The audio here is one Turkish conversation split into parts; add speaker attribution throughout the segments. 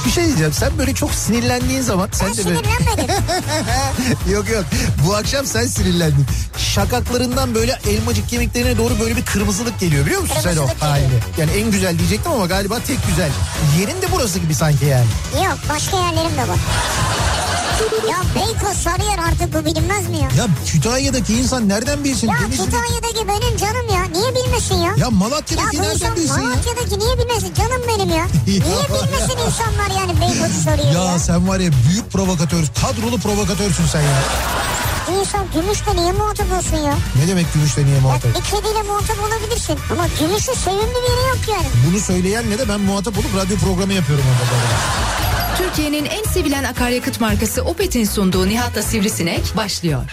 Speaker 1: Bir şey diyeceğim, sen böyle çok sinirlendiğin zaman sen
Speaker 2: Ben
Speaker 1: de böyle...
Speaker 2: sinirlenmedim.
Speaker 1: Yok bu akşam sen sinirlendin. Şakaklarından böyle elmacık kemiklerine doğru böyle bir kırmızılık geliyor, biliyor musun sen o halini? Yani en güzel diyecektim ama galiba tek güzel. Yerin de burası gibi sanki yani.
Speaker 2: Yok, başka yerlerim de var. Ya Beykoz, Sarıyer, artık bu bilinmez mi ya?
Speaker 1: Ya Kütahya'daki insan nereden bilsin?
Speaker 2: Ya
Speaker 1: Denizli...
Speaker 2: Kütahya'daki benim canım ya. Niye bilmesin ya?
Speaker 1: Ya Malatya'daki nereden bilsin ya?
Speaker 2: Malatya'daki niye bilmesin? Canım benim ya. Niye bilmesin insanlar yani Beykoz'u soruyor ya?
Speaker 1: Ya sen var ya büyük provokatör, kadrolu provokatörsün sen ya.
Speaker 2: İnsan gümüşle niye muhatap olsun ya?
Speaker 1: Ne demek gümüşle niye muhatap?
Speaker 2: Ya bir kediyle muhatap olabilirsin ama gümüşün sevimli bir yeri yok yani.
Speaker 1: Bunu söyleyenle de ben muhatap olup radyo programı yapıyorum orada.
Speaker 3: Türkiye'nin en sevilen akaryakıt markası Opet'in sunduğu Nihat'la Sivrisinek başlıyor.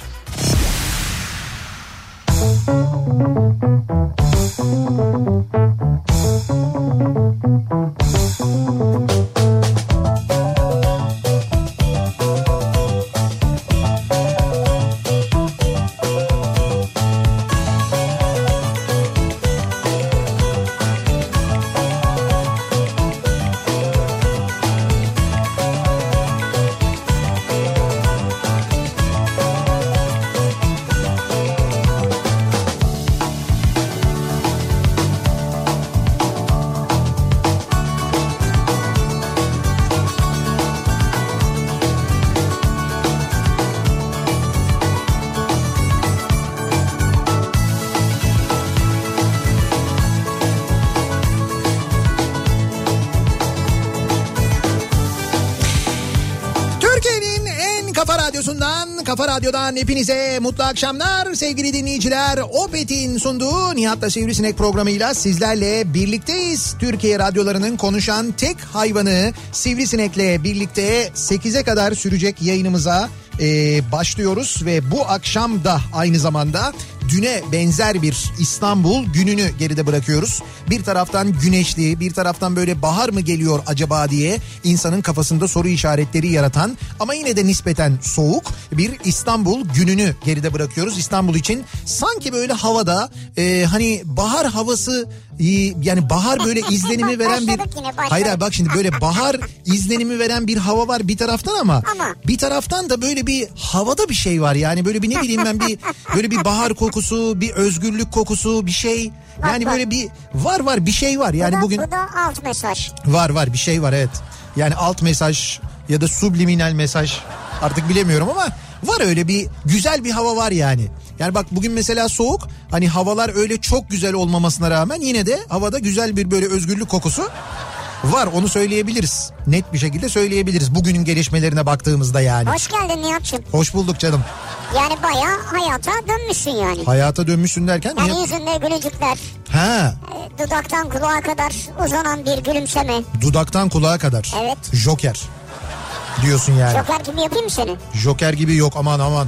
Speaker 1: Kafa Radyo'dan hepinize mutlu akşamlar sevgili dinleyiciler. Opet'in sunduğu Nihat'la Sivrisinek programıyla sizlerle birlikteyiz. Türkiye radyolarının konuşan tek hayvanı Sivrisinek'le birlikte 8'e kadar sürecek yayınımıza başlıyoruz. Ve bu akşam da aynı zamanda düne benzer bir İstanbul gününü geride bırakıyoruz. Bir taraftan güneşli, bir taraftan böyle bahar mı geliyor acaba diye insanın kafasında soru işaretleri yaratan ama yine de nispeten soğuk bir İstanbul gününü geride bırakıyoruz. İstanbul için sanki böyle havada hani bahar havası, yani bahar böyle izlenimi veren bir... Hayır bak şimdi böyle bahar izlenimi veren bir hava var bir taraftan ama bir taraftan da böyle bir havada bir şey var. Yani böyle bir ne bileyim ben bir böyle bir bahar kokusu, bir özgürlük kokusu, bir şey. Yani böyle bir var bir şey var. Yani bugün...
Speaker 2: Bu da alt mesaj.
Speaker 1: Var bir şey var, evet. Yani alt mesaj ya da subliminal mesaj artık bilemiyorum ama var, öyle bir güzel bir hava var yani. Yani bak bugün mesela soğuk, hani havalar öyle çok güzel olmamasına rağmen yine de havada güzel bir böyle özgürlük kokusu var, onu söyleyebiliriz. Net bir şekilde söyleyebiliriz bugünün gelişmelerine baktığımızda yani.
Speaker 2: Hoş geldin Nihat'cığım.
Speaker 1: Hoş bulduk canım.
Speaker 2: Yani bayağı hayata dönmüşsün yani.
Speaker 1: Hayata dönmüşsün derken?
Speaker 2: Yani yüzünde gülücükler.
Speaker 1: Ha.
Speaker 2: Dudaktan kulağa kadar uzanan bir gülümseme.
Speaker 1: Dudaktan kulağa kadar.
Speaker 2: Evet.
Speaker 1: Joker diyorsun yani.
Speaker 2: Joker gibi yapayım mı seni?
Speaker 1: Joker gibi yok, aman.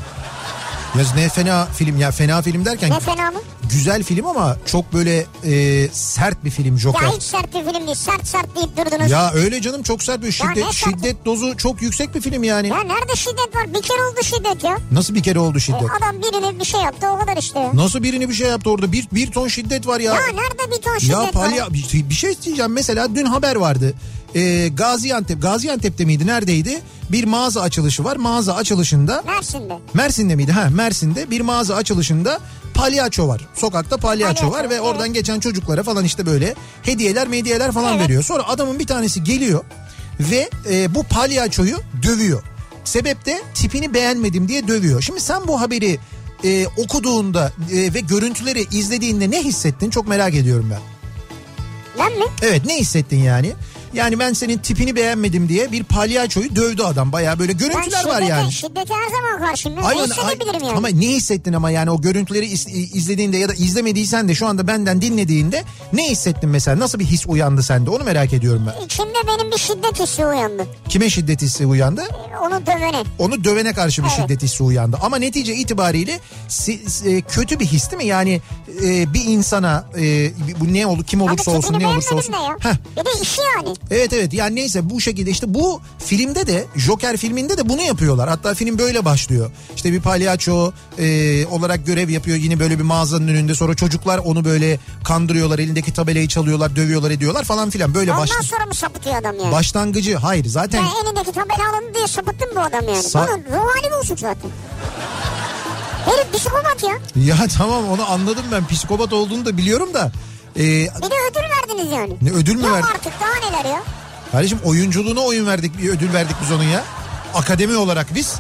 Speaker 1: Ya ne fena film ya, fena film derken...
Speaker 2: Ne fena mı?
Speaker 1: Güzel film ama çok böyle sert bir film Joker.
Speaker 2: Ya hiç sert bir film değil, sert deyip durdunuz.
Speaker 1: Ya öyle canım, çok sert bir şiddet dozu çok yüksek bir film yani.
Speaker 2: Ya nerede şiddet var? Bir kere oldu şiddet ya.
Speaker 1: Nasıl bir kere oldu şiddet?
Speaker 2: Adam birine bir şey yaptı, o kadar işte.
Speaker 1: Nasıl birini bir şey yaptı orada? Bir ton şiddet var ya.
Speaker 2: Ya nerede bir ton şiddet var?
Speaker 1: Ya bir şey diyeceğim, mesela dün haber vardı. Gaziantep'te miydi, neredeydi? Bir mağaza açılışı var. Mağaza açılışında... Mersin'de miydi? Mersin'de bir mağaza açılışında palyaço var. Sokakta palyaço var ve oradan geçen çocuklara falan işte böyle hediyeler falan veriyor. Sonra adamın bir tanesi geliyor ve bu palyaçoyu dövüyor. Sebep de tipini beğenmedim diye dövüyor. Şimdi sen bu haberi okuduğunda ve görüntüleri izlediğinde ne hissettin? Çok merak ediyorum ben.
Speaker 2: Ben mi?
Speaker 1: Evet, ne hissettin yani? Yani ben senin tipini beğenmedim diye bir palyaçoyu dövdü adam. Bayağı böyle görüntüler var yani.
Speaker 2: Şiddete her zaman karşıyım. Ne hissedebilirim yani?
Speaker 1: Ama ne hissettin ama yani o görüntüleri izlediğinde ya da izlemediysen de şu anda benden dinlediğinde ne hissettin mesela? Nasıl bir his uyandı sende? Onu merak ediyorum ben.
Speaker 2: İçimde benim bir şiddet hissi uyandı.
Speaker 1: Kime şiddet hissi uyandı?
Speaker 2: Onu dövene.
Speaker 1: Onu dövene karşı bir şiddet hissi uyandı. Ama netice itibariyle kötü bir his değil mi? Yani bir insana bu ne olur, kim olursa olsun, ne olursa olsun.
Speaker 2: Bir de işi yani.
Speaker 1: Evet yani neyse bu şekilde işte bu filmde de Joker filminde de bunu yapıyorlar. Hatta film böyle başlıyor. İşte bir palyaço olarak görev yapıyor yine böyle bir mağazanın önünde, sonra çocuklar onu böyle kandırıyorlar, elindeki tabelayı çalıyorlar, dövüyorlar, ediyorlar falan filan böyle
Speaker 2: Ondan sonra mı sapıtıyor adam yani?
Speaker 1: Başlangıcı hayır zaten.
Speaker 2: Yani elindeki tabela alındı diye sapıttı mı bu adam yani? Bunun ruh hali bozuk zaten. Herif psikopat ya.
Speaker 1: Ya tamam onu anladım ben, psikopat olduğunu da biliyorum da.
Speaker 2: Bir de ödül verdiniz yani.
Speaker 1: Ne ödül mü verdik?
Speaker 2: Yok artık daha neler ya.
Speaker 1: Kardeşim oyunculuğuna oyun verdik, bir ödül verdik biz onun ya. Akademi olarak biz.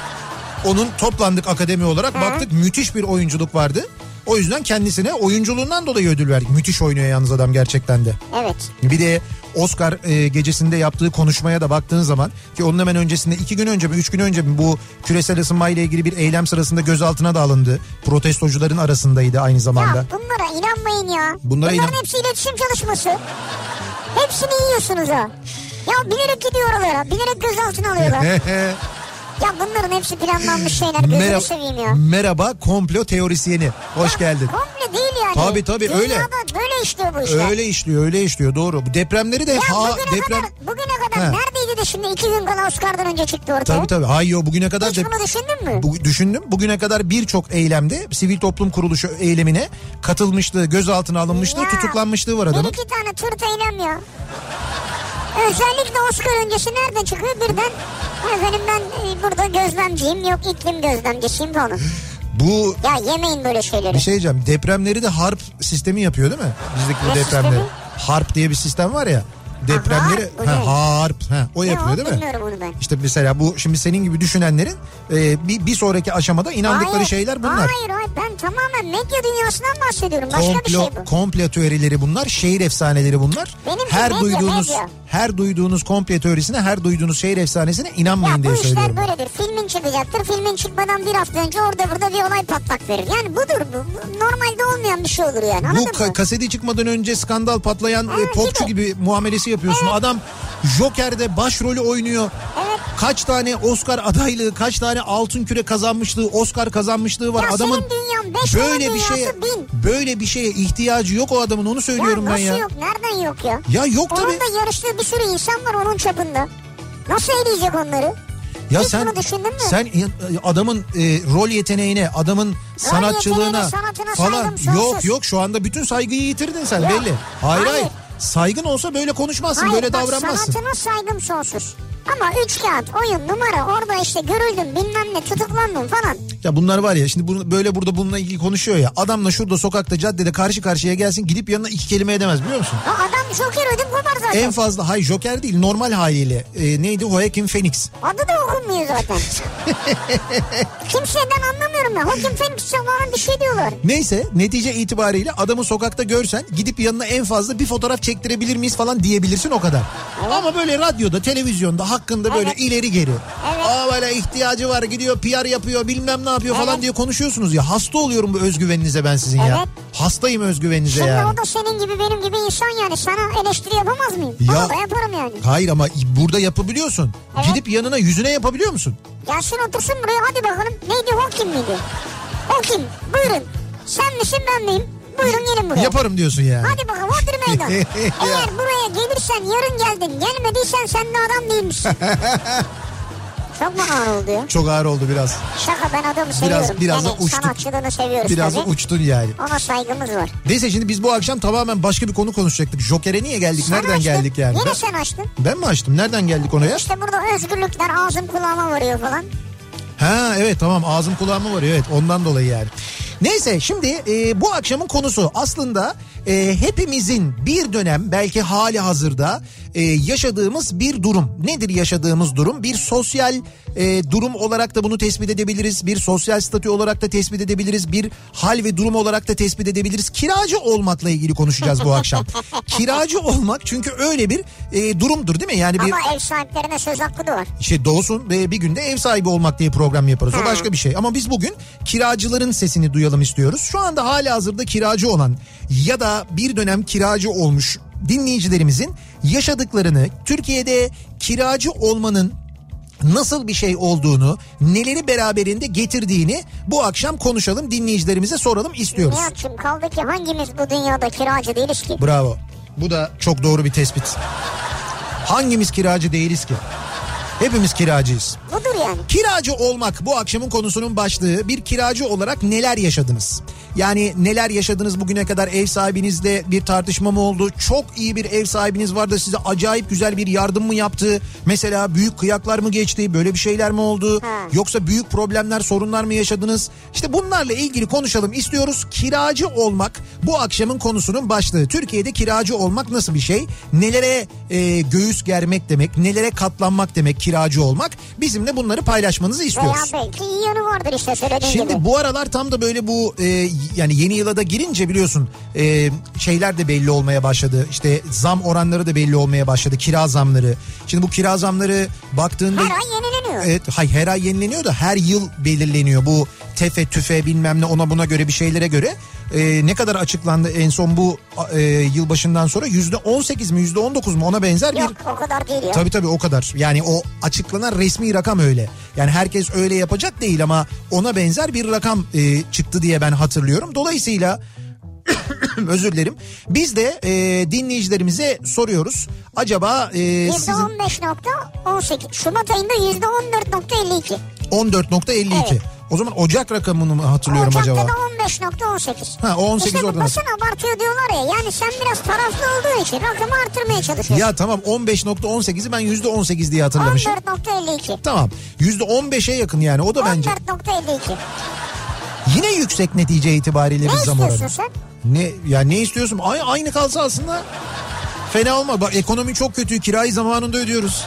Speaker 1: Onun toplandık akademi olarak, baktık müthiş bir oyunculuk vardı. O yüzden kendisine oyunculuğundan dolayı ödül verdik. Müthiş oynuyor yalnız adam gerçekten de.
Speaker 2: Evet.
Speaker 1: Bir de Oscar gecesinde yaptığı konuşmaya da baktığın zaman, ki onun hemen öncesinde 2 gün önce mi 3 gün önce mi bu küresel ısınma ile ilgili bir eylem sırasında gözaltına da alındı. Protestocuların arasındaydı aynı zamanda.
Speaker 2: Ya bunlara inanmayın ya. Bunların hepsi iletişim çalışması. Hepsini yiyorsunuz ha. Ya bilerek gidiyor oralara. Bilerek gözaltına alıyorlar. Ya bunların hepsi planlanmış şeyler. Gözünü seveyim ya.
Speaker 1: Merhaba komplo teorisyeni. Hoş geldin.
Speaker 2: Komple değil yani.
Speaker 1: Tabii
Speaker 2: Dünyada
Speaker 1: öyle.
Speaker 2: Dünyada böyle işliyor bu işler.
Speaker 1: Öyle işliyor doğru. Bu depremleri de
Speaker 2: ya bugüne kadar neredeydi de şimdi 2 gün kala Oscar'dan önce çıktı ortaya.
Speaker 1: Tabii. Hayır bugüne kadar.
Speaker 2: Hiç bunu düşündün mü?
Speaker 1: Düşündüm. Bugüne kadar birçok eylemde, sivil toplum kuruluşu eylemine katılmışlığı, gözaltına alınmışlığı, tutuklanmışlığı var adamın.
Speaker 2: 1-2 tane tırt eylem ya. Özellikle Oscar öncesi nereden çıkıyor birden? Efendim ben burada gözlemciyim, yok iklim gözlemcisiyim falan.
Speaker 1: Bu
Speaker 2: ya yemeyin böyle şeyleri.
Speaker 1: Bir şey diyeceğim. Depremleri de harp sistemi yapıyor değil mi? Bizdeki bu depremleri. Sistemi? Harp diye bir sistem var ya. Depremleri harp o yapıyor değil mi?
Speaker 2: Bilmiyorum onu ben.
Speaker 1: İşte mesela bu şimdi senin gibi düşünenlerin bir sonraki aşamada inandıkları şeyler bunlar.
Speaker 2: Hayır ben tamamen medya dünyasından bahsediyorum. Başka bir şey bu.
Speaker 1: Komplo teorileri bunlar, şehir efsaneleri bunlar.
Speaker 2: Benimki
Speaker 1: her duyduğunuz komplo teorisine, her duyduğunuz şehir efsanesine inanmayın diye söylüyorum.
Speaker 2: Ya bu işler böyledir. Filmin çıkacaktır. Filmin çıkmadan bir hafta önce orada burada bir olay patlak verir. Yani budur bu. Normalde olmayan bir şey olur yani.
Speaker 1: Bu kaseti çıkmadan önce skandal patlayan popçu gibi muamelesi yapıyorsun. Evet. Adam Joker'de başrolü oynuyor.
Speaker 2: Evet.
Speaker 1: Kaç tane Oscar adaylığı, kaç tane altın küre kazanmışlığı, Oscar kazanmışlığı var.
Speaker 2: Ya
Speaker 1: adamın böyle bir şeye ihtiyacı yok o adamın, onu söylüyorum ben ya.
Speaker 2: Nasıl yok? Nereden yok ya?
Speaker 1: Ya yok tabii.
Speaker 2: Onun da yarıştığı bir sürü insan var onun çapında. Nasıl eleyecek onları?
Speaker 1: Ya
Speaker 2: hiç bunu düşündün mü?
Speaker 1: Sen adamın rol yeteneğine, adamın sanatçılığına falan yok şu anda bütün saygıyı yitirdin sen belli. Hayır. Saygın olsa böyle konuşmazsın, böyle davranmazsın.
Speaker 2: Sanatına saygım sonsuz. Ama 3 kağıt, oyun, numara, orada işte görüldüm, bilmem ne, tutuklandım falan.
Speaker 1: Ya bunlar var ya şimdi böyle burada bununla ilgili konuşuyor ya. Adamla şurada sokakta, caddede karşı karşıya gelsin, gidip yanına 2 kelime edemez biliyor musun?
Speaker 2: Ya adam Joker ödüm kopar zaten.
Speaker 1: En fazla Joker değil, normal haliyle. Neydi? Joaquin Phoenix.
Speaker 2: Adı da okunmuyor zaten. Kimseden anlamıyorum ben. Joaquin Phoenix falan bir şey diyorlar.
Speaker 1: Neyse netice itibariyle adamı sokakta görsen gidip yanına en fazla bir fotoğraf çektirebilir miyiz falan diyebilirsin, o kadar. Evet. Ama böyle radyoda, televizyonda hakkında böyle ileri geri. Evet. Böyle ihtiyacı var, gidiyor PR yapıyor, bilmem ne yapıyor falan diye konuşuyorsunuz ya. Hasta oluyorum bu özgüveninize ben sizin ya. Hastayım özgüveninize
Speaker 2: şimdi
Speaker 1: yani.
Speaker 2: Şimdi o da senin gibi benim gibi insan yani. Sana eleştiri yapamaz mıyım?
Speaker 1: Ya,
Speaker 2: onu da yaparım yani.
Speaker 1: Hayır ama burada yapabiliyorsun. Evet. Gidip yanına yüzüne yapabiliyor musun?
Speaker 2: Gelsin otursun buraya, hadi bakalım. Neydi, Joaquin miydi? Joaquin buyurun. Sen misin ben miyim? Buyurun gelin buraya.
Speaker 1: Yaparım diyorsun yani.
Speaker 2: Hadi bakalım otur meydan. Eğer buraya gelirsen, yarın geldin, gelmediysen sen de adam değilmişsin. Çok mu ağır oldu ya?
Speaker 1: Çok ağır oldu biraz.
Speaker 2: Şaka, ben adamı seviyorum.
Speaker 1: Biraz
Speaker 2: yani
Speaker 1: da uçtun.
Speaker 2: Sanatçılığını seviyoruz
Speaker 1: biraz
Speaker 2: tabii.
Speaker 1: da uçtun yani.
Speaker 2: Ona saygımız var.
Speaker 1: Neyse şimdi biz bu akşam tamamen başka bir konu konuşacaktık. Joker'e niye geldik?
Speaker 2: Sen
Speaker 1: nereden
Speaker 2: açtın.
Speaker 1: geldik yani?
Speaker 2: Yine sen açtın.
Speaker 1: Ben mi açtım? Nereden geldik ona ya?
Speaker 2: İşte burada özgürlükler ağzım kulağıma varıyor falan.
Speaker 1: Ha evet tamam, ağzım kulağıma varıyor, evet ondan dolayı yani. Neyse şimdi bu akşamın konusu aslında hepimizin bir dönem belki hali hazırda yaşadığımız bir durum. Nedir yaşadığımız durum? Bir sosyal durum olarak da bunu tespit edebiliriz. Bir sosyal statü olarak da tespit edebiliriz. Bir hal ve durum olarak da tespit edebiliriz. Kiracı olmakla ilgili konuşacağız bu akşam. Kiracı olmak çünkü öyle bir durumdur değil mi? Yani
Speaker 2: ama ev sahiplerine söz hakkı da var.
Speaker 1: İşte doğsun ve bir günde ev sahibi olmak diye program yaparız. O başka bir şey. Ama biz bugün kiracıların sesini duyalım istiyoruz. Şu anda hali hazırda kiracı olan ya da bir dönem kiracı olmuş dinleyicilerimizin yaşadıklarını, Türkiye'de kiracı olmanın nasıl bir şey olduğunu, neleri beraberinde getirdiğini bu akşam konuşalım, dinleyicilerimize soralım istiyoruz.
Speaker 2: Nihat'cığım, kaldı ki hangimiz bu dünyada kiracı değiliz ki?
Speaker 1: Bravo. Bu da çok doğru bir tespit. Hangimiz kiracı değiliz ki? Hepimiz kiracıyız.
Speaker 2: Budur yani.
Speaker 1: Kiracı olmak bu akşamın konusunun başlığı. Bir kiracı olarak neler yaşadınız? Yani neler yaşadınız bugüne kadar? Ev sahibinizle bir tartışma mı oldu? Çok iyi bir ev sahibiniz var da size acayip güzel bir yardım mı yaptı? Mesela büyük kıyaklar mı geçti? Böyle bir şeyler mi oldu? Yoksa büyük problemler, sorunlar mı yaşadınız? İşte bunlarla ilgili konuşalım istiyoruz. Kiracı olmak bu akşamın konusunun başlığı. Türkiye'de kiracı olmak nasıl bir şey? Nelere göğüs germek demek? Nelere katlanmak demek kiracı olmak? Bizimle bunları paylaşmanızı istiyoruz.
Speaker 2: Veya belki iyi yanı vardır işte söylediğin gibi.
Speaker 1: Şimdi bu aralar tam da böyle bu yani yeni yıla da girince biliyorsun şeyler de belli olmaya başladı. İşte zam oranları da belli olmaya başladı. Kira zamları. Şimdi bu kira zamları baktığında...
Speaker 2: Her ay yenileniyor.
Speaker 1: Evet, hayır her ay yenileniyor da her yıl belirleniyor. Bu tefe tüfe bilmem ne ona buna göre bir şeylere göre. Ne kadar açıklandı en son bu yılbaşından sonra? %18 mi %19 mu ona benzer bir...
Speaker 2: Yok o kadar değil ya.
Speaker 1: Tabii o kadar. Yani o açıklanan resmi rakam öyle. Yani herkes öyle yapacak değil ama ona benzer bir rakam çıktı diye ben hatırlıyorum. Dolayısıyla özür dilerim. Biz de dinleyicilerimize soruyoruz. Acaba
Speaker 2: %15.18 Şubat ayında %14.52.
Speaker 1: 14.52. Evet. O zaman Ocak rakamını mı hatırlıyorum
Speaker 2: Ocak'ta
Speaker 1: acaba?
Speaker 2: Ocak'ta da 15.18.
Speaker 1: Ha 18
Speaker 2: işte
Speaker 1: oradan.
Speaker 2: basın abartıyor diyorlar ya. Yani sen biraz taraflı olduğun için rakamı artırmaya çalışıyorsun.
Speaker 1: Ya tamam 15.18'i ben %18 diye hatırlamışım.
Speaker 2: 14.52.
Speaker 1: Tamam. %15'e yakın yani o da bence.
Speaker 2: 14.52.
Speaker 1: Yine yüksek netice itibariyle bir zam oranı.
Speaker 2: Ne istiyorsun
Speaker 1: sen? Ne istiyorsun? Aynı kalsa aslında fena olma. Bak ekonomi çok kötü. Kirayı zamanında ödüyoruz.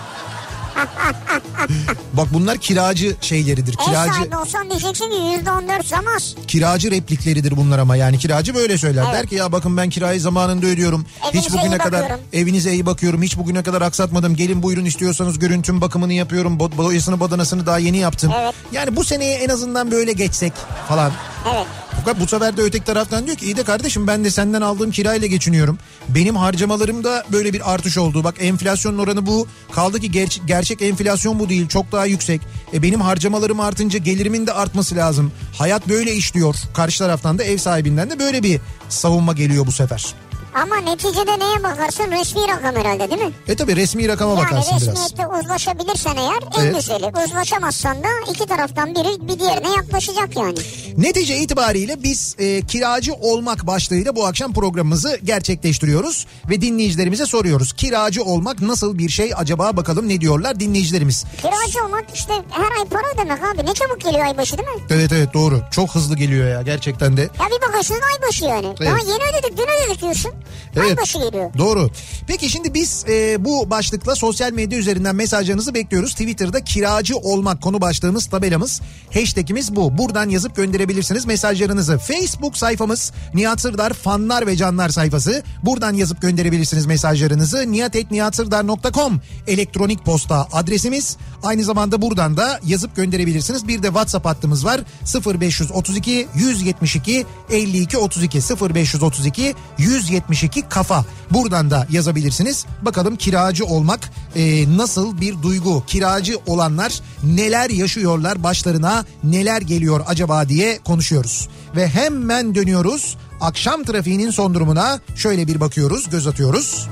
Speaker 1: Bak bunlar kiracı şeyleridir.
Speaker 2: Ev sahibi olsan diyeceksin ki %14 zam az. Kiracı
Speaker 1: replikleridir bunlar ama yani kiracı böyle söyler. Evet. Der ki ya bakın ben kirayı zamanında ödüyorum. Hiç bugüne kadar evinize iyi bakıyorum. Hiç bugüne kadar aksatmadım. Gelin buyurun istiyorsanız görün tüm bakımını yapıyorum. Boyasını badanasını daha yeni yaptım. Evet. Yani bu seneye en azından böyle geçsek falan.
Speaker 2: Evet.
Speaker 1: Fakat bu sefer de öteki taraftan diyor ki iyi de kardeşim ben de senden aldığım kirayla geçiniyorum. Benim harcamalarımda böyle bir artış oldu. Bak enflasyon oranı bu. Kaldı ki gerçek enflasyon bu değil. Çok daha yüksek. Benim harcamalarım artınca gelirimin de artması lazım. Hayat böyle işliyor. Karşı taraftan da ev sahibinden de böyle bir savunma geliyor bu sefer.
Speaker 2: Ama neticede neye bakarsın? Resmi rakam herhalde değil mi?
Speaker 1: Tabii resmi rakama bakarsın biraz.
Speaker 2: Yani resmiyette uzlaşabilirsen eğer en güzeli. Uzlaşamazsan da iki taraftan biri bir diğerine yaklaşacak yani.
Speaker 1: Netice itibariyle biz kiracı olmak başlığıyla bu akşam programımızı gerçekleştiriyoruz. Ve dinleyicilerimize soruyoruz. Kiracı olmak nasıl bir şey acaba, bakalım ne diyorlar dinleyicilerimiz.
Speaker 2: Kiracı olmak işte her ay para ödemek abi. Ne çabuk geliyor aybaşı değil mi?
Speaker 1: Evet doğru. Çok hızlı geliyor ya gerçekten de.
Speaker 2: Ya bir bakıyorsun aybaşı yani. Evet. Daha yeni ödedik dün ödedik diyorsun. Evet aybaşı geliyor.
Speaker 1: Doğru. Peki şimdi biz bu başlıkla sosyal medya üzerinden mesajlarınızı bekliyoruz. Twitter'da kiracı olmak konu başlığımız, tabelamız, hashtagimiz bu. Buradan yazıp gönderebilirsiniz mesajlarınızı. Facebook sayfamız Nihat Sırdar fanlar ve canlar sayfası. Buradan yazıp gönderebilirsiniz mesajlarınızı. nihat@nihatsırdar.com elektronik posta adresimiz. Aynı zamanda buradan da yazıp gönderebilirsiniz. Bir de WhatsApp hattımız var. 0532 172 52 32 0532 172 kafa. Buradan da yazabilirsiniz. Bakalım kiracı olmak nasıl bir duygu? Kiracı olanlar neler yaşıyorlar? Başlarına neler geliyor acaba diye konuşuyoruz. Ve hemen dönüyoruz. Akşam trafiğinin son durumuna şöyle bir bakıyoruz, göz atıyoruz.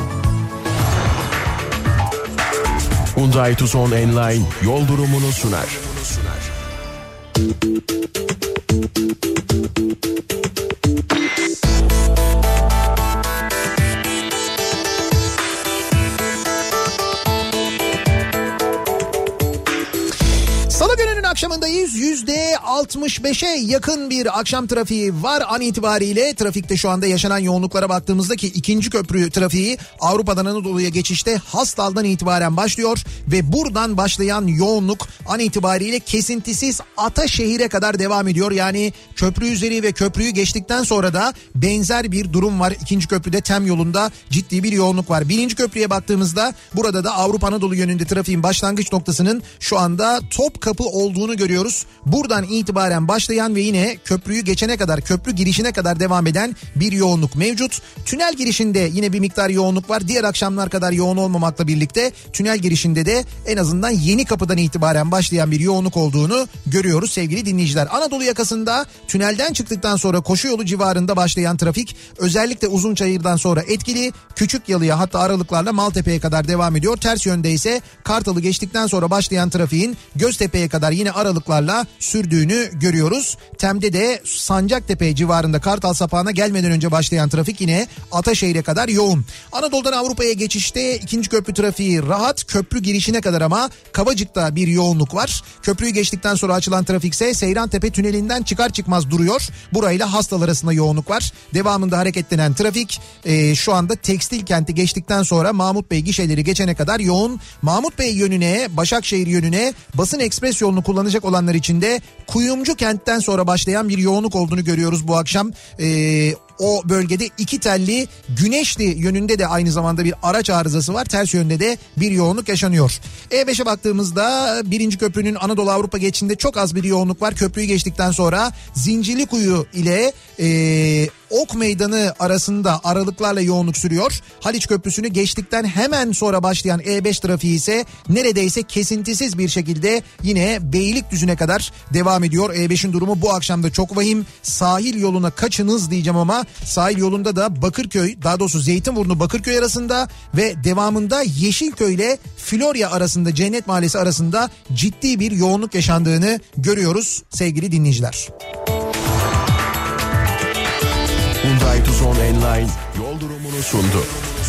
Speaker 4: Hyundai Tucson Enline yol durumunu sunar.
Speaker 1: Salı gününün akşamındayız. %65'e yakın bir akşam trafiği var an itibariyle. Trafikte şu anda yaşanan yoğunluklara baktığımızda ki ikinci köprü trafiği Avrupa'dan Anadolu'ya geçişte Hastal'dan itibaren başlıyor. Ve buradan başlayan yoğunluk an itibariyle kesintisiz Ataşehir'e kadar devam ediyor. Yani köprü üzeri ve köprüyü geçtikten sonra da benzer bir durum var. İkinci köprüde TEM yolunda ciddi bir yoğunluk var. Birinci köprüye baktığımızda burada da Avrupa Anadolu yönünde trafiğin başlangıç noktasının şu anda Topkapı olduğu olduğunu görüyoruz. Buradan itibaren başlayan ve yine köprüyü geçene kadar, köprü girişine kadar devam eden bir yoğunluk mevcut. Tünel girişinde yine bir miktar yoğunluk var. Diğer akşamlar kadar yoğun olmamakla birlikte tünel girişinde de en azından Yenikapı'dan itibaren başlayan bir yoğunluk olduğunu görüyoruz sevgili dinleyiciler. Anadolu yakasında tünelden çıktıktan sonra Koşuyolu civarında başlayan trafik özellikle Uzunçayır'dan sonra etkili. Küçükyalı'ya hatta aralıklarla Maltepe'ye kadar devam ediyor. Ters yönde ise Kartal'ı geçtikten sonra başlayan trafiğin Göztepe'ye kadar yine aralıklarla sürdüğünü görüyoruz. Tem'de de Sancaktepe civarında Kartal sapağına gelmeden önce başlayan trafik yine Ataşehir'e kadar yoğun. Anadolu'dan Avrupa'ya geçişte ikinci köprü trafiği rahat. Köprü girişine kadar ama Kavacık'ta bir yoğunluk var. Köprüyü geçtikten sonra açılan trafikse Seyrantepe tünelinden çıkar çıkmaz duruyor. Burayla Hastal arasında yoğunluk var. Devamında hareketlenen trafik şu anda Tekstil Kenti geçtikten sonra Mahmut Bey gişeleri geçene kadar yoğun. Mahmut Bey yönüne, Başakşehir yönüne Basın Ekspres yolunu kullanacak olanlar için de Kuyumcu Kent'ten sonra başlayan bir yoğunluk olduğunu görüyoruz bu akşam. O bölgede iki telli Güneşli yönünde de aynı zamanda bir araç arızası var. Ters yönde de bir yoğunluk yaşanıyor. E5'e baktığımızda birinci köprünün Anadolu Avrupa geçişinde çok az bir yoğunluk var. Köprüyü geçtikten sonra Zincirlikuyu ile Ok Meydanı arasında aralıklarla yoğunluk sürüyor. Haliç Köprüsü'nü geçtikten hemen sonra başlayan E5 trafiği ise neredeyse kesintisiz bir şekilde yine Beylikdüzü'ne kadar devam ediyor. E5'in durumu bu akşam da çok vahim. Sahil yoluna kaçınız diyeceğim ama sahil yolunda da Bakırköy, daha doğrusu Zeytinburnu Bakırköy arasında ve devamında Yeşilköy ile Florya arasında, Cennet Mahallesi arasında ciddi bir yoğunluk yaşandığını görüyoruz sevgili dinleyiciler.
Speaker 4: Hyundai Tucson Enline yol durumunu sundu.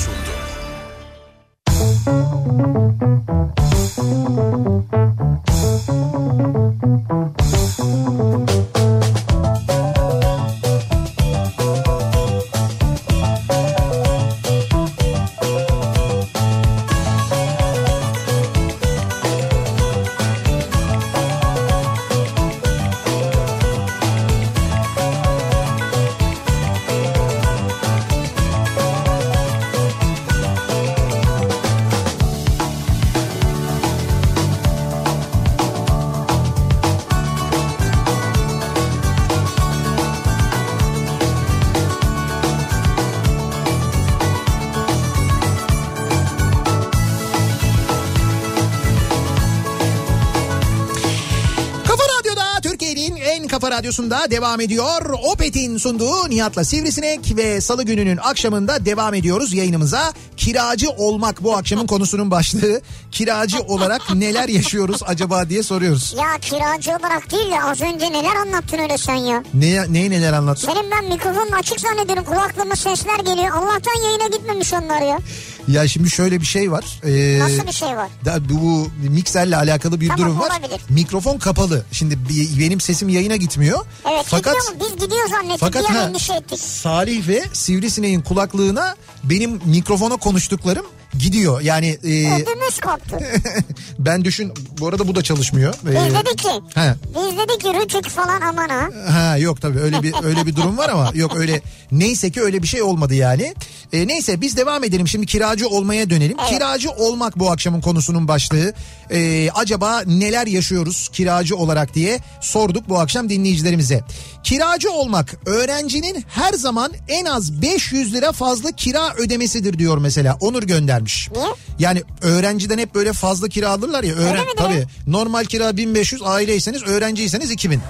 Speaker 1: Radyosunda devam ediyor. Opet'in sunduğu Nihat'la Sivrisinek ve Salı gününün akşamında devam ediyoruz yayınımıza. Kiracı olmak bu akşamın konusunun başlığı. Kiracı olarak neler yaşıyoruz acaba diye soruyoruz.
Speaker 2: Ya kiracı olarak değil de az önce neler anlattın öyle sen ya.
Speaker 1: Neyi neler anlattın?
Speaker 2: Senin ben mikrofonun açık zannediyorum, kulaklığıma sesler geliyor. Allah'tan yayına gitmemiş onlar ya.
Speaker 1: Ya şimdi şöyle bir şey var.
Speaker 2: Nasıl bir şey var?
Speaker 1: Bu mikserle alakalı bir durum var.
Speaker 2: Olabilir.
Speaker 1: Mikrofon kapalı. Şimdi benim sesim yayına gitmiyor.
Speaker 2: Evet, fakat, gidiyor mu? Biz gidiyor zannettik.
Speaker 1: Fakat
Speaker 2: endişe ettik.
Speaker 1: Salih ve Sivrisineğin kulaklığına benim mikrofona konuştuklarım gidiyor. Yani
Speaker 2: ödümüz koptu.
Speaker 1: Ben düşün, bu arada bu da çalışmıyor.
Speaker 2: Biz dedik ki Rütük falan aman ha.
Speaker 1: Ha yok tabii öyle bir durum var ama yok öyle, neyse ki öyle bir şey olmadı yani. Neyse biz devam edelim şimdi, kiracı olmaya dönelim. Evet. Kiracı olmak bu akşamın konusunun başlığı. Acaba neler yaşıyoruz kiracı olarak diye sorduk bu akşam dinleyicilerimize. Kiracı olmak öğrencinin her zaman en az 500 lira fazla kira ödemesidir diyor mesela. Onur göndermiş.
Speaker 2: Niye?
Speaker 1: Yani öğrenciden hep böyle fazla kira alırlar ya. Tabii normal kira 1500, aileyseniz, öğrenciyseniz 2000.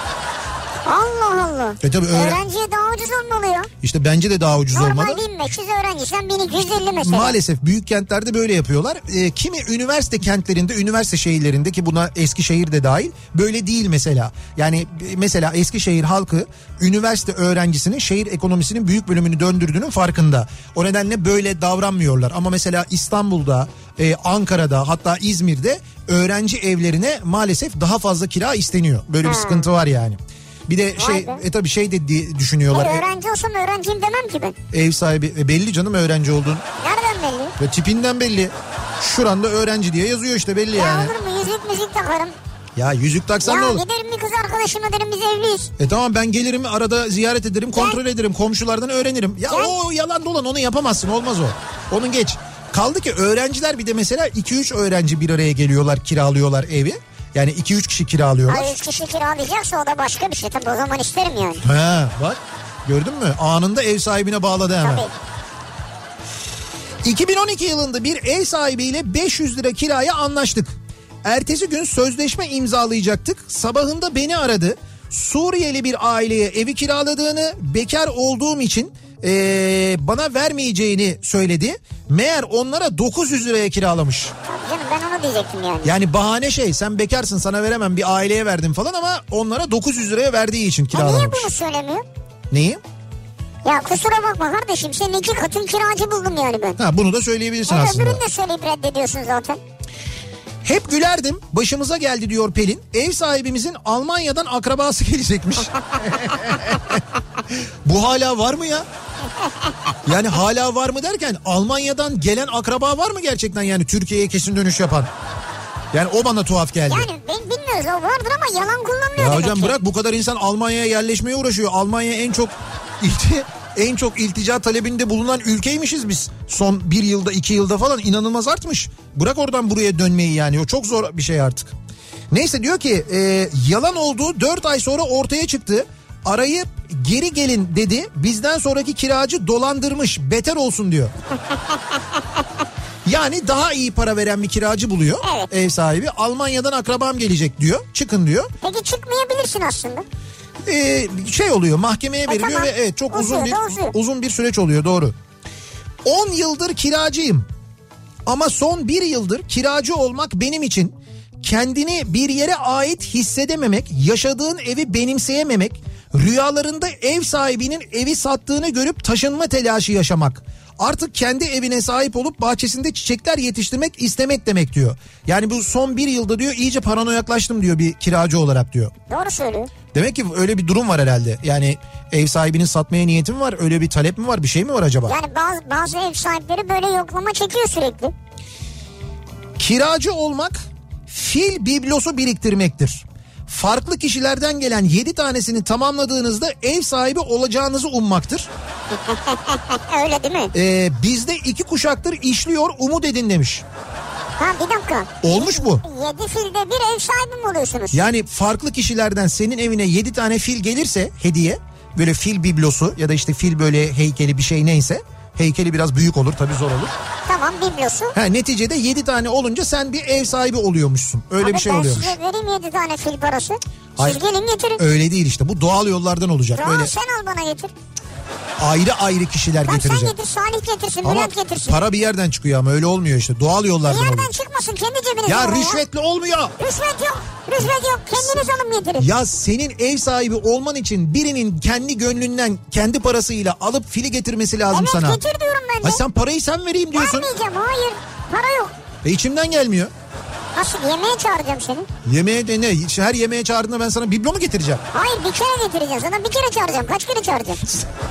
Speaker 2: Allah Allah.
Speaker 1: Tabii
Speaker 2: öğrenciye daha ucuz olmalı ya.
Speaker 1: İşte bence de daha ucuz olmalı.
Speaker 2: Normal 1500, öğrenciysen 1250 mesela.
Speaker 1: Maalesef büyük kentlerde böyle yapıyorlar. Kimi üniversite kentlerinde, üniversite şehirlerinde, ki buna Eskişehir de dahil, böyle değil mesela. Yani mesela Eskişehir halkı üniversite öğrencisinin şehir ekonomisinin büyük bölümünü döndürdüğünün farkında. O nedenle böyle davranmıyorlar. Ama mesela İstanbul'da, Ankara'da, hatta İzmir'de öğrenci evlerine maalesef daha fazla kira isteniyor. Böyle bir sıkıntı var yani. Bir de tabii şey de düşünüyorlar.
Speaker 2: Öğrenci olsam öğrenciyim demem ki ben.
Speaker 1: Ev sahibi belli canım öğrenci olduğun.
Speaker 2: Nereden belli?
Speaker 1: Ve tipinden belli. Şuranda öğrenci diye yazıyor işte, belli
Speaker 2: ya
Speaker 1: yani.
Speaker 2: Ya olur mu, yüzük takarım.
Speaker 1: Ya yüzük taksan ne olur?
Speaker 2: Ya giderim bir kız arkadaşıma derim biz evliyiz.
Speaker 1: Tamam, ben gelirim arada, ziyaret ederim, kontrol ederim, komşulardan öğrenirim. Ya o yalan dolan, onu yapamazsın, olmaz o. Onun geç. Kaldı ki öğrenciler bir de mesela 2-3 öğrenci bir araya geliyorlar, kiralıyorlar evi. Yani 2-3 kişi kiralıyorlar.
Speaker 2: Hayır 3 kişi kiralayacaksa o da başka bir şey. Tabii o zaman isterim yani.
Speaker 1: He bak gördün mü? Anında ev sahibine bağladı hemen.
Speaker 2: Tabii.
Speaker 1: 2012 yılında bir ev sahibiyle 500 lira kiraya anlaştık. Ertesi gün sözleşme imzalayacaktık. Sabahında beni aradı. Suriyeli bir aileye evi kiraladığını, bekar olduğum için bana vermeyeceğini söyledi. Meğer onlara 900 liraya kiralamış.
Speaker 2: Tabii canım ben onu diyecektim yani.
Speaker 1: Yani bahane sen bekarsın sana veremem bir aileye verdim falan ama onlara 900 liraya verdiği için kiralamış.
Speaker 2: Niye bunu söylemiyor?
Speaker 1: Neyi?
Speaker 2: Ya kusura bakma kardeşim senin 2 katın kiracı buldum yani ben.
Speaker 1: Ha bunu da söyleyebilirsin aslında.
Speaker 2: Öbürünü de söyleyip reddediyorsun zaten.
Speaker 1: Hep gülerdim başımıza geldi diyor Pelin. Ev sahibimizin Almanya'dan akrabası gelecekmiş. Bu hala var mı ya? Yani hala var mı derken Almanya'dan gelen akraba var mı gerçekten yani Türkiye'ye kesin dönüş yapan? Yani o bana tuhaf geldi.
Speaker 2: Yani ben bilmiyoruz o vardır ama yalan kullanmıyor.
Speaker 1: Ya hocam bırak bu kadar insan Almanya'ya yerleşmeye uğraşıyor. Almanya en çok iltica talebinde bulunan ülkeymişiz biz. Son 1 yılda 2 yılda falan inanılmaz artmış. Bırak oradan buraya dönmeyi yani o çok zor bir şey artık. Neyse diyor ki yalan olduğu 4 ay sonra ortaya çıktı. Arayıp geri gelin dedi. Bizden sonraki kiracı dolandırmış. Beter olsun diyor. Yani daha iyi para veren bir kiracı buluyor
Speaker 2: evet.
Speaker 1: Ev sahibi. Almanya'dan akrabam gelecek diyor. Çıkın diyor.
Speaker 2: Peki çıkmayabilirsin aslında.
Speaker 1: Oluyor mahkemeye veriliyor
Speaker 2: tamam.
Speaker 1: ve evet çok
Speaker 2: uzuyor.
Speaker 1: uzun bir süreç oluyor doğru. 10 yıldır kiracıyım. Ama son 1 yıldır kiracı olmak benim için kendini bir yere ait hissedememek, yaşadığın evi benimseyememek, rüyalarında ev sahibinin evi sattığını görüp taşınma telaşı yaşamak. Artık kendi evine sahip olup bahçesinde çiçekler yetiştirmek istemek demek diyor. Yani bu son 1 yılda diyor iyice paranoyaklaştım diyor bir kiracı olarak diyor.
Speaker 2: Doğru söylüyor.
Speaker 1: Demek ki öyle bir durum var herhalde. Yani ev sahibinin satmaya niyeti mi var? Öyle bir talep mi var? Bir şey mi var acaba?
Speaker 2: Yani bazı ev sahipleri böyle yoklama çekiyor sürekli.
Speaker 1: Kiracı olmak fil biblosu biriktirmektir. Farklı kişilerden gelen 7 tanesini tamamladığınızda ev sahibi olacağınızı ummaktır.
Speaker 2: Öyle değil mi?
Speaker 1: Bizde 2 kuşaktır işliyor umut edin demiş.
Speaker 2: Ha bir dakika.
Speaker 1: Olmuş bu.
Speaker 2: 7 filde bir ev sahibi mi oluyorsunuz?
Speaker 1: Yani farklı kişilerden senin evine 7 tane fil gelirse hediye, böyle fil biblosu ya da işte fil böyle heykeli bir şey neyse, heykeli biraz büyük olur tabii zor olur.
Speaker 2: Tamam biblosu.
Speaker 1: Neticede 7 tane olunca sen bir ev sahibi oluyormuşsun. Öyle
Speaker 2: abi
Speaker 1: bir şey oluyormuş.
Speaker 2: Ben size vereyim 7 tane fil parası.
Speaker 1: Hayır,
Speaker 2: siz gelin getirin.
Speaker 1: Öyle değil işte bu doğal yollardan olacak.
Speaker 2: Doğal
Speaker 1: böyle
Speaker 2: sen al bana getir.
Speaker 1: Ayrı kişiler
Speaker 2: Tamam
Speaker 1: getirecek.
Speaker 2: sen getir, Salih getirsin,
Speaker 1: Ama
Speaker 2: Bülent getirsin.
Speaker 1: para bir yerden çıkıyor ama öyle olmuyor işte. Doğal yollardan
Speaker 2: Bir
Speaker 1: oluyor.
Speaker 2: yerden çıkmasın kendi cebine.
Speaker 1: Ya rüşvetli olmuyor.
Speaker 2: Rüşvet yok. Rüşvet yok. Kendiniz alın getirin.
Speaker 1: Ya senin ev sahibi olman için birinin kendi gönlünden kendi parasıyla alıp fili getirmesi lazım
Speaker 2: evet,
Speaker 1: sana.
Speaker 2: Evet getir diyorum ben de.
Speaker 1: Sen parayı sen vereyim diyorsun.
Speaker 2: Vermeyeceğim hayır. Para yok.
Speaker 1: İçimden gelmiyor.
Speaker 2: Nasıl yemeğe çağıracağım seni?
Speaker 1: Yemeğe de ne? Her yemeğe çağırdığında ben sana biblo mu getireceğim?
Speaker 2: Hayır bir kere getireceğim. Sana bir kere çağıracağım. Kaç kere çağıracağım?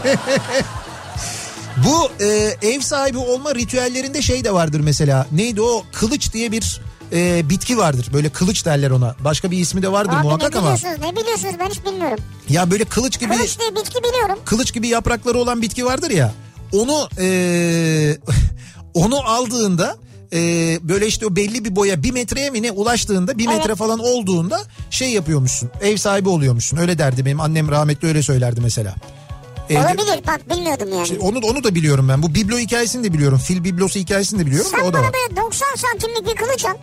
Speaker 1: Bu ev sahibi olma ritüellerinde şey de vardır mesela. Neydi o? Kılıç diye bir bitki vardır. Böyle kılıç derler ona. Başka bir ismi de vardır
Speaker 2: abi
Speaker 1: muhakkak ama.
Speaker 2: Ne biliyorsunuz ben hiç bilmiyorum.
Speaker 1: Ya böyle kılıç gibi.
Speaker 2: Kılıç diye bitki biliyorum.
Speaker 1: Kılıç gibi yaprakları olan bitki vardır ya. Onu aldığında böyle işte o belli bir boya 1 metreye mi ne ulaştığında 1 metre falan olduğunda şey yapıyormuşsun. Ev sahibi oluyormuşsun. Öyle derdi benim annem rahmetli öyle söylerdi mesela.
Speaker 2: Olabilir bak bilmiyordum yani.
Speaker 1: İşte onu da biliyorum ben. Bu biblo hikayesini de biliyorum. Fil biblosu hikayesini de biliyorum.
Speaker 2: Sen
Speaker 1: da o da
Speaker 2: bana
Speaker 1: var.
Speaker 2: böyle 90 santimlik bir kılıç al.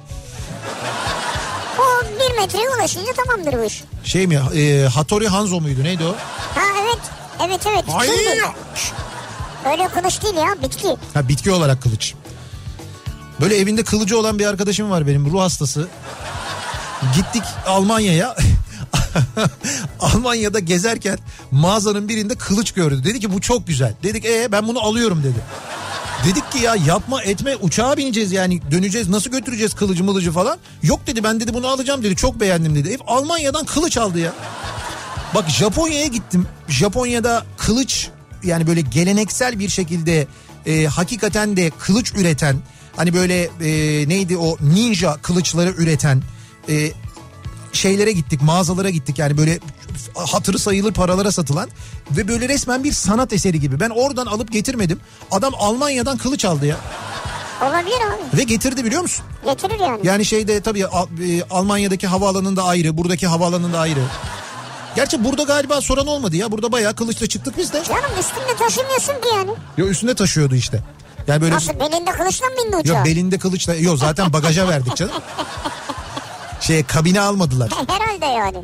Speaker 2: O 1 metreye ulaşınca tamamdır bu iş.
Speaker 1: Şey mi? Hattori Hanzo muydu? Neydi o?
Speaker 2: Ha evet. Evet.
Speaker 1: Ay ya.
Speaker 2: Öyle kılıç değil ya bitki.
Speaker 1: Ha bitki olarak kılıç. Böyle evinde kılıcı olan bir arkadaşım var benim, ruh hastası. Gittik Almanya'ya. Almanya'da gezerken mağazanın birinde kılıç gördü. Dedi ki bu çok güzel. Dedik ben bunu alıyorum dedi. Dedik ki ya yapma etme, uçağa bineceğiz yani, döneceğiz, nasıl götüreceğiz kılıcı mılıcı falan. Yok dedi, ben dedi bunu alacağım dedi, çok beğendim dedi. Almanya'dan kılıç aldı ya. Bak Japonya'ya gittim. Japonya'da kılıç, yani böyle geleneksel bir şekilde hakikaten de kılıç üreten, hani böyle neydi o ninja kılıçları üreten şeylere gittik, mağazalara gittik, yani böyle hatırı sayılır paralara satılan ve böyle resmen bir sanat eseri gibi. Ben oradan alıp getirmedim. Adam Almanya'dan kılıç aldı ya.
Speaker 2: Olabilir abi.
Speaker 1: Ve getirdi biliyor musun?
Speaker 2: Getirir yani.
Speaker 1: Yani şeyde tabii Almanya'daki havaalanında ayrı, buradaki havaalanında ayrı. Gerçi burada galiba soran olmadı ya. Burada bayağı kılıçla çıktık biz de.
Speaker 2: Canım üstünde taşımıyorsun ki yani.
Speaker 1: Yo, üstünde taşıyordu işte. Yani böyle...
Speaker 2: Nasıl, belinde kılıçla mı bindi uçağa?
Speaker 1: Yok, belinde kılıçla. Yok, zaten bagaja verdik canım. Kabine almadılar.
Speaker 2: Herhalde yani.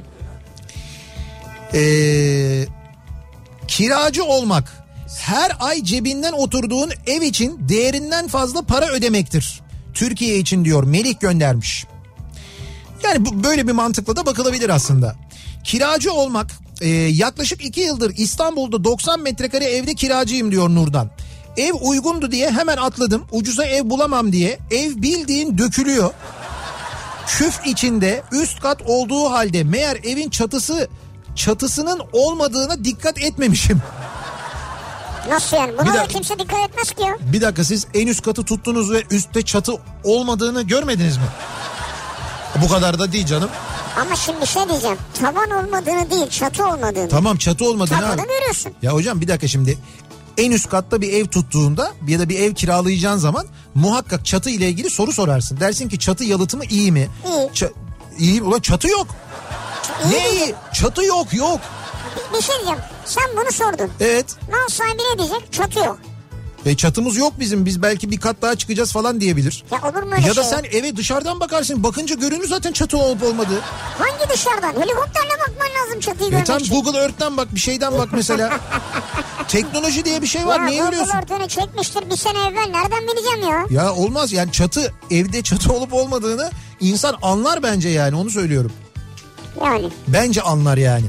Speaker 1: Kiracı olmak her ay cebinden oturduğun ev için değerinden fazla para ödemektir. Türkiye için diyor, Melih göndermiş. Yani bu böyle bir mantıkla da bakılabilir aslında. Kiracı olmak, yaklaşık 2 yıldır İstanbul'da 90 metrekare evde kiracıyım diyor Nurdan. Ev uygundu diye hemen atladım. Ucuza ev bulamam diye. Ev bildiğin dökülüyor. Küf içinde, üst kat olduğu halde meğer evin çatısının olmadığına dikkat etmemişim.
Speaker 2: Nasıl yani? Buna da kimse dikkat etmez ki ya.
Speaker 1: Bir dakika, siz en üst katı tuttunuz ve üstte çatı olmadığını görmediniz mi? Bu kadar da değil canım.
Speaker 2: Ama şimdi bir şey diyeceğim. Tavan olmadığını değil, çatı olmadığını.
Speaker 1: Tamam, çatı olmadığını
Speaker 2: abi. Görüyorsun.
Speaker 1: Ya hocam bir dakika, şimdi en üst katta bir ev tuttuğunda ya da bir ev kiralayacağın zaman muhakkak çatı ile ilgili soru sorarsın. Dersin ki çatı yalıtımı iyi mi?
Speaker 2: İyi.
Speaker 1: İyi. Ulan çatı yok. Ne iyi? Çatı yok.
Speaker 2: Bir şey diyeceğim. Sen bunu sordun.
Speaker 1: Evet.
Speaker 2: Mal sahibi ne diyecek? Çatı yok.
Speaker 1: Çatımız yok bizim. Biz belki bir kat daha çıkacağız falan diyebilir.
Speaker 2: Ya olur mu öyle
Speaker 1: ya da
Speaker 2: şey?
Speaker 1: sen eve dışarıdan bakarsın. Bakınca görünür zaten çatı olup olmadığı.
Speaker 2: Hangi dışarıdan? Helikopterle bakman lazım çatıyı görmek
Speaker 1: Tam
Speaker 2: için.
Speaker 1: Google Earth'ten bak, bir şeyden bak mesela. Teknoloji diye bir şey var.
Speaker 2: Ya
Speaker 1: niye ölüyorsun?
Speaker 2: Google Earth'ünü çekmiştir bir sene evvel. Nereden bileceğim ya?
Speaker 1: Ya olmaz yani, evde çatı olup olmadığını insan anlar bence, yani onu söylüyorum.
Speaker 2: Yani.
Speaker 1: Bence anlar yani.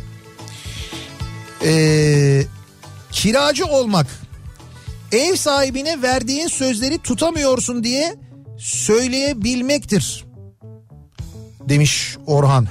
Speaker 1: Kiracı olmak, ev sahibine verdiğin sözleri tutamıyorsun diye söyleyebilmektir demiş Orhan.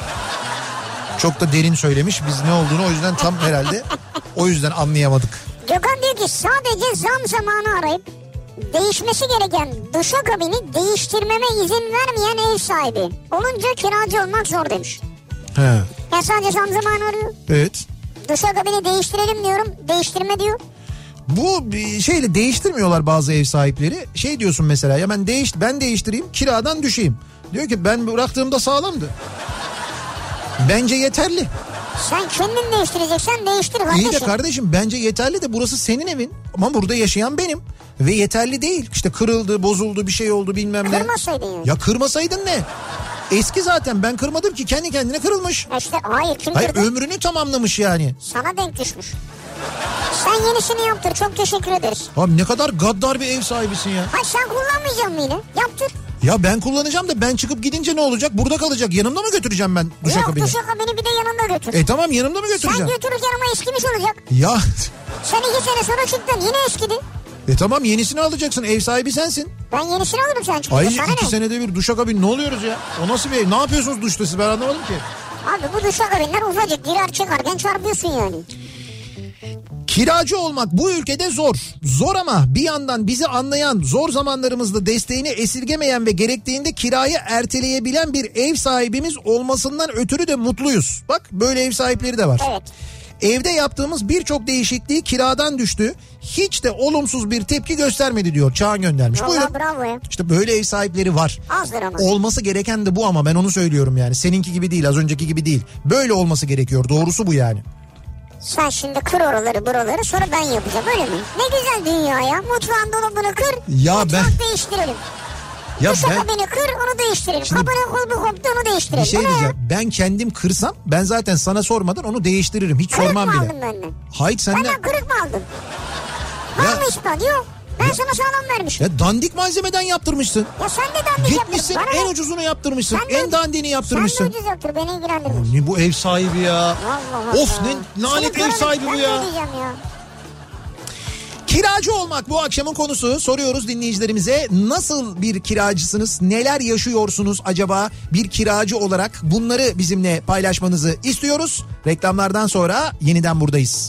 Speaker 1: Çok da derin söylemiş, biz ne olduğunu o yüzden tam herhalde o yüzden anlayamadık.
Speaker 2: Gökhan diyor ki sadece zam zamanı arayıp değişmesi gereken duşakabini değiştirmeme izin vermeyen ev sahibi olunca kiracı olmak zor demiş.
Speaker 1: He.
Speaker 2: Ya sadece zam zamanı arıyor.
Speaker 1: Evet.
Speaker 2: Duşakabini değiştirelim diyorum, değiştirme diyor.
Speaker 1: Bu şeyle değiştirmiyorlar bazı ev sahipleri. Şey diyorsun mesela, ya ben değiştireyim, kiradan düşeyim. Diyor ki ben bıraktığımda sağlamdı. Bence yeterli.
Speaker 2: Sen kendin değiştireceksen değiştir kardeşim.
Speaker 1: İyi de kardeşim, bence yeterli de burası senin evin. Ama burada yaşayan benim. Ve yeterli değil. İşte kırıldı, bozuldu, bir şey oldu bilmem ne.
Speaker 2: Kırmasaydın yani.
Speaker 1: Ya kırmasaydın ne? Eski zaten, ben kırmadım ki, kendi kendine kırılmış.
Speaker 2: İşte hayır, kim kırdı?
Speaker 1: Ömrünü tamamlamış yani.
Speaker 2: Sana denk düşmüş. Sen yenisini yaptır, çok teşekkür ederiz.
Speaker 1: Abi ne kadar gaddar bir ev sahibisin ya.
Speaker 2: Hayır, sen kullanmayacaksın mı yine? Yaptır.
Speaker 1: Ya ben kullanacağım da ben çıkıp gidince ne olacak? Burada kalacak. Yanımda mı götüreceğim ben duşakabini?
Speaker 2: Yok, duşakabini bir de yanında götür.
Speaker 1: Tamam, yanımda mı götüreceğim?
Speaker 2: Sen götürürken ama eskimiş olacak.
Speaker 1: Ya.
Speaker 2: Sen 2 sene sonra çıktın, yine eskidi.
Speaker 1: Tamam, yenisini alacaksın, ev sahibi sensin.
Speaker 2: Ben yenisini alırım, sen çıktın.
Speaker 1: Ayrıca 2 senede bir duşakabini, ne oluyoruz ya? O nasıl bir ev? Ne yapıyorsunuz duşta siz, ben anlamadım ki.
Speaker 2: Abi bu duşakabinler ufacık, girer çıkarken çarpıyorsun yani.
Speaker 1: Kiracı olmak bu ülkede zor. Zor ama bir yandan bizi anlayan, zor zamanlarımızda desteğini esirgemeyen ve gerektiğinde kirayı erteleyebilen bir ev sahibimiz olmasından ötürü de mutluyuz. Bak, böyle ev sahipleri de var.
Speaker 2: Evet.
Speaker 1: Evde yaptığımız birçok değişikliği kiradan düştü. Hiç de olumsuz bir tepki göstermedi diyor. Çağan göndermiş.
Speaker 2: Vallahi
Speaker 1: buyurun.
Speaker 2: bravo ya.
Speaker 1: İşte böyle ev sahipleri var.
Speaker 2: Azdır ama.
Speaker 1: Olması gereken de bu, ama ben onu söylüyorum yani. Seninki gibi değil, az önceki gibi değil. Böyle olması gerekiyor. Doğrusu bu yani.
Speaker 2: Sen şimdi kır oraları buraları, sonra ben yapacağım, öyle mi? Ne güzel dünya ya. Mutfağın dolabını kır,
Speaker 1: ya
Speaker 2: mutfak değiştirelim. Duşakabini kır, onu değiştirelim.
Speaker 1: Şimdi,
Speaker 2: kapının kulbu koptu, onu değiştirelim.
Speaker 1: Bir şey diyeceğim. Ben kendim kırsam ben zaten sana sormadan onu değiştiririm. Hiç
Speaker 2: kırık
Speaker 1: sormam
Speaker 2: mı
Speaker 1: bile.
Speaker 2: Aldın benden?
Speaker 1: Hayır, senden.
Speaker 2: Benden kırık mı aldın? Var mı ispat? Yok. Ben sana sağlam vermişim.
Speaker 1: Ya dandik malzemeden yaptırmışsın.
Speaker 2: Ya sen de dandik
Speaker 1: Gitmişsin
Speaker 2: yaptırdın.
Speaker 1: en ucuzunu yaptırmışsın. En dandini yaptırmışsın.
Speaker 2: Sen de ucuz yaptır, beni ilgilendirmez.
Speaker 1: Ne bu ev sahibi ya.
Speaker 2: Allah
Speaker 1: Of
Speaker 2: Allah.
Speaker 1: ne lanet ev sahibi bu ya. Kiracı olmak bu akşamın konusu. Soruyoruz dinleyicilerimize, nasıl bir kiracısınız? Neler yaşıyorsunuz acaba bir kiracı olarak? Bunları bizimle paylaşmanızı istiyoruz. Reklamlardan sonra yeniden buradayız.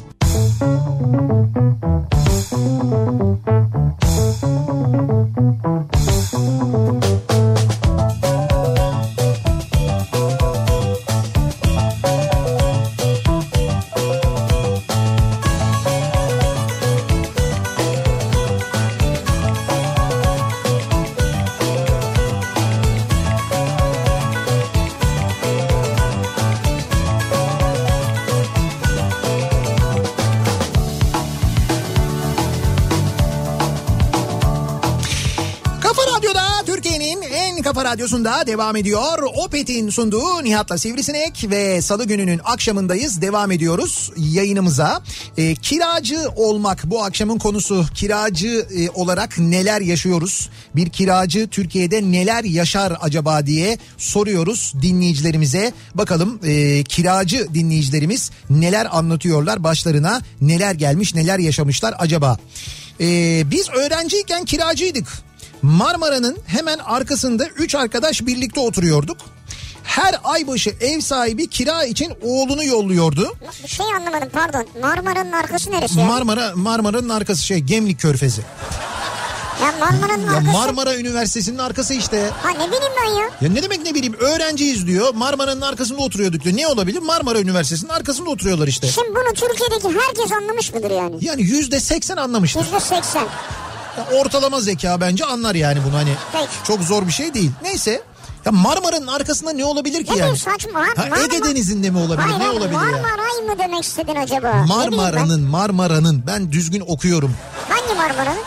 Speaker 1: Kafa Radyosu'nda devam ediyor. Opet'in sunduğu Nihat'la Sivrisinek ve Salı gününün akşamındayız. Devam ediyoruz yayınımıza. Kiracı olmak bu akşamın konusu. Kiracı olarak neler yaşıyoruz? Bir kiracı Türkiye'de neler yaşar acaba diye soruyoruz dinleyicilerimize. Bakalım kiracı dinleyicilerimiz neler anlatıyorlar, başlarına neler gelmiş, neler yaşamışlar acaba? Biz öğrenciyken kiracıydık. Marmara'nın hemen arkasında 3 arkadaş birlikte oturuyorduk. Her ay başı ev sahibi kira için oğlunu yolluyordu.
Speaker 2: Bir şey anlamadım, pardon. Marmara'nın arkası neresi?
Speaker 1: Marmara'nın arkası Gemlik Körfezi.
Speaker 2: Ya Marmara'nın arkası.
Speaker 1: Marmara Üniversitesi'nin arkası işte.
Speaker 2: Ha ne bileyim ben ya.
Speaker 1: Ya ne demek ne bileyim, öğrenciyiz diyor. Marmara'nın arkasında oturuyorduk diyor. Ne olabilir? Marmara Üniversitesi'nin arkasında oturuyorlar işte.
Speaker 2: Şimdi bunu Türkiye'deki herkes anlamış mıdır yani?
Speaker 1: Yani %80 anlamıştır.
Speaker 2: %80.
Speaker 1: Ortalama zeka bence anlar yani bunu, hani.
Speaker 2: Peki.
Speaker 1: Çok zor bir şey değil. Neyse. Ya Marmara'nın arkasında ne olabilir ki yani?
Speaker 2: Ne saçma ha?
Speaker 1: Ege Denizi'nde mi olabilir?
Speaker 2: Hayır,
Speaker 1: ne olabilir ya?
Speaker 2: Marmaray mı demek istedin acaba?
Speaker 1: Marmara'nın ben düzgün okuyorum.
Speaker 2: Hangi Marmara'nın?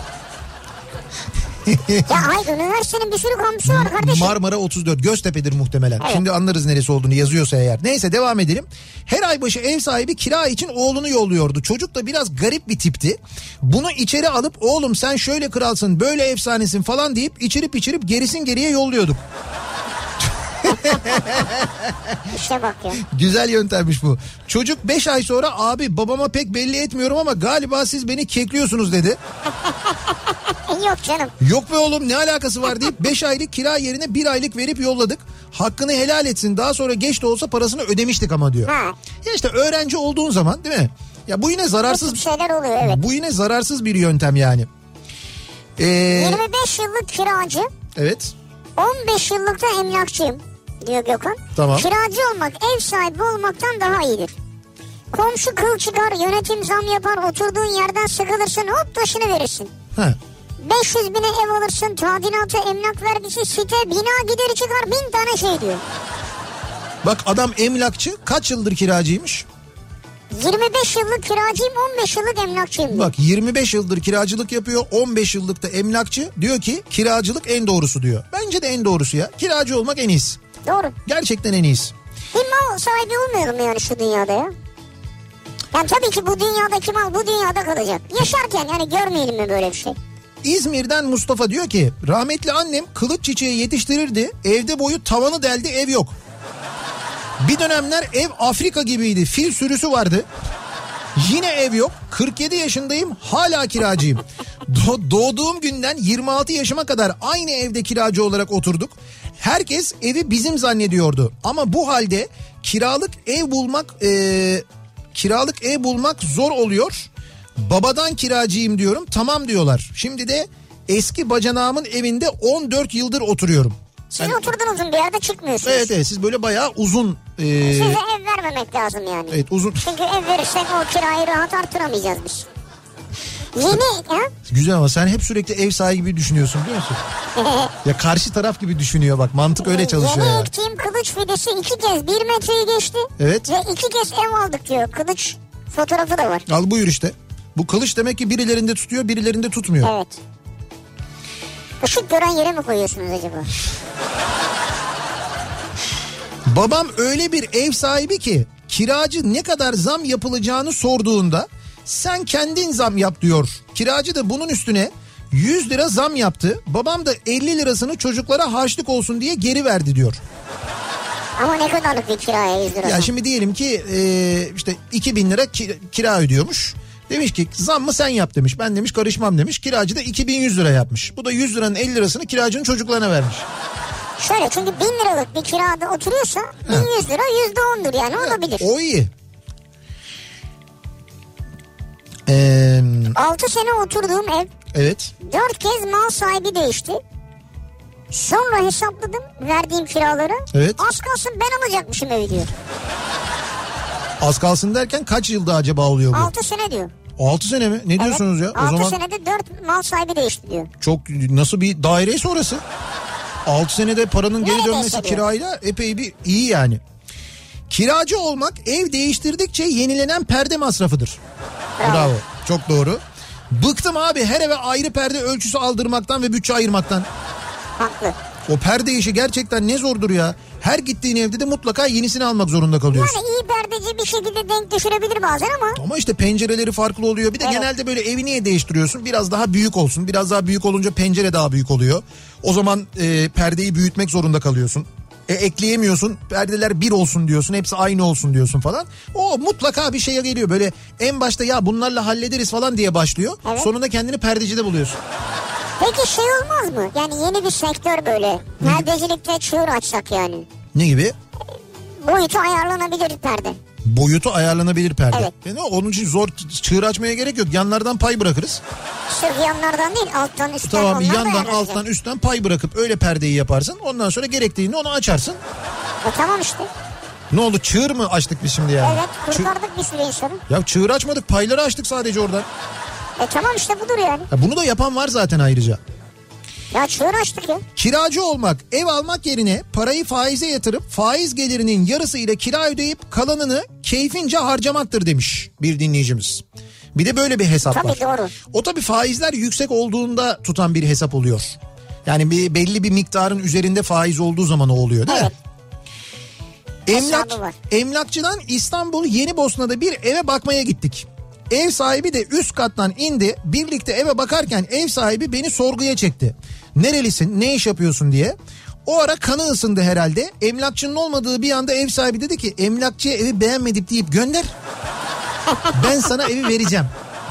Speaker 2: Ya hayır, üniversitenin bir sürü kampüsü var kardeşim.
Speaker 1: Marmara 34 Göztepe'dir muhtemelen. Evet. Şimdi anlarız neresi olduğunu, yazıyorsa eğer. Neyse devam edelim. Her ay başı ev sahibi kira için oğlunu yolluyordu. Çocuk da biraz garip bir tipti. Bunu içeri alıp oğlum sen şöyle kralsın, böyle efsanesin falan deyip içirip gerisin geriye yolluyorduk.
Speaker 2: İşte bak ya.
Speaker 1: Güzel yöntemmiş bu. Çocuk 5 ay sonra abi babama pek belli etmiyorum ama galiba siz beni kekliyorsunuz dedi.
Speaker 2: Yok canım.
Speaker 1: Yok be oğlum ne alakası var deyip 5 aylık kira yerine 1 aylık verip yolladık. Hakkını helal etsin, daha sonra geç de olsa parasını ödemiştik ama diyor.
Speaker 2: Ha.
Speaker 1: Ya işte öğrenci olduğun zaman değil mi? Ya bu yine zararsız.
Speaker 2: Şeyler oluyor, evet.
Speaker 1: Bu yine zararsız bir yöntem yani.
Speaker 2: 25 yıllık kiracı.
Speaker 1: Evet.
Speaker 2: 15 yıllık da emlakçıyım diyor Gökhan.
Speaker 1: Tamam.
Speaker 2: Kiracı olmak ev sahibi olmaktan daha iyidir. Komşu kıl çıkar, yönetim zam yapar, oturduğun yerden sıkılırsın, hop taşını verirsin.
Speaker 1: Ha.
Speaker 2: 500 bine ev alırsın, tadilatı, emlak vergisi, site, bina gideri çıkar, 1000 tane şey diyor.
Speaker 1: Bak adam emlakçı, kaç yıldır kiracıymış?
Speaker 2: 25 yıllık kiracıyım, 15 yıllık emlakçıyım diyor.
Speaker 1: Bak 25 yıldır kiracılık yapıyor, 15 yıllık da emlakçı, diyor ki kiracılık en doğrusu diyor. Bence de en doğrusu ya. Kiracı olmak en iyisi.
Speaker 2: Doğru.
Speaker 1: Gerçekten en iyisi.
Speaker 2: Bir mal sahibi olmayalım yani şu dünyada ya. Yani tabii ki bu dünyadaki mal bu dünyada kalacak. Yaşarken yani görmeyelim mi böyle bir şey?
Speaker 1: İzmir'den Mustafa diyor ki rahmetli annem kılıç çiçeği yetiştirirdi. Evde boyu tavanı deldi, ev yok. Bir dönemler ev Afrika gibiydi. Fil sürüsü vardı. Yine ev yok. 47 yaşındayım, hala kiracıyım. Doğduğum günden 26 yaşıma kadar aynı evde kiracı olarak oturduk. Herkes evi bizim zannediyordu. Ama bu halde kiralık ev bulmak zor oluyor. Babadan kiracıyım diyorum, tamam diyorlar. Şimdi de eski bacanağımın evinde 14 yıldır oturuyorum.
Speaker 2: Siz oturdunuz bir yerde çıkmıyorsunuz.
Speaker 1: Evet siz böyle bayağı uzun.
Speaker 2: Size ev vermemek lazım yani.
Speaker 1: Evet uzun.
Speaker 2: Çünkü ev verirsek o kirayı rahat artıramayacağız biz. Yeni ha?
Speaker 1: Güzel ama sen hep sürekli ev sahibi gibi düşünüyorsun biliyor musun? Ya karşı taraf gibi düşünüyor bak, mantık öyle çalışıyor.
Speaker 2: Yeni
Speaker 1: ya.
Speaker 2: ektiğim kılıç fidesi 2 kez 1 metreyi geçti.
Speaker 1: Evet.
Speaker 2: Ve 2 kez ev aldık diyor. Kılıç fotoğrafı da var.
Speaker 1: Al buyur işte. Bu kılıç demek ki birilerinde tutuyor, birilerinde tutmuyor.
Speaker 2: Evet. Işık gören yere mi koyuyorsunuz acaba?
Speaker 1: Babam öyle bir ev sahibi ki kiracı ne kadar zam yapılacağını sorduğunda sen kendin zam yap diyor. Kiracı da bunun üstüne 100 lira zam yaptı. Babam da 50 lirasını çocuklara harçlık olsun diye geri verdi diyor.
Speaker 2: Ama ne kadarlık bir kiraya 100 lira?
Speaker 1: Ya şimdi diyelim ki işte 2000 lira kira ödüyormuş. Demiş ki zam mı sen yap demiş. Ben demiş karışmam demiş. Kiracı da 2100 lira yapmış. Bu da 100 liranın 50 lirasını kiracının çocuklarına vermiş.
Speaker 2: Şöyle, çünkü 1000 liralık bir kirada oturuyorsa 1100 lira %10'dur yani, olabilir.
Speaker 1: O iyi.
Speaker 2: 6 sene oturduğum ev.
Speaker 1: Evet.
Speaker 2: 4 kez mal sahibi değişti. Sonra hesapladım verdiğim kiraları.
Speaker 1: Evet.
Speaker 2: Az kalsın ben alacakmışım evi diyor.
Speaker 1: Az kalsın derken kaç yılda acaba oluyor bu?
Speaker 2: 6 sene diyor.
Speaker 1: 6 sene mi? Ne diyorsunuz ya?
Speaker 2: 6
Speaker 1: o zaman
Speaker 2: senede 4 mal sahibi değişti diyor.
Speaker 1: çok, nasıl bir daireyse orası? 6 senede paranın geri
Speaker 2: Neredeyse
Speaker 1: dönmesi
Speaker 2: diyor.
Speaker 1: kirayla epey bir iyi yani. Kiracı olmak ev değiştirdikçe yenilenen perde masrafıdır. Bravo. Çok doğru. Bıktım abi her eve ayrı perde ölçüsü aldırmaktan ve bütçe ayırmaktan.
Speaker 2: Haklı.
Speaker 1: O perde işi gerçekten ne zordur ya. Her gittiğin evde de mutlaka yenisini almak zorunda kalıyorsun.
Speaker 2: Yani iyi perdeci bir şekilde denk düşürebilir bazen ama.
Speaker 1: Ama işte pencereleri farklı oluyor. Bir de genelde böyle evi niye değiştiriyorsun? Biraz daha büyük olsun. Biraz daha büyük olunca pencere daha büyük oluyor. O zaman perdeyi büyütmek zorunda kalıyorsun. Ekleyemiyorsun. Perdeler bir olsun diyorsun. Hepsi aynı olsun diyorsun falan. O mutlaka bir şeye geliyor. Böyle en başta ya bunlarla hallederiz falan diye başlıyor. Evet. Sonunda kendini perdecide buluyorsun.
Speaker 2: Peki şey olmaz mı? Yani yeni bir sektör böyle. Perdecilikte çığır açsak yani.
Speaker 1: Ne gibi?
Speaker 2: Boyutu ayarlanabilir perde.
Speaker 1: Boyutu ayarlanabilir perde.
Speaker 2: Evet.
Speaker 1: Yani onun için zor çığır açmaya gerek yok. Yanlardan pay bırakırız.
Speaker 2: Sırf yanlardan değil, alttan üstten.
Speaker 1: Tamam, yandan alttan üstten pay bırakıp öyle perdeyi yaparsın. Ondan sonra gerektiğinde onu açarsın.
Speaker 2: Tamam işte.
Speaker 1: Ne oldu, çığır mı açtık biz şimdi yani?
Speaker 2: Evet, kurtardık bir sürü insanı.
Speaker 1: Ya çığır açmadık, payları açtık sadece oradan.
Speaker 2: Tamam işte budur yani.
Speaker 1: Ya bunu da yapan var zaten ayrıca.
Speaker 2: Ya çığır açtık ya.
Speaker 1: Kiracı olmak, ev almak yerine parayı faize yatırıp faiz gelirinin yarısı ile kira ödeyip kalanını keyfince harcamaktır demiş bir dinleyicimiz. Bir de böyle bir hesap var.
Speaker 2: Tabii doğru.
Speaker 1: O tabii faizler yüksek olduğunda tutan bir hesap oluyor. Yani belli bir miktarın üzerinde faiz olduğu zaman o oluyor değil mi? Emlakçıdan İstanbul Yenibosna'da bir eve bakmaya gittik. Ev sahibi de üst kattan indi. Birlikte eve bakarken ev sahibi beni sorguya çekti. Nerelisin, ne iş yapıyorsun diye. O ara kanı ısındı herhalde. Emlakçının olmadığı bir anda ev sahibi dedi ki emlakçıya evi beğenmedik deyip gönder. Ben sana evi vereceğim.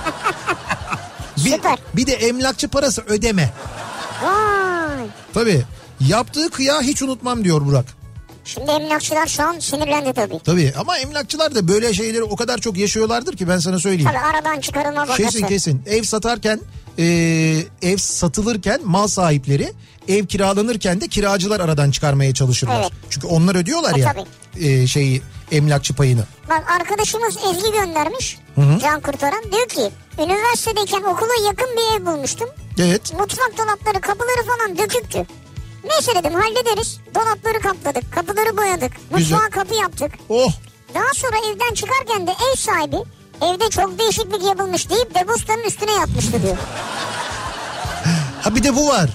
Speaker 1: Bir de emlakçı parası ödeme.
Speaker 2: Vay.
Speaker 1: Tabii yaptığı kıyağı hiç unutmam diyor Burak.
Speaker 2: Şimdi emlakçılar şu an sinirlendi tabii.
Speaker 1: Tabii ama emlakçılar da böyle şeyleri o kadar çok yaşıyorlardır ki ben sana söyleyeyim.
Speaker 2: Tabii aradan çıkarılma vakası.
Speaker 1: Kesin ev satarken ev satılırken mal sahipleri, ev kiralanırken de kiracılar aradan çıkarmaya çalışırlar. Evet. Çünkü onlar ödüyorlar ya emlakçı payını.
Speaker 2: Bak arkadaşımız Ezgi göndermiş. Can Kurtaran diyor ki üniversitedeyken okula yakın bir ev bulmuştum.
Speaker 1: Evet.
Speaker 2: Mutfak dolapları, kapıları falan döküktü. Neyse dedim hallederiz. Dolapları kapladık, kapıları boyadık, mutfağa kapı yaptık.
Speaker 1: Oh.
Speaker 2: Daha sonra evden çıkarken de ev sahibi evde çok değişiklik yapılmış deyip depozito'nun üstüne yatmıştı diyor.
Speaker 1: Ha bir de bu var.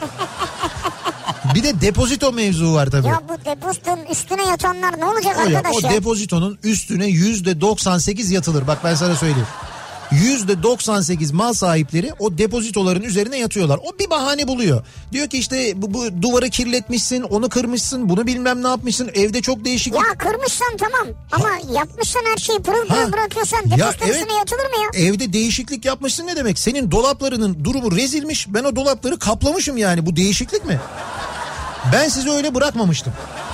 Speaker 1: Bir de depozito mevzu var tabii.
Speaker 2: Ya bu depozitonun üstüne yatanlar ne olacak arkadaş ya?
Speaker 1: O depozitonun üstüne %98 yatılır. Bak ben sana söyleyeyim. %98 mal sahipleri o depozitoların üzerine yatıyorlar. O bir bahane buluyor. Diyor ki işte bu duvarı kirletmişsin, onu kırmışsın, bunu bilmem ne yapmışsın. Evde çok değişiklik.
Speaker 2: Ya kırmışsan tamam ama yapmışsan her şeyi pırıl pırıl bırakıyorsan depozitonun üstüne yatılır mı ya?
Speaker 1: Evde değişiklik yapmışsın ne demek? Senin dolaplarının durumu rezilmiş. Ben o dolapları kaplamışım yani. Bu değişiklik mi? Ben sizi öyle bırakmamıştım.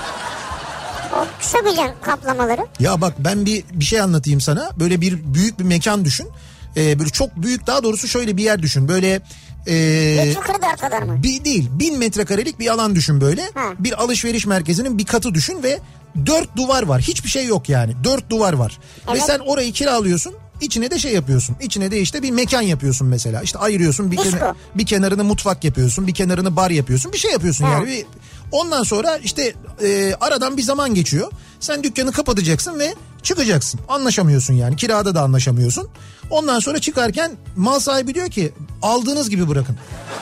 Speaker 2: Söyleyeceğim kaplamaları.
Speaker 1: Ya bak ben bir şey anlatayım sana. Böyle büyük bir mekan düşün. Böyle çok büyük, daha doğrusu şöyle bir yer düşün. Böyle
Speaker 2: metrekare kadar mı?
Speaker 1: Değil. 1000 metrekarelik bir alan düşün böyle.
Speaker 2: Ha.
Speaker 1: Bir alışveriş merkezinin bir katı düşün ve 4 duvar var. Hiçbir şey yok yani. 4 duvar var. Evet. Ve sen orayı kiralıyorsun. İçine de şey yapıyorsun. İçine de işte bir mekan yapıyorsun mesela. İşte ayırıyorsun. Bir kenarını mutfak yapıyorsun. Bir kenarını bar yapıyorsun. Bir şey yapıyorsun yani. Ondan sonra işte aradan bir zaman geçiyor. Sen dükkanı kapatacaksın ve çıkacaksın. Anlaşamıyorsun yani. Kirada da anlaşamıyorsun. Ondan sonra çıkarken mal sahibi diyor ki aldığınız gibi bırakın.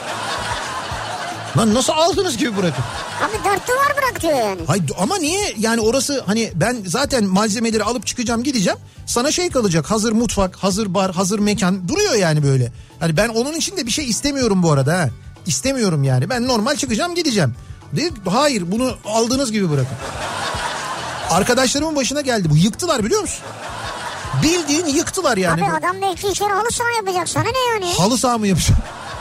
Speaker 1: Lan nasıl aldığınız gibi bırakın?
Speaker 2: Abi 4 duvar bırak diyor yani.
Speaker 1: Hayır ama niye? Yani orası hani ben zaten malzemeleri alıp çıkacağım gideceğim. Sana şey kalacak, hazır mutfak, hazır bar, hazır mekan duruyor yani böyle. Hani ben onun için de bir şey istemiyorum bu arada. İstemiyorum yani. Ben normal çıkacağım gideceğim. Hayır, bunu aldığınız gibi bırakın. Arkadaşlarımın başına geldi bu. Yıktılar biliyor musun? Bildiğin yıktılar yani.
Speaker 2: Abi adam belki içeri halı saha yapacak. Sana ne yani?
Speaker 1: Halı saha mı yapacak?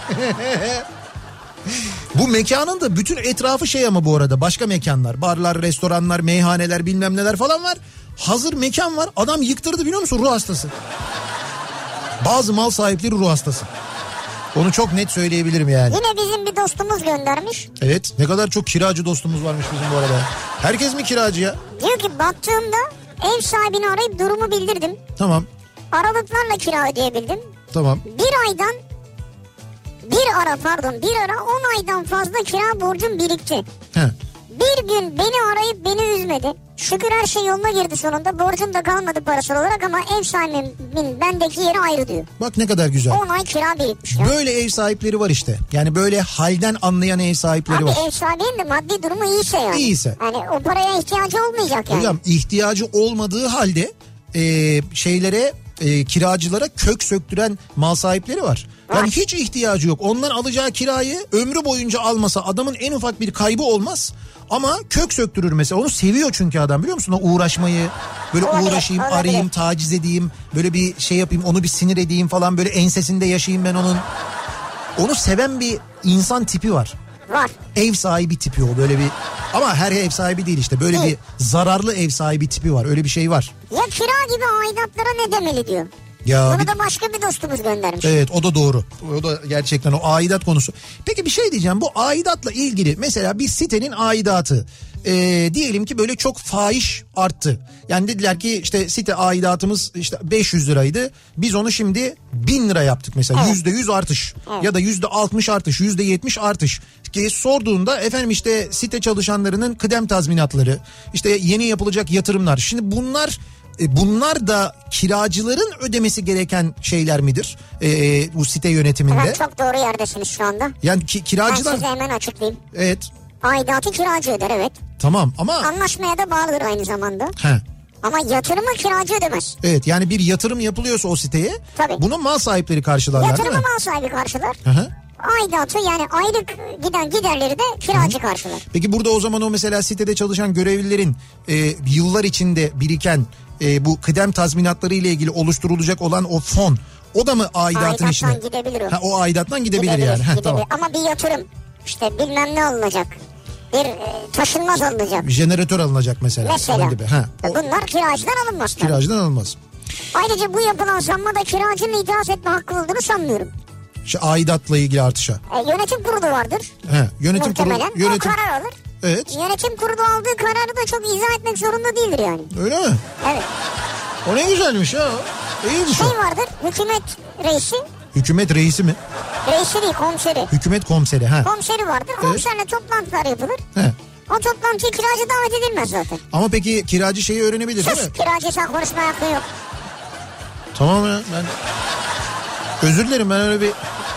Speaker 1: Bu mekanın da bütün etrafı şey ama bu arada başka mekanlar, barlar, restoranlar, meyhaneler bilmem neler falan var. Hazır mekan var, adam yıktırdı biliyor musun, ruh hastası. Bazı mal sahipleri ruh hastası. Onu çok net söyleyebilirim yani.
Speaker 2: Yine bizim bir dostumuz göndermiş.
Speaker 1: Evet, ne kadar çok kiracı dostumuz varmış bizim bu arada. Herkes mi kiracı ya?
Speaker 2: Diyor ki baktığımda ev sahibini arayıp durumu bildirdim.
Speaker 1: Tamam.
Speaker 2: Aralıklarla kira ödeyebildim.
Speaker 1: Tamam.
Speaker 2: Bir ara 10 aydan fazla kira borcum birikti.
Speaker 1: He.
Speaker 2: Bir gün beni arayıp beni üzmedi. Şükür her şey yoluna girdi sonunda. Borcum da kalmadı parasal olarak ama ev sahibimin bendeki yeri ayrı diyor.
Speaker 1: Bak ne kadar güzel.
Speaker 2: 10 ay kira birikmiş ya.
Speaker 1: Böyle ev sahipleri var işte. Yani böyle halden anlayan ev sahipleri var.
Speaker 2: Abi ev sahibinin de maddi durumu iyiyse yani.
Speaker 1: İyiyse.
Speaker 2: Yani o paraya ihtiyacı olmayacak yani.
Speaker 1: Hocam ihtiyacı olmadığı halde kiracılara kök söktüren mal sahipleri var. Yani hiç ihtiyacı yok. Ondan alacağı kirayı ömrü boyunca almasa adamın en ufak bir kaybı olmaz. Ama kök söktürür mesela. Onu seviyor çünkü adam, biliyor musun? O uğraşmayı, böyle uğraşayım, arayayım, taciz edeyim. Böyle bir şey yapayım, onu bir sinir edeyim falan. Böyle ensesinde yaşayayım ben onun. Onu seven bir insan tipi var.
Speaker 2: Var.
Speaker 1: Ev sahibi tipi o, böyle bir, ama her ev sahibi değil işte, böyle bir zararlı ev sahibi tipi var, öyle bir şey var.
Speaker 2: Ya kira gibi aidatlara ne demeli diyor.
Speaker 1: Ya
Speaker 2: bunu da başka bir dostumuz göndermiş.
Speaker 1: Evet, o da doğru. O da gerçekten o aidat konusu. Peki bir şey diyeceğim, bu aidatla ilgili mesela bir sitenin aidatı diyelim ki böyle çok fahiş arttı. Yani dediler ki işte site aidatımız işte 500 liraydı. Biz onu şimdi 1000 lira yaptık mesela. Evet. %100 artış. Evet. Ya da %60 artış, %70 artış. Ki sorduğunda efendim işte site çalışanlarının kıdem tazminatları, işte yeni yapılacak yatırımlar. Şimdi bunlar da kiracıların ödemesi gereken şeyler midir bu site yönetiminde?
Speaker 2: Evet, çok doğru yerdesiniz şu anda.
Speaker 1: Yani kiracılar...
Speaker 2: Ben size hemen açıklayayım.
Speaker 1: Evet.
Speaker 2: Aidatı kiracı öder, evet.
Speaker 1: Tamam ama...
Speaker 2: Anlaşmaya da bağlıdır aynı zamanda.
Speaker 1: He.
Speaker 2: Ama yatırımı kiracı ödemez.
Speaker 1: Evet, yani bir yatırım yapılıyorsa o siteye, tabii, bunu mal sahipleri karşılarlar.
Speaker 2: Yatırımı mal sahibi karşılar. Hı. Aidatı yani aylık giden giderleri de kiracı karşılar.
Speaker 1: Peki burada o zaman o mesela sitede çalışan görevlilerin yıllar içinde biriken bu kıdem tazminatları ile ilgili oluşturulacak olan o fon, o da mı aidatın içine?
Speaker 2: Aidattan gidebilir o.
Speaker 1: O aidattan gidebilir yani.
Speaker 2: Gidebilir. Tamam. Ama bir yatırım, işte bilmem ne alınacak. Bir taşınmaz alınacak.
Speaker 1: Bir jeneratör alınacak mesela.
Speaker 2: Bunlar kiracıdan alınmaz.
Speaker 1: Kiracıdan alınmaz.
Speaker 2: Ayrıca bu yapılan zammada kiracının itiraz etme hakkı olduğunu sanmıyorum.
Speaker 1: Aidatla ilgili artışa.
Speaker 2: Yönetim kurulu vardır.
Speaker 1: Yönetim kurulu.
Speaker 2: O karar alır.
Speaker 1: Evet.
Speaker 2: Yönetim kurulu aldığı kararı da çok izah etmek zorunda değildir yani.
Speaker 1: Öyle mi?
Speaker 2: Evet.
Speaker 1: O ne güzelmiş ya. İyiymiş o.
Speaker 2: Vardır, hükümet reisi.
Speaker 1: Hükümet reisi mi?
Speaker 2: Reisi değil, komiseri.
Speaker 1: Hükümet komiseri.
Speaker 2: Komiseri vardır. Evet. Komiserle toplantılar yapılır. O toplantıya kiracı davet edilmez zaten.
Speaker 1: Ama peki kiracı şeyi öğrenebilir değil mi?
Speaker 2: Kiracı sen konuşmaya hakkı yok.
Speaker 1: Tamam ya, ben... Özür dilerim, ben öyle bir...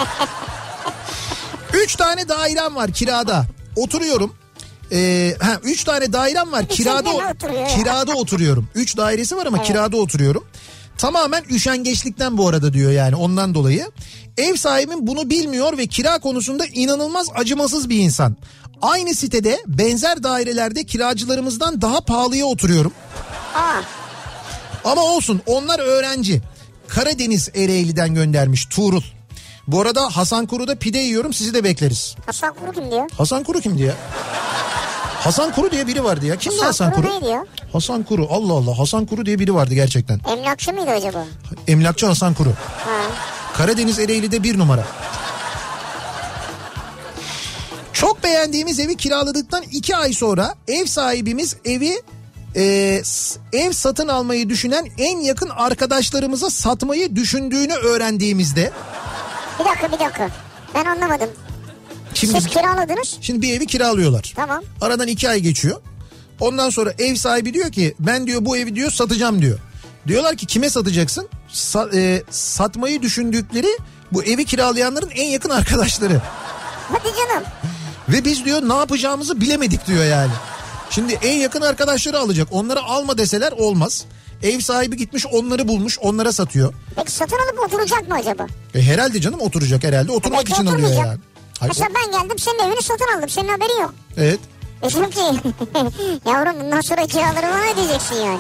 Speaker 1: 3 tane dairem var kirada. Oturuyorum. 3 tane dairem var. Kirada oturuyorum. 3 dairesi var ama kirada oturuyorum. Tamamen üşengeçlikten bu arada diyor, yani ondan dolayı. Ev sahibim bunu bilmiyor ve kira konusunda inanılmaz acımasız bir insan. Aynı sitede benzer dairelerde kiracılarımızdan daha pahalıya oturuyorum. Ama olsun, onlar öğrenci. Karadeniz Ereğli'den göndermiş Tuğrul. Bu arada Hasankuru'da pide yiyorum, sizi de bekleriz.
Speaker 2: Hasankuru kimdi ya?
Speaker 1: Hasankuru kimdi ya? Hasankuru diye biri vardı ya. Kimdi Hasankuru?
Speaker 2: Neydi ya?
Speaker 1: Hasankuru, Allah Allah, Hasankuru diye biri vardı gerçekten.
Speaker 2: Emlakçı mıydı acaba?
Speaker 1: Emlakçı Hasankuru. Karadeniz Ereğli'de 1 numara. Çok beğendiğimiz evi kiraladıktan 2 ay sonra ev sahibimiz ev satın almayı düşünen en yakın arkadaşlarımıza satmayı düşündüğünü öğrendiğimizde...
Speaker 2: Bir dakika. Ben anlamadım. Siz kiraladınız.
Speaker 1: Şimdi bir evi kiralıyorlar.
Speaker 2: Tamam.
Speaker 1: Aradan 2 ay geçiyor. Ondan sonra ev sahibi diyor ki ben diyor bu evi diyor satacağım diyor. Diyorlar ki kime satacaksın? Satmayı düşündükleri bu evi kiralayanların en yakın arkadaşları.
Speaker 2: Hadi canım.
Speaker 1: Ve biz diyor ne yapacağımızı bilemedik diyor yani. Şimdi en yakın arkadaşları alacak. Onları alma deseler olmaz. Ev sahibi gitmiş onları bulmuş, onlara satıyor.
Speaker 2: Peki satın alıp oturacak mı acaba?
Speaker 1: Herhalde canım, oturacak herhalde. Oturmak için alıyor yani.
Speaker 2: Mesela ben geldim senin evini satın aldım. Senin haberin yok.
Speaker 1: Evet.
Speaker 2: Çünkü yavrum bundan sonra kiraları bana ödeyeceksin yani.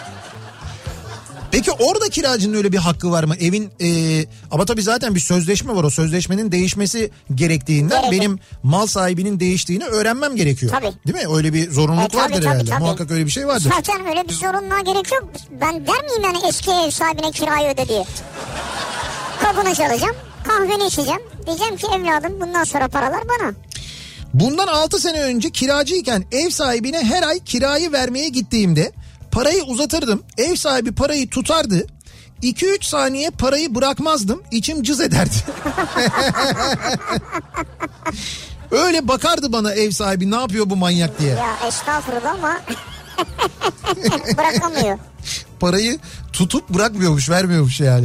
Speaker 1: Peki orada kiracının öyle bir hakkı var mı? Evin ama tabii zaten bir sözleşme var. O sözleşmenin değişmesi gerektiğinden benim mal sahibinin değiştiğini öğrenmem gerekiyor.
Speaker 2: Tabii.
Speaker 1: Değil mi? Öyle bir zorunluluk vardır herhalde. Tabii. Muhakkak öyle bir şey vardır.
Speaker 2: Zaten öyle bir zorunluluğa gerek yok. Ben der miyim yani eski ev sahibine kirayı öde diye? Kapını çalacağım. Kahveni içeceğim. Diyeceğim ki evladım bundan sonra paralar bana.
Speaker 1: Bundan 6 sene önce kiracıyken ev sahibine her ay kirayı vermeye gittiğimde parayı uzatırdım. Ev sahibi parayı tutardı. 2-3 saniye parayı bırakmazdım. İçim cız ederdi. Öyle bakardı bana ev sahibi, ne yapıyor bu manyak diye.
Speaker 2: Ya estağfurullah ama Bırakamıyor.
Speaker 1: Parayı tutup bırakmıyormuş, vermiyormuş yani.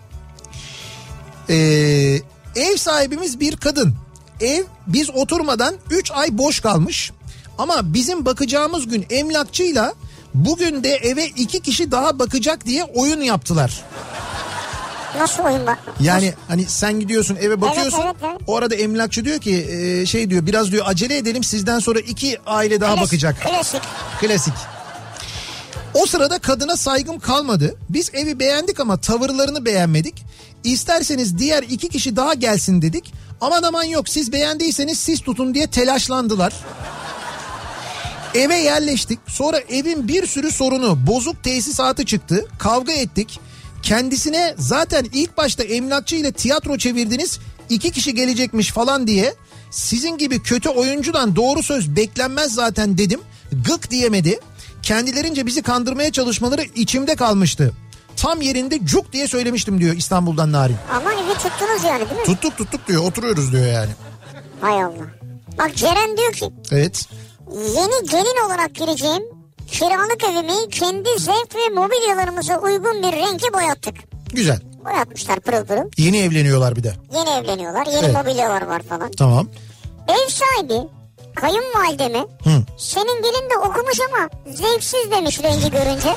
Speaker 1: Ev sahibimiz bir kadın. Ev biz oturmadan 3 ay boş kalmış. Ama bizim bakacağımız gün emlakçıyla bugün de eve 2 kişi daha bakacak diye oyun yaptılar.
Speaker 2: Nasıl oyun bak?
Speaker 1: Yani hani sen gidiyorsun eve bakıyorsun.
Speaker 2: Evet.
Speaker 1: O arada emlakçı diyor ki şey diyor, biraz diyor acele edelim, sizden sonra 2 aile daha bakacak. Klasik. O sırada kadına saygım kalmadı. Biz evi beğendik ama tavırlarını beğenmedik. İsterseniz diğer 2 kişi daha gelsin dedik. Aman yok, siz beğendiyseniz siz tutun diye telaşlandılar. Eve yerleştik. Sonra evin bir sürü sorunu, bozuk tesisatı çıktı. Kavga ettik. Kendisine zaten ilk başta emlakçı ile tiyatro çevirdiniz, 2 kişi gelecekmiş falan diye, sizin gibi kötü oyuncudan doğru söz beklenmez zaten dedim. Gık diyemedi. Kendilerince bizi kandırmaya çalışmaları içimde kalmıştı. Tam yerinde cuk diye söylemiştim diyor İstanbul'dan Narin.
Speaker 2: Aman evi tuttunuz yani değil mi?
Speaker 1: Tuttuk diyor, oturuyoruz diyor yani.
Speaker 2: Hay Allah. Bak Ceren diyor ki.
Speaker 1: Evet.
Speaker 2: Yeni gelin olarak gireceğim kiralık evimi kendi zevk ve mobilyalarımıza uygun bir renge boyattık.
Speaker 1: Güzel.
Speaker 2: Boyatmışlar pırıl pırıl.
Speaker 1: Yeni evleniyorlar bir de.
Speaker 2: Yeni evleniyorlar, yeni mobilyalar var falan.
Speaker 1: Tamam.
Speaker 2: Ev sahibi kayınvalideme senin gelin de okumuş ama zevksiz demiş rengi görünce.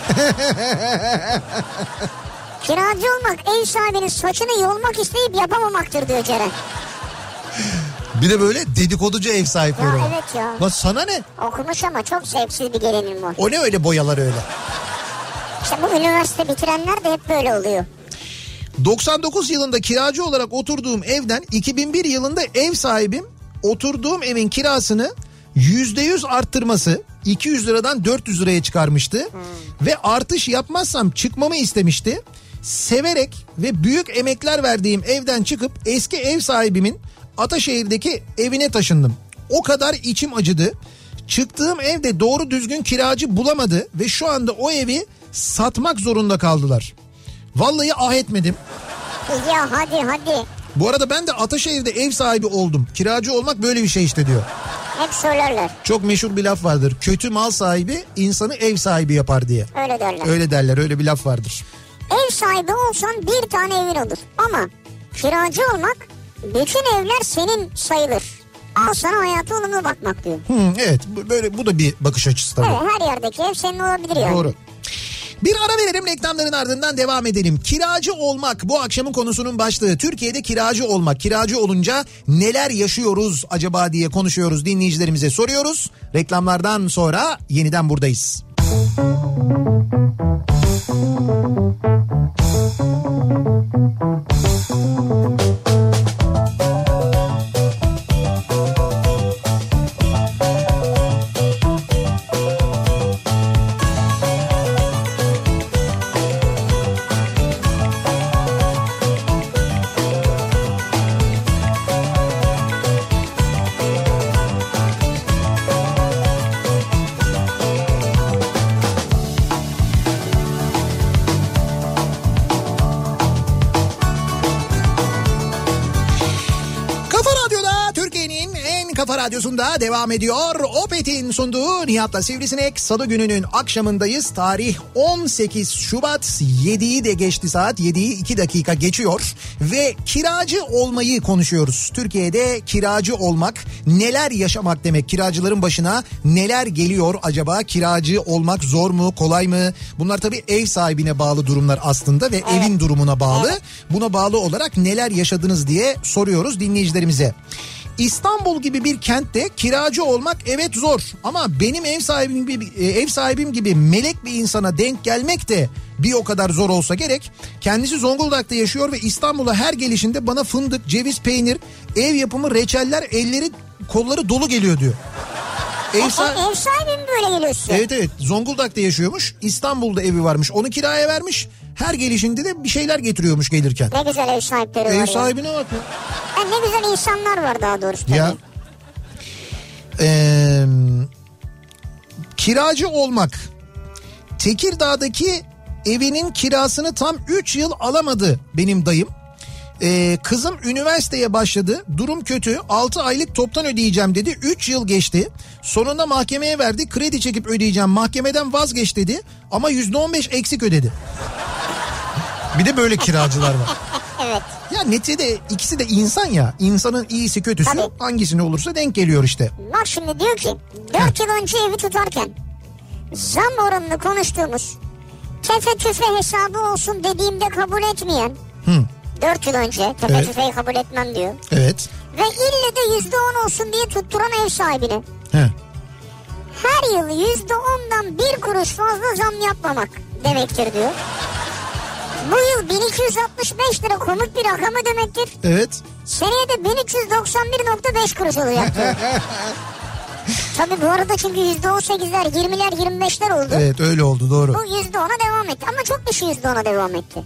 Speaker 2: Kiracı olmak ev sahibinin saçını yolmak isteyip yapamamaktır diyor Ceren.
Speaker 1: Bir de böyle dedikoducu ev sahipleri var.
Speaker 2: Evet ya.
Speaker 1: Lan sana ne?
Speaker 2: Okumuş ama çok zevksiz bir gelinim var.
Speaker 1: O ne öyle boyalar öyle?
Speaker 2: İşte bu üniversite bitirenler de hep böyle oluyor.
Speaker 1: 99 yılında kiracı olarak oturduğum evden 2001 yılında ev sahibim oturduğum evin kirasını %100 arttırması, 200 liradan 400 liraya çıkarmıştı. Ve artış yapmazsam çıkmamı istemişti. Severek ve büyük emekler verdiğim evden çıkıp eski ev sahibimin Ataşehir'deki evine taşındım. O kadar içim acıdı. Çıktığım evde doğru düzgün kiracı bulamadı ve şu anda o evi satmak zorunda kaldılar. Vallahi ah etmedim.
Speaker 2: Ya hadi.
Speaker 1: Bu arada ben de Ataşehir'de ev sahibi oldum. Kiracı olmak böyle bir şey işte diyor.
Speaker 2: Hep söylerler.
Speaker 1: Çok meşhur bir laf vardır. Kötü mal sahibi insanı ev sahibi yapar diye.
Speaker 2: Öyle derler.
Speaker 1: Öyle derler, öyle bir laf vardır.
Speaker 2: Ev sahibi olsan bir tane evin olur. Ama kiracı olmak bütün evler senin sayılır. Al sana hayata olumlu bakmak diyor.
Speaker 1: Evet, böyle bu da bir bakış açısı tabii.
Speaker 2: Evet, her yerdeki ev senin olabilir yani.
Speaker 1: Doğru. Bir ara verelim, reklamların ardından devam edelim. Kiracı olmak bu akşamın konusunun başlığı. Türkiye'de kiracı olmak, kiracı olunca neler yaşıyoruz acaba diye konuşuyoruz, dinleyicilerimize soruyoruz. Reklamlardan sonra yeniden buradayız. Radyosu'nda devam ediyor. Opet'in sunduğu Nihat'la Sivrisinek. Salı gününün akşamındayız. Tarih 18 Şubat. 7'yi de geçti saat. 7'yi 2 dakika geçiyor. Ve kiracı olmayı konuşuyoruz. Türkiye'de kiracı olmak, neler yaşamak demek? Kiracıların başına neler geliyor acaba? Kiracı olmak zor mu, kolay mı? Bunlar tabii ev sahibine bağlı durumlar aslında ve evin durumuna bağlı. Buna bağlı olarak neler yaşadınız diye soruyoruz dinleyicilerimize. İstanbul gibi bir kentte kiracı olmak evet zor ama benim ev sahibim gibi melek bir insana denk gelmek de bir o kadar zor olsa gerek. Kendisi Zonguldak'ta yaşıyor ve İstanbul'a her gelişinde bana fındık, ceviz, peynir, ev yapımı reçeller, elleri kolları dolu geliyor diyor.
Speaker 2: Ev sahibi mi böyle geliyorsun?
Speaker 1: Evet, Zonguldak'ta yaşıyormuş, İstanbul'da evi varmış, onu kiraya vermiş. Her gelişinde de bir şeyler getiriyormuş gelirken.
Speaker 2: Ne güzel ev sahipleri var.
Speaker 1: Ev sahibine bak ya.
Speaker 2: Ne güzel insanlar var daha doğrusu. Tabii.
Speaker 1: Ya. Kiracı olmak. Tekirdağ'daki evinin kirasını tam 3 yıl alamadı benim dayım. Kızım üniversiteye başladı. Durum kötü. 6 aylık toptan ödeyeceğim dedi. 3 yıl geçti. Sonunda mahkemeye verdi. Kredi çekip ödeyeceğim. Mahkemeden vazgeç dedi. Ama %15 eksik ödedi. Bir de böyle kiracılar var.
Speaker 2: Evet.
Speaker 1: Ya neticede ikisi de insan ya. İnsanın iyisi kötüsü
Speaker 2: tabii.
Speaker 1: Hangisine olursa denk geliyor işte.
Speaker 2: Bak şimdi diyor ki 4 yıl önce evi tutarken zam oranını konuştuğumuz tefe tüfe hesabı olsun dediğimde kabul etmeyen 4 yıl önce tefe tüfeyi kabul etmem diyor.
Speaker 1: Evet.
Speaker 2: Ve ille de %10 olsun diye tutturan ev sahibine.
Speaker 1: He.
Speaker 2: Her yıl %10'dan 1 kuruş fazla zam yapmamak demektir diyor. Bu yıl 1265 lira komik bir rakamı demektir.
Speaker 1: Evet.
Speaker 2: Seneye de 1391.5 kuruş olacak diyor. Tabii bu arada çünkü %18'ler, 20'ler, 25'ler oldu.
Speaker 1: Evet öyle oldu doğru.
Speaker 2: Bu %10'a devam etti ama çok düşük %10'a devam etti.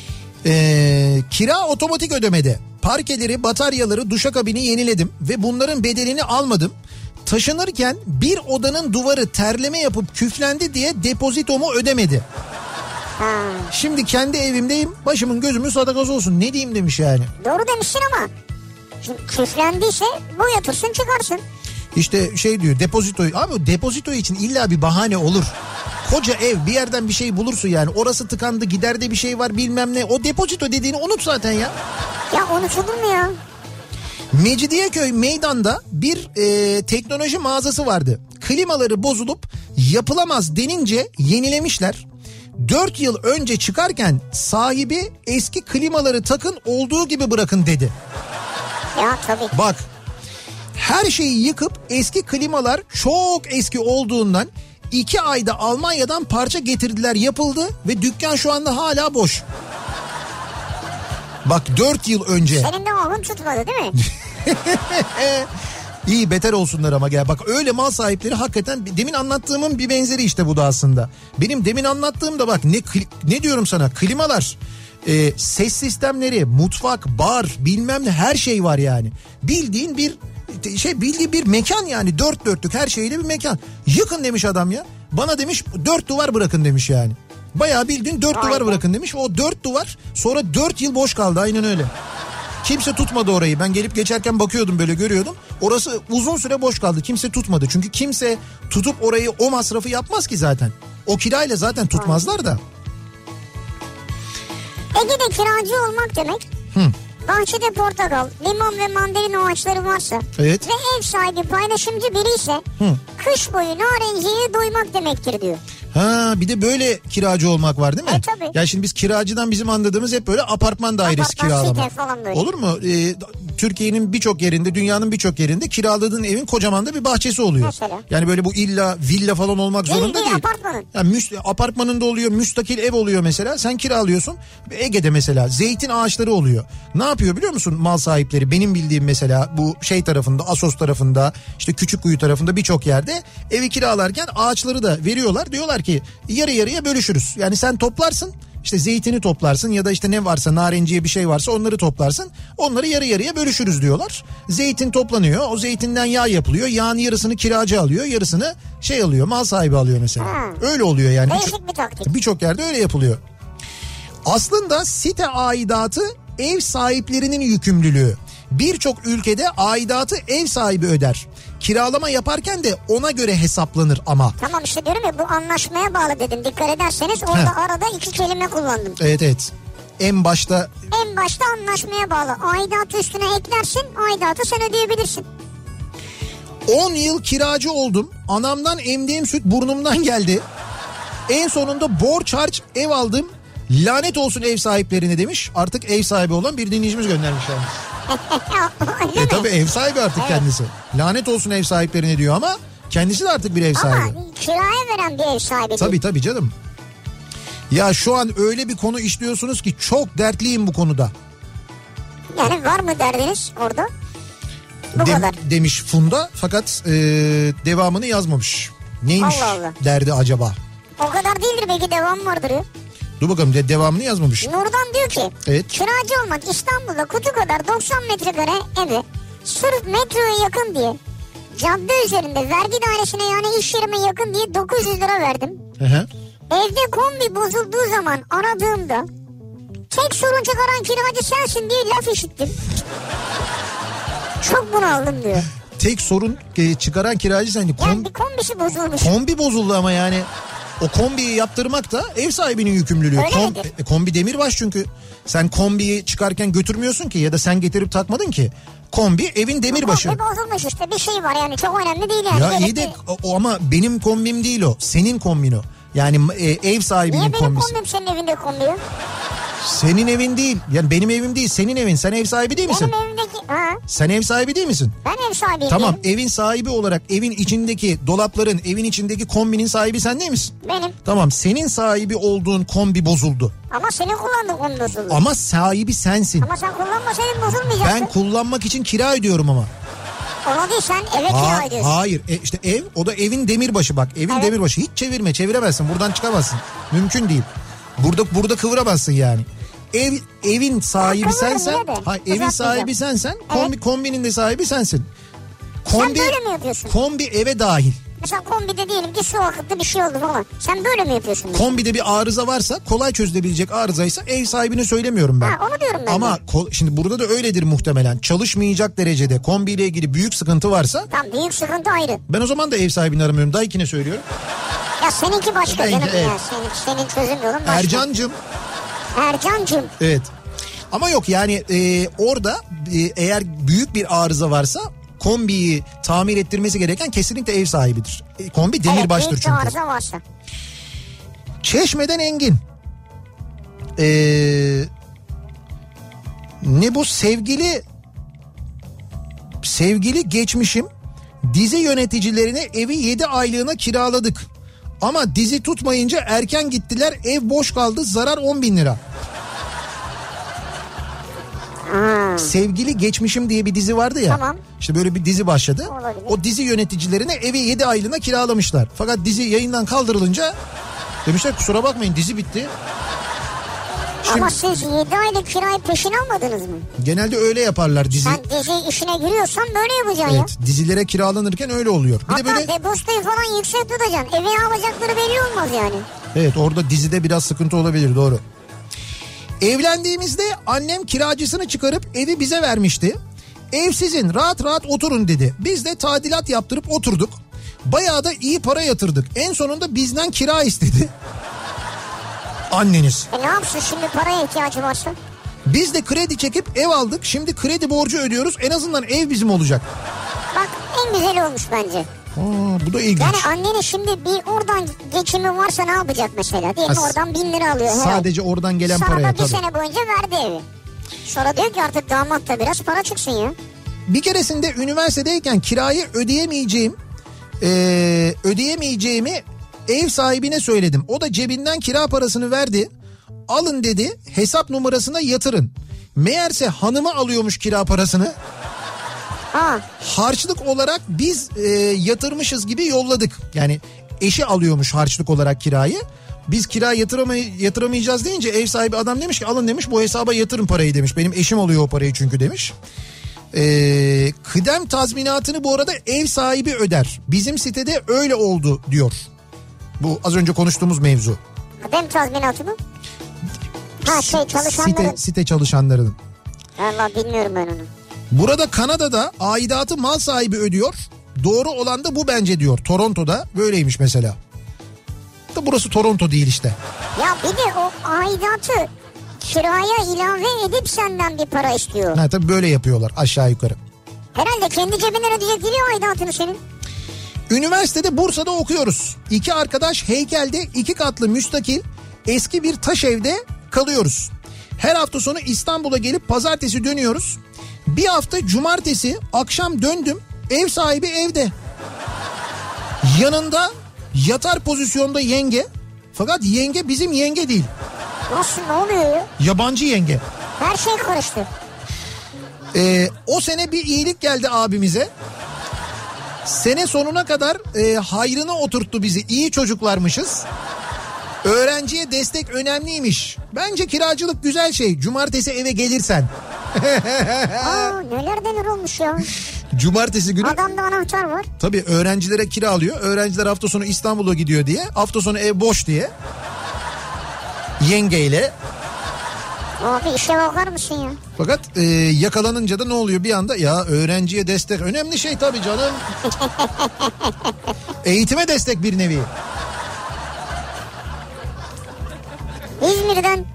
Speaker 1: Kira otomatik ödemede. Parkeleri, bataryaları, duşakabini yeniledim ve bunların bedelini almadım. Taşınırken bir odanın duvarı terleme yapıp küflendi diye depozitomu ödemedi. Şimdi kendi evimdeyim, başımın gözümün sadakası olsun. Ne diyeyim demiş yani.
Speaker 2: Doğru demişsin ama şimdi küflendiyse boyatırsın çıkarsın.
Speaker 1: İşte şey diyor depozitoyu. Abi o depozito için illa bir bahane olur. Koca ev bir yerden bir şey bulursun yani. Orası tıkandı, giderde bir şey var bilmem ne. O depozito dediğini unut zaten ya.
Speaker 2: Ya unutulur mu ya?
Speaker 1: Mecidiyeköy meydanda bir teknoloji mağazası vardı. Klimaları bozulup yapılamaz denince yenilemişler. 4 yıl önce çıkarken sahibi eski klimaları takın olduğu gibi bırakın dedi.
Speaker 2: Ya tabii.
Speaker 1: Bak her şeyi yıkıp eski klimalar çok eski olduğundan 2 ayda Almanya'dan parça getirdiler, yapıldı ve dükkan şu anda hala boş. Bak 4 yıl önce.
Speaker 2: Senin de ahın tutmadı değil mi?
Speaker 1: İyi beter olsunlar ama gel. Bak öyle mal sahipleri hakikaten demin anlattığımın bir benzeri işte bu da aslında. Benim demin anlattığım da bak ne diyorum sana, klimalar, ses sistemleri, mutfak, bar bilmem ne her şey var yani. Bildiğin bir mekan yani, dört dörtlük her şeyle bir mekan. Yıkın demiş adam ya. Bana demiş 4 duvar bırakın demiş yani. Bayağı bildiğin 4 duvar bırakın demiş. O 4 duvar sonra 4 yıl boş kaldı, aynen öyle. Kimse tutmadı orayı. Ben gelip geçerken bakıyordum, böyle görüyordum. Orası uzun süre boş kaldı. Kimse tutmadı. Çünkü kimse tutup orayı o masrafı yapmaz ki zaten. O kirayla zaten tutmazlar da.
Speaker 2: Ege'de kiracı olmak demek. Bahçede portakal, limon ve mandalina ağaçları varsa
Speaker 1: evet.
Speaker 2: Ve ev sahibi paylaşımcı biri ise kış boyu narenciyeye doymak demektir diyor.
Speaker 1: Ha bir de böyle kiracı olmak var değil mi?
Speaker 2: Tabii.
Speaker 1: Ya şimdi biz kiracıdan bizim anladığımız hep böyle apartman dairesi kiralama. Olur mu? Türkiye'nin birçok yerinde, dünyanın birçok yerinde kiraladığın evin kocaman da bir bahçesi oluyor.
Speaker 2: Mesela.
Speaker 1: Yani böyle bu illa villa falan olmak zorunda değil.
Speaker 2: Apartmanın.
Speaker 1: Yani apartmanında oluyor, müstakil ev oluyor mesela. Sen kiralıyorsun. Ege'de mesela zeytin ağaçları oluyor. Ne yapıyor biliyor musun mal sahipleri? Benim bildiğim mesela bu şey tarafında, Assos tarafında, işte Küçükkuyu tarafında birçok yerde evi kiralarken ağaçları da veriyorlar. Diyorlar ki yarı yarıya bölüşürüz. Yani sen toplarsın. İşte zeytini toplarsın ya da işte ne varsa, narenciye bir şey varsa onları toplarsın. Onları yarı yarıya bölüşürüz diyorlar. Zeytin toplanıyor. O zeytinden yağ yapılıyor. Yağın yarısını kiracı alıyor. Yarısını şey alıyor, mal sahibi alıyor mesela. Öyle oluyor yani.
Speaker 2: Değişik bir taktik.
Speaker 1: Birçok yerde öyle yapılıyor. Aslında site aidatı ev sahiplerinin yükümlülüğü. Birçok ülkede aidatı ev sahibi öder. Kiralama yaparken de ona göre hesaplanır ama.
Speaker 2: Tamam işte diyorum ya, bu anlaşmaya bağlı dedim. Dikkat ederseniz orada arada 2 kelime kullandım.
Speaker 1: Evet. En başta
Speaker 2: anlaşmaya bağlı. Aidat üstüne eklersin, aidatı sen ödeyebilirsin.
Speaker 1: 10 yıl kiracı oldum. Anamdan emdiğim süt burnumdan geldi. En sonunda borç harç ev aldım. Lanet olsun ev sahiplerine demiş. Artık ev sahibi olan bir dinleyicimiz göndermiş yani. Tabii ev sahibi artık kendisi. Lanet olsun ev sahiplerine diyor ama kendisi de artık bir ev sahibi.
Speaker 2: Ama kiraya veren bir ev sahibi.
Speaker 1: Tabii canım. Ya şu an öyle bir konu işliyorsunuz ki çok dertliyim bu konuda.
Speaker 2: Yani var mı derdiniz orada? Bu kadar.
Speaker 1: Demiş Funda fakat devamını yazmamış. Neymiş
Speaker 2: Allah.
Speaker 1: derdi acaba?
Speaker 2: O kadar değildir, belki devam vardır ya.
Speaker 1: Dur bakalım, devamını yazmamış.
Speaker 2: Nurdan diyor ki
Speaker 1: evet.
Speaker 2: Kiracı olmak İstanbul'da kutu kadar 90 metrekare evi sırf metroya yakın diye cadde üzerinde vergi dairesine, yani iş yerime yakın diye 900 lira verdim.
Speaker 1: Hı.
Speaker 2: Evde kombi bozulduğu zaman aradığımda tek sorun çıkaran kiracı sensin diye laf işittim. Çok bunaldım diyor.
Speaker 1: Tek sorun çıkaran kiracı sen.
Speaker 2: Yani bir kombisi bozulmuş.
Speaker 1: Kombi bozuldu ama yani. O kombiyi yaptırmak da ev sahibinin yükümlülüğü. Kombi demirbaş çünkü. Sen kombiyi çıkarken götürmüyorsun ki ya da sen getirip takmadın ki. Kombi evin demirbaşı.
Speaker 2: Kombi bozulmuş işte, bir şey var yani, çok önemli değil yani.
Speaker 1: Ya iyi de o ama benim kombim değil o. Senin kombin o. Yani ev sahibinin kombisi.
Speaker 2: Niye benim kombim senin evinde kombi?
Speaker 1: Senin evin değil. Yani benim evim değil, senin evin. Sen ev sahibi değil misin?
Speaker 2: Benim evimdeki... Ha.
Speaker 1: Sen ev sahibi değil misin?
Speaker 2: Ben ev sahibiyim.
Speaker 1: Tamam, evin sahibi olarak evin içindeki dolapların, evin içindeki kombinin sahibi sen değil misin?
Speaker 2: Benim.
Speaker 1: Tamam, senin sahibi olduğun kombi bozuldu.
Speaker 2: Ama senin kullandığın kombi bozuldu.
Speaker 1: Ama sahibi sensin.
Speaker 2: Ama sen kullanmasaydın bozulmayacaktı.
Speaker 1: Ben kullanmak için kira ödüyorum ama.
Speaker 2: Ona değil, sen eve kira ödüyorsun.
Speaker 1: Hayır, işte ev, o da evin demirbaşı bak. Evin demirbaşı. Hiç çeviremezsin. Buradan çıkamazsın. Mümkün değil. Burada kıvıramazsın yani. Evin sahibi sensen. Hayır, evin sahibi sensen. Evet. Kombinin de sahibi sensin.
Speaker 2: Sen böyle mi yapıyorsun?
Speaker 1: Kombi eve dahil.
Speaker 2: Mesela kombide diyelim ki su akıttı, bir şey oldu falan. Sen böyle mi yapıyorsun?
Speaker 1: Kombide bir arıza varsa, kolay çözülebilecek arızaysa ev sahibine söylemiyorum ben.
Speaker 2: Ha, onu diyorum ben.
Speaker 1: Ama şimdi burada da öyledir muhtemelen. Çalışmayacak derecede kombiyle ilgili büyük sıkıntı varsa.
Speaker 2: Tamam, büyük sıkıntı ayrı.
Speaker 1: Ben o zaman da ev sahibini aramıyorum. Dayıkine söylüyorum.
Speaker 2: Ya seninki başka canım
Speaker 1: evet.
Speaker 2: ya. Senin çözüm yolun başka. Ercan'cım.
Speaker 1: Evet. Ama yok yani orada eğer büyük bir arıza varsa kombiyi tamir ettirmesi gereken kesinlikle ev sahibidir. Kombi demirbaştır çünkü.
Speaker 2: Evet, büyük arıza varsa.
Speaker 1: Çeşmeden Engin. Ne bu sevgili geçmişim, dizi yöneticilerine evi 7 aylığına kiraladık. Ama dizi tutmayınca erken gittiler, ev boş kaldı, zarar 10.000 lira. Sevgili Geçmişim diye bir dizi vardı ya.
Speaker 2: Tamam.
Speaker 1: İşte böyle bir dizi başladı.
Speaker 2: Olabilir.
Speaker 1: O dizi yöneticilerine evi 7 aylığına kiralamışlar. Fakat dizi yayından kaldırılınca demişler kusura bakmayın, dizi bitti.
Speaker 2: Ama siz 7 aylık kirayı peşin almadınız mı?
Speaker 1: Genelde öyle yaparlar dizi.
Speaker 2: Sen dizi işine giriyorsan böyle yapacaksın
Speaker 1: evet, ya. Dizilere kiralanırken öyle oluyor. Bir
Speaker 2: hatta
Speaker 1: de böyle
Speaker 2: depozitoyu falan yüksek tutacaksın. Evine alacakları belli olmaz yani.
Speaker 1: Evet, orada dizide biraz sıkıntı olabilir, doğru. Evlendiğimizde annem kiracısını çıkarıp evi bize vermişti. Ev sizin, rahat rahat oturun dedi. Biz de tadilat yaptırıp oturduk. Bayağı da iyi para yatırdık. En sonunda bizden kira istedi. Anneniz.
Speaker 2: Ne yapsın şimdi, paraya ihtiyacı varsa?
Speaker 1: Biz de kredi çekip ev aldık. Şimdi kredi borcu ödüyoruz. En azından ev bizim olacak.
Speaker 2: Bak, en güzeli olmuş bence.
Speaker 1: Bu da ilginç.
Speaker 2: Yani annenin şimdi bir oradan geçimi varsa ne yapacak mesela? Diyelim oradan 1.000 lira alıyor.
Speaker 1: Sadece
Speaker 2: herhalde.
Speaker 1: oradan gelen
Speaker 2: sonra
Speaker 1: paraya
Speaker 2: tabii.
Speaker 1: tabii.
Speaker 2: Sonra bir sene boyunca verdi evi. Sonra diyor ki artık damat da biraz para çıksın ya.
Speaker 1: Bir keresinde üniversitedeyken kirayı ödeyemeyeceğimi ev sahibine söyledim. O da cebinden kira parasını verdi. Alın dedi, hesap numarasına yatırın. Meğerse hanımı alıyormuş kira parasını. Harçlık olarak biz yatırmışız gibi yolladık. Yani eşi alıyormuş harçlık olarak kirayı. Biz kira yatıramayacağız deyince ev sahibi adam demiş ki alın demiş, bu hesaba yatırın parayı demiş. Benim eşim alıyor o parayı çünkü demiş. Kıdem tazminatını bu arada ev sahibi öder. Bizim sitede öyle oldu diyor. Bu az önce konuştuğumuz mevzu.
Speaker 2: Kıdem tazminatı mı? Çalışanların.
Speaker 1: Site çalışanlarının.
Speaker 2: Vallahi bilmiyorum ben onu.
Speaker 1: Burada Kanada'da aidatı mal sahibi ödüyor. Doğru olan da bu bence diyor. Toronto'da böyleymiş mesela. Da burası Toronto değil işte.
Speaker 2: Ya bir de o aidatı kiraya ilave edip senden bir para istiyor.
Speaker 1: Ha, tabii böyle yapıyorlar aşağı yukarı.
Speaker 2: Herhalde kendi cebinden ödeyecek değil ya aidatını senin.
Speaker 1: Üniversitede Bursa'da okuyoruz. 2 arkadaş heykelde 2 katlı müstakil eski bir taş evde kalıyoruz. Her hafta sonu İstanbul'a gelip pazartesi dönüyoruz. Bir hafta cumartesi akşam döndüm, ev sahibi evde. Yanında yatar pozisyonda yenge. Fakat yenge bizim yenge değil.
Speaker 2: Nasıl, ne oluyor ya?
Speaker 1: Yabancı yenge.
Speaker 2: Her şey karıştı.
Speaker 1: O sene bir iyilik geldi abimize. Sene sonuna kadar hayrına oturttu bizi. İyi çocuklarmışız. Öğrenciye destek önemliymiş. Bence kiracılık güzel şey. Cumartesi eve gelirsen.
Speaker 2: Neler denir olmuş ya.
Speaker 1: Cumartesi günü.
Speaker 2: Adamda anahtar var.
Speaker 1: Tabii öğrencilere kiralıyor. Öğrenciler hafta sonu İstanbul'a gidiyor diye. Hafta sonu ev boş diye. Yengeyle.
Speaker 2: Abi işe bakar mısın ya?
Speaker 1: Fakat yakalanınca da ne oluyor bir anda? Ya öğrenciye destek önemli şey tabii canım. Eğitime destek bir nevi.
Speaker 2: İzmir'den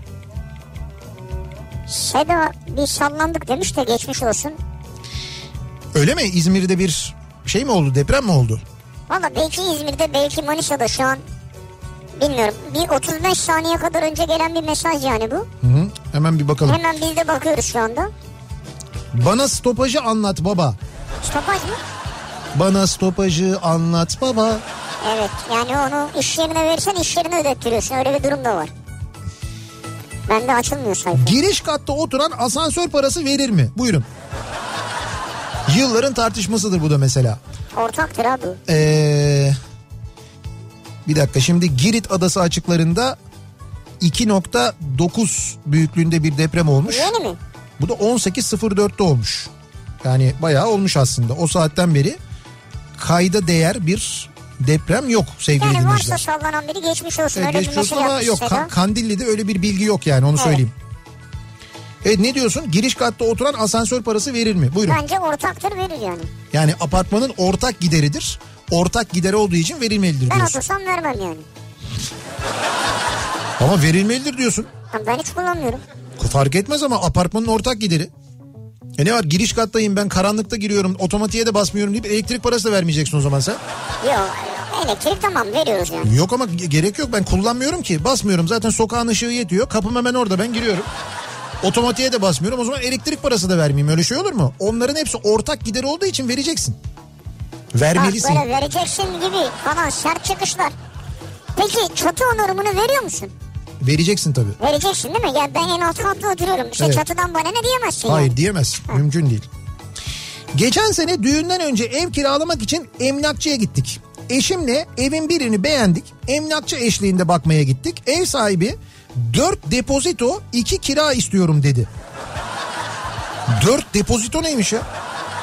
Speaker 2: Seda bir sallandık demiş de geçmiş olsun.
Speaker 1: Öyle mi? İzmir'de bir şey mi oldu? Deprem mi oldu?
Speaker 2: Valla belki İzmir'de belki Manisa'da şu an bilmiyorum. Bir 35 saniye kadar önce gelen bir mesaj yani bu.
Speaker 1: Hı. Hemen bir bakalım.
Speaker 2: Hemen biz de bakıyoruz şu anda.
Speaker 1: Bana stopajı anlat baba.
Speaker 2: Stopaj mı?
Speaker 1: Bana stopajı anlat baba.
Speaker 2: Evet yani onu iş yerine verirsen iş yerine ödettiriyorsun. Öyle bir durum da var. Bende açılmıyor sayfa.
Speaker 1: Giriş katta oturan asansör parası verir mi? Buyurun. Yılların tartışmasıdır bu da mesela.
Speaker 2: Ortaktır abi.
Speaker 1: Bir dakika, şimdi Girit Adası açıklarında 2.9 büyüklüğünde bir deprem olmuş.
Speaker 2: Yeni mi?
Speaker 1: Bu da 18.04'te olmuş. Yani bayağı olmuş aslında. O saatten beri kayda değer bir deprem yok sevgili
Speaker 2: yani
Speaker 1: dinleyiciler.
Speaker 2: varsa sallanan biri geçmiş olsun.
Speaker 1: Evet,
Speaker 2: öyle
Speaker 1: geçmiş
Speaker 2: bir
Speaker 1: olsun
Speaker 2: mesaj
Speaker 1: ama yok. Kandilli'de öyle bir bilgi yok yani, onu söyleyeyim. Evet, ne diyorsun? Giriş katta oturan asansör parası verir mi? Buyurun.
Speaker 2: Bence ortaktır, verir yani.
Speaker 1: Yani apartmanın ortak gideridir. Ortak gideri olduğu için verilmelidir
Speaker 2: ben
Speaker 1: diyorsun.
Speaker 2: Ben otursam vermem yani.
Speaker 1: Ama verilmelidir diyorsun.
Speaker 2: Ben hiç kullanmıyorum.
Speaker 1: Fark etmez ama apartmanın ortak gideri. Ne var, giriş kattayım ben, karanlıkta giriyorum, otomatiğe de basmıyorum deyip elektrik parası da vermeyeceksin o zaman sen.
Speaker 2: Yok, elektrik tamam veriyoruz yani.
Speaker 1: Yok ama gerek yok, ben kullanmıyorum ki, basmıyorum zaten, sokağın ışığı yetiyor, kapım hemen orada, ben giriyorum. Otomatiğe de basmıyorum, o zaman elektrik parası da vermeyeyim, öyle şey olur mu? Onların hepsi ortak gideri olduğu için vereceksin. Vermelisin.
Speaker 2: Bak böyle vereceksin gibi falan sert çıkışlar. Peki çatı onarımını veriyor musun?
Speaker 1: Vereceksin tabii.
Speaker 2: Vereceksin değil mi? Ya ben en alt katta oturuyorum. İşte evet. Çatıdan bana ne diyemezsin?
Speaker 1: Hayır
Speaker 2: yani.
Speaker 1: Diyemezsin. Ha. Mümkün değil. Geçen sene düğünden önce ev kiralamak için emlakçıya gittik. Eşimle evin birini beğendik. Emlakçı eşliğinde bakmaya gittik. Ev sahibi 4 depozito 2 kira istiyorum dedi. 4 depozito neymiş ya?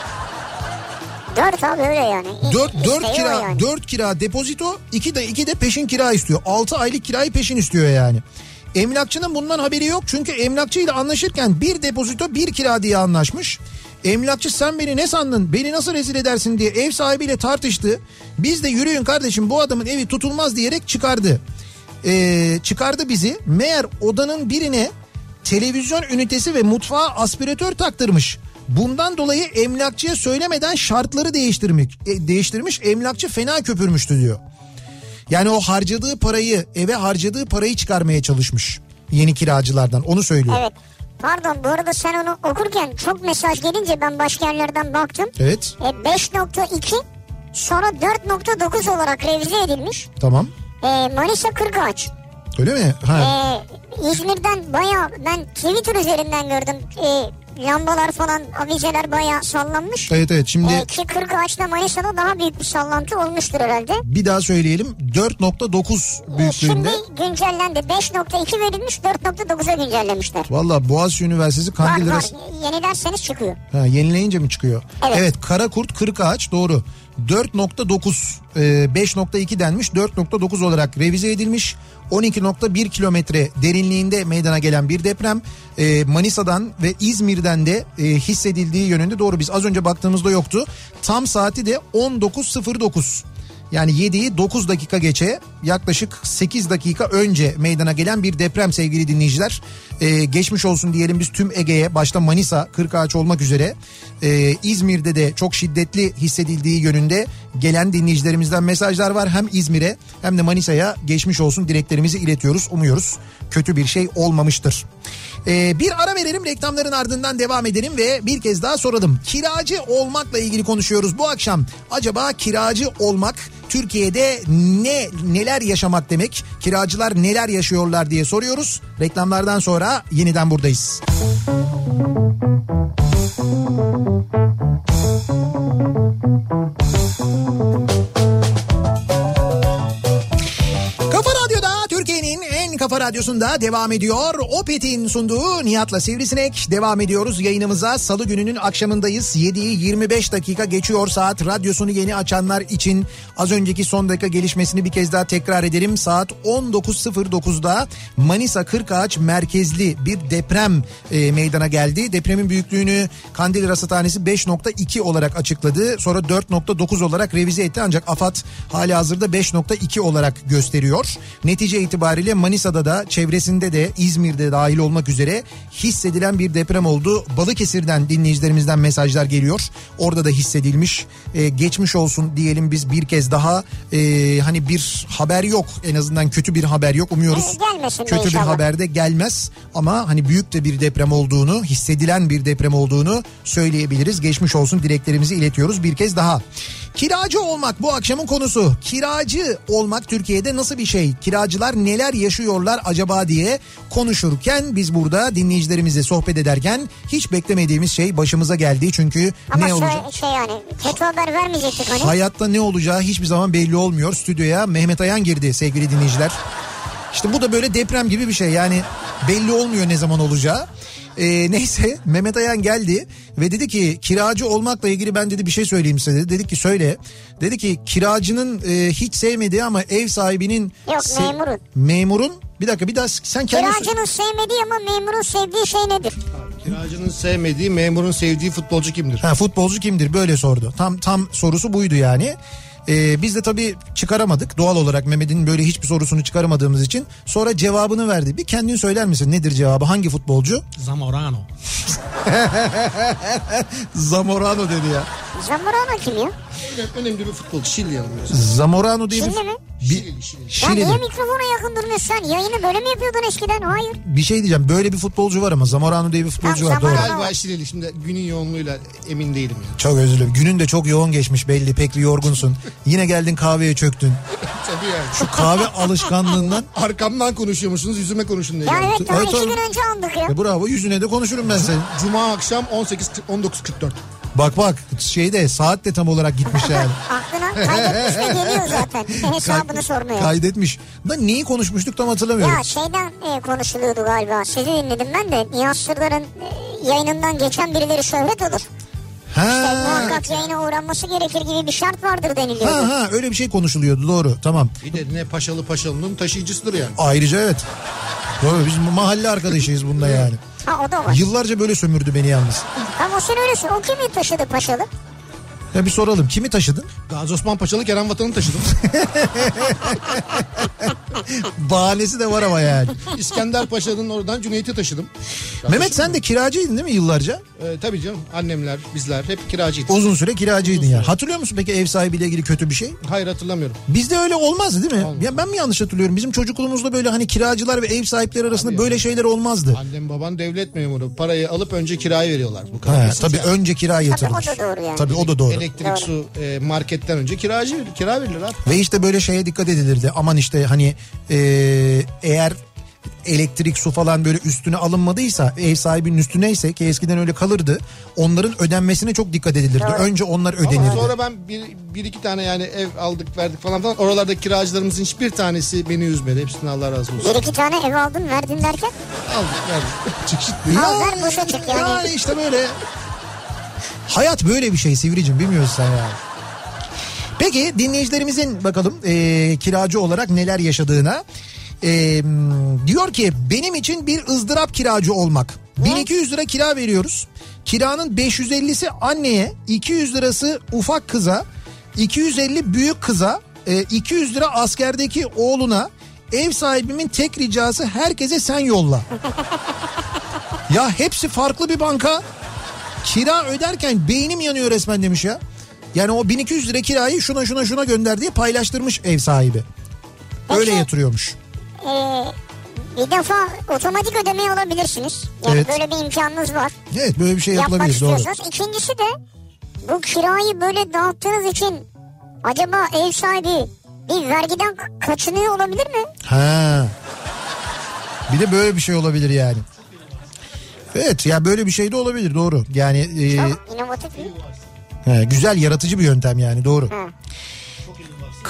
Speaker 2: 4 abi öyle yani.
Speaker 1: 4 kira yani. 4 kira depozito, 2 de peşin kira istiyor. 6 aylık kirayı peşin istiyor yani. Emlakçının bundan haberi yok çünkü emlakçıyla anlaşırken bir depozito 1 kira diye anlaşmış. Emlakçı sen beni ne sandın, beni nasıl rezil edersin diye ev sahibiyle tartıştı. Biz de yürüyün kardeşim bu adamın evi tutulmaz diyerek çıkardı. Çıkardı bizi. Meğer odanın birine televizyon ünitesi ve mutfağa aspiratör taktırmış. Bundan dolayı emlakçıya söylemeden şartları değiştirmiş. Emlakçı fena köpürmüştü diyor. Yani o eve harcadığı parayı çıkarmaya çalışmış yeni kiracılardan, onu söylüyor.
Speaker 2: Evet. Pardon, bu arada sen onu okurken çok mesaj gelince ben başka yerlerden baktım.
Speaker 1: Evet.
Speaker 2: 5.2 sonra 4.9 olarak revize edilmiş.
Speaker 1: Tamam.
Speaker 2: Manisa Kırkağaç.
Speaker 1: Öyle mi? Ha.
Speaker 2: İzmir'den bayağı ben Twitter üzerinden gördüm. Lambalar falan, avizeler bayağı sallanmış.
Speaker 1: Evet şimdi.
Speaker 2: Ki Kırkağaç'ta Manisa'da daha büyük bir sallantı olmuştur herhalde.
Speaker 1: Bir daha söyleyelim, 4.9 büyüklüğünde.
Speaker 2: Şimdi güncellendi, 5.2 verilmiş, 4.9'a güncellemişler.
Speaker 1: Valla Boğaziçi Üniversitesi Kandilli.
Speaker 2: Var yenilerseniz çıkıyor.
Speaker 1: Ha, yenileyince mi çıkıyor?
Speaker 2: Evet.
Speaker 1: Karakurt Kırkağaç doğru. 4.9 5.2 denmiş, 4.9 olarak revize edilmiş. 12.1 kilometre derinliğinde meydana gelen bir deprem. Manisa'dan ve İzmir'den de hissedildiği yönünde, doğru, biz az önce baktığımızda yoktu. Tam saati de 19.09. Yani 7'yi 9 dakika geçe, yaklaşık 8 dakika önce meydana gelen bir deprem sevgili dinleyiciler. Geçmiş olsun diyelim biz tüm Ege'ye, başta Manisa, Kırkağaç olmak üzere. İzmir'de de çok şiddetli hissedildiği yönünde gelen dinleyicilerimizden mesajlar var. Hem İzmir'e hem de Manisa'ya geçmiş olsun dileklerimizi iletiyoruz. Umuyoruz kötü bir şey olmamıştır. Bir ara verelim, reklamların ardından devam edelim ve bir kez daha soralım. Kiracı olmakla ilgili konuşuyoruz bu akşam. Acaba kiracı olmak Türkiye'de neler yaşamak demek? Kiracılar neler yaşıyorlar diye soruyoruz. Reklamlardan sonra yeniden buradayız. Kafa Radyo'da Türkiye'nin en Modern Kafa Radyosu'nda devam ediyor. Opet'in sunduğu Nihat'la Sivrisinek devam ediyoruz yayınımıza. Salı gününün akşamındayız. 7'yi 25 dakika geçiyor saat. Radyosunu yeni açanlar için az önceki son dakika gelişmesini bir kez daha tekrar edelim. Saat 19.09'da Manisa Kırkağaç merkezli bir deprem meydana geldi. Depremin büyüklüğünü Kandilli Rasathanesi 5.2 olarak açıkladı. Sonra 4.9 olarak revize etti ancak AFAD halihazırda 5.2 olarak gösteriyor. Netice itibariyle Manisa'da da çevresinde de İzmir'de dahil olmak üzere hissedilen bir deprem oldu. Balıkesir'den dinleyicilerimizden mesajlar geliyor. Orada da hissedilmiş. Geçmiş olsun diyelim biz bir kez daha. Hani bir haber yok, en azından kötü bir haber yok. Umuyoruz kötü bir haber de gelmez. Ama hani büyük de bir deprem olduğunu, hissedilen bir deprem olduğunu söyleyebiliriz. Geçmiş olsun dileklerimizi iletiyoruz bir kez daha. Kiracı olmak bu akşamın konusu. Kiracı olmak Türkiye'de nasıl bir şey? Kiracılar neler yaşıyorlar acaba diye konuşurken biz burada dinleyicilerimizle sohbet ederken hiç beklemediğimiz şey başımıza geldi. Çünkü
Speaker 2: ama
Speaker 1: ne olacak?
Speaker 2: Yani kötü haber vermeyecektik hani.
Speaker 1: Hayatta ne olacağı hiçbir zaman belli olmuyor. Stüdyoya Mehmet Ayan girdi sevgili dinleyiciler. İşte bu da böyle deprem gibi bir şey, yani belli olmuyor ne zaman olacağı. Neyse Mehmet Ayan geldi ve dedi ki kiracı olmakla ilgili ben dedi bir şey söyleyeyim size dedi. Dedik ki söyle. Dedi ki kiracının hiç sevmediği ama ev sahibinin...
Speaker 2: Yok memurun.
Speaker 1: Memurun bir dakika bir daha sen kendin...
Speaker 2: Kiracının sevmediği ama memurun sevdiği şey nedir?
Speaker 5: Kiracının sevmediği, memurun sevdiği futbolcu kimdir?
Speaker 1: Futbolcu kimdir böyle sordu. Tam sorusu buydu yani. Biz de tabii çıkaramadık doğal olarak, Mehmet'in böyle hiçbir sorusunu çıkaramadığımız için. Sonra cevabını verdi. Bir kendin söyler misin nedir cevabı, hangi futbolcu?
Speaker 5: Zamorano.
Speaker 1: Zamorano dedi ya.
Speaker 2: Zamorano kim ya?
Speaker 5: Önemli bir futbolcu, Şilyalı.
Speaker 1: Zamorano değil mi?
Speaker 2: Şili mi?
Speaker 1: Şili.
Speaker 2: Ya niye mikrofona yakın durmuyorsun sen? Yayını böyle mi yapıyordun eskiden? Hayır.
Speaker 1: Bir şey diyeceğim, böyle bir futbolcu var ama Zamorano diye bir futbolcu var. Doğru.
Speaker 5: Galiba Şileli, şimdi günün yoğunluğuyla emin değilim. Yani.
Speaker 1: Çok özür dilerim. Günün de çok yoğun geçmiş belli, pek bir yorgunsun. Yine geldin kahveye çöktün.
Speaker 5: Tabii yani.
Speaker 1: Şu kahve alışkanlığından.
Speaker 5: Arkamdan konuşuyormuşsunuz, yüzüme konuşun diye.
Speaker 2: Ya evet, daha 2
Speaker 1: evet,
Speaker 2: gün önce aldık ya.
Speaker 1: Bravo, yüzüne de konuşurum ben senin.
Speaker 5: Cuma akşam 19.44.
Speaker 1: Bak şeyde saat de tam olarak gitmiş yani.
Speaker 2: Aklına kaydetmiş de geliyor zaten. Hesabını sormuyor.
Speaker 1: Kaydetmiş. Da neyi konuşmuştuk tam hatırlamıyorum.
Speaker 2: Ya şeyden konuşuluyordu galiba. Sizi dinledim ben de. Nihat Sırdar'ın yayınından geçen birileri şöhret olur. İşte muhakkak yayına uğranması gerekir gibi bir şart vardır deniliyordu.
Speaker 1: Öyle bir şey konuşuluyordu, doğru, tamam.
Speaker 5: Bir de ne paşalının taşıyıcısıdır yani.
Speaker 1: Ayrıca evet. Doğru, biz mahalle arkadaşıyız bunda yani.
Speaker 2: O da var.
Speaker 1: Yıllarca böyle sömürdü beni yalnız.
Speaker 2: Ama sen öylesin. O kimi taşıdı Paşalı?
Speaker 1: Ya bir soralım, kimi taşıdın?
Speaker 5: Gazi Osman Paşalı Kerem Vatan'ı taşıdım.
Speaker 1: Bahanesi de var ama yani.
Speaker 5: İskender Paşa'nın oradan Cüneyt'i taşıdım.
Speaker 1: Mehmet sen de kiracıydın değil mi yıllarca?
Speaker 5: Tabii canım, annemler bizler hep kiracıydık.
Speaker 1: Uzun süre kiracıydın yani. Hatırlıyor musun peki ev sahibiyle ilgili kötü bir şey?
Speaker 5: Hayır, hatırlamıyorum.
Speaker 1: Bizde öyle olmazdı değil mi?
Speaker 5: Olmaz.
Speaker 1: Ya ben mi yanlış hatırlıyorum? Bizim çocukluğumuzda böyle hani kiracılar ve ev sahipleri arasında
Speaker 5: Tabii
Speaker 1: böyle
Speaker 5: ya.
Speaker 1: şeyler olmazdı.
Speaker 5: Annem baban devlet memuru. Parayı alıp önce kirayı veriyorlar. Bu kadar.
Speaker 1: Tabii önce kira yatırılır.
Speaker 2: Tabii o da doğru yani.
Speaker 1: Tabii o da doğru.
Speaker 5: Elektrik, su, marketten önce kira verilir abi.
Speaker 1: Ve işte böyle şeye dikkat edilirdi. Aman işte hani eğer elektrik, su falan böyle üstüne alınmadıysa, ev sahibinin üstüneyse, ki eskiden öyle kalırdı, onların ödenmesine çok dikkat edilirdi.
Speaker 2: Doğru.
Speaker 1: Önce onlar ödenirdi.
Speaker 5: Ama sonra ben bir iki tane yani ev aldık verdik falan. Oralardaki kiracılarımızın hiçbir tanesi beni üzmedi. Hepsinden Allah razı olsun.
Speaker 2: 1-2 tane ev aldın verdin derken?
Speaker 5: Aldık verdik. Çık
Speaker 2: Al ver boşa çık yani.
Speaker 1: Yani işte böyle. Hayat böyle bir şey Sivricim, bilmiyorsun sen yani. Peki dinleyicilerimizin bakalım kiracı olarak neler yaşadığına. Diyor ki benim için bir ızdırap kiracı olmak. 1200 lira kira veriyoruz. Kiranın 550'si anneye, 200 lirası ufak kıza, 250 büyük kıza, 200 lira askerdeki oğluna. Ev sahibimin tek ricası herkese sen yolla. Ya hepsi farklı bir banka. Kira öderken beynim yanıyor resmen demiş ya. Yani o 1200 lira kirayı şuna gönder diye paylaştırmış ev sahibi. Öyle yatırıyormuş.
Speaker 2: Bir defa otomatik ödemeyi alabilirsiniz. Yani
Speaker 1: evet.
Speaker 2: Böyle bir imkanınız var.
Speaker 1: Evet, böyle bir şey yapılabilir, doğru.
Speaker 2: İkincisi de bu kirayı böyle dağıttığınız için acaba ev sahibi bir vergiden kaçınıyor olabilir mi?
Speaker 1: Bir de böyle bir şey olabilir yani. Evet ya, böyle bir şey de olabilir, doğru. Yani
Speaker 2: çok inovatif.
Speaker 1: Güzel, yaratıcı bir yöntem yani, doğru.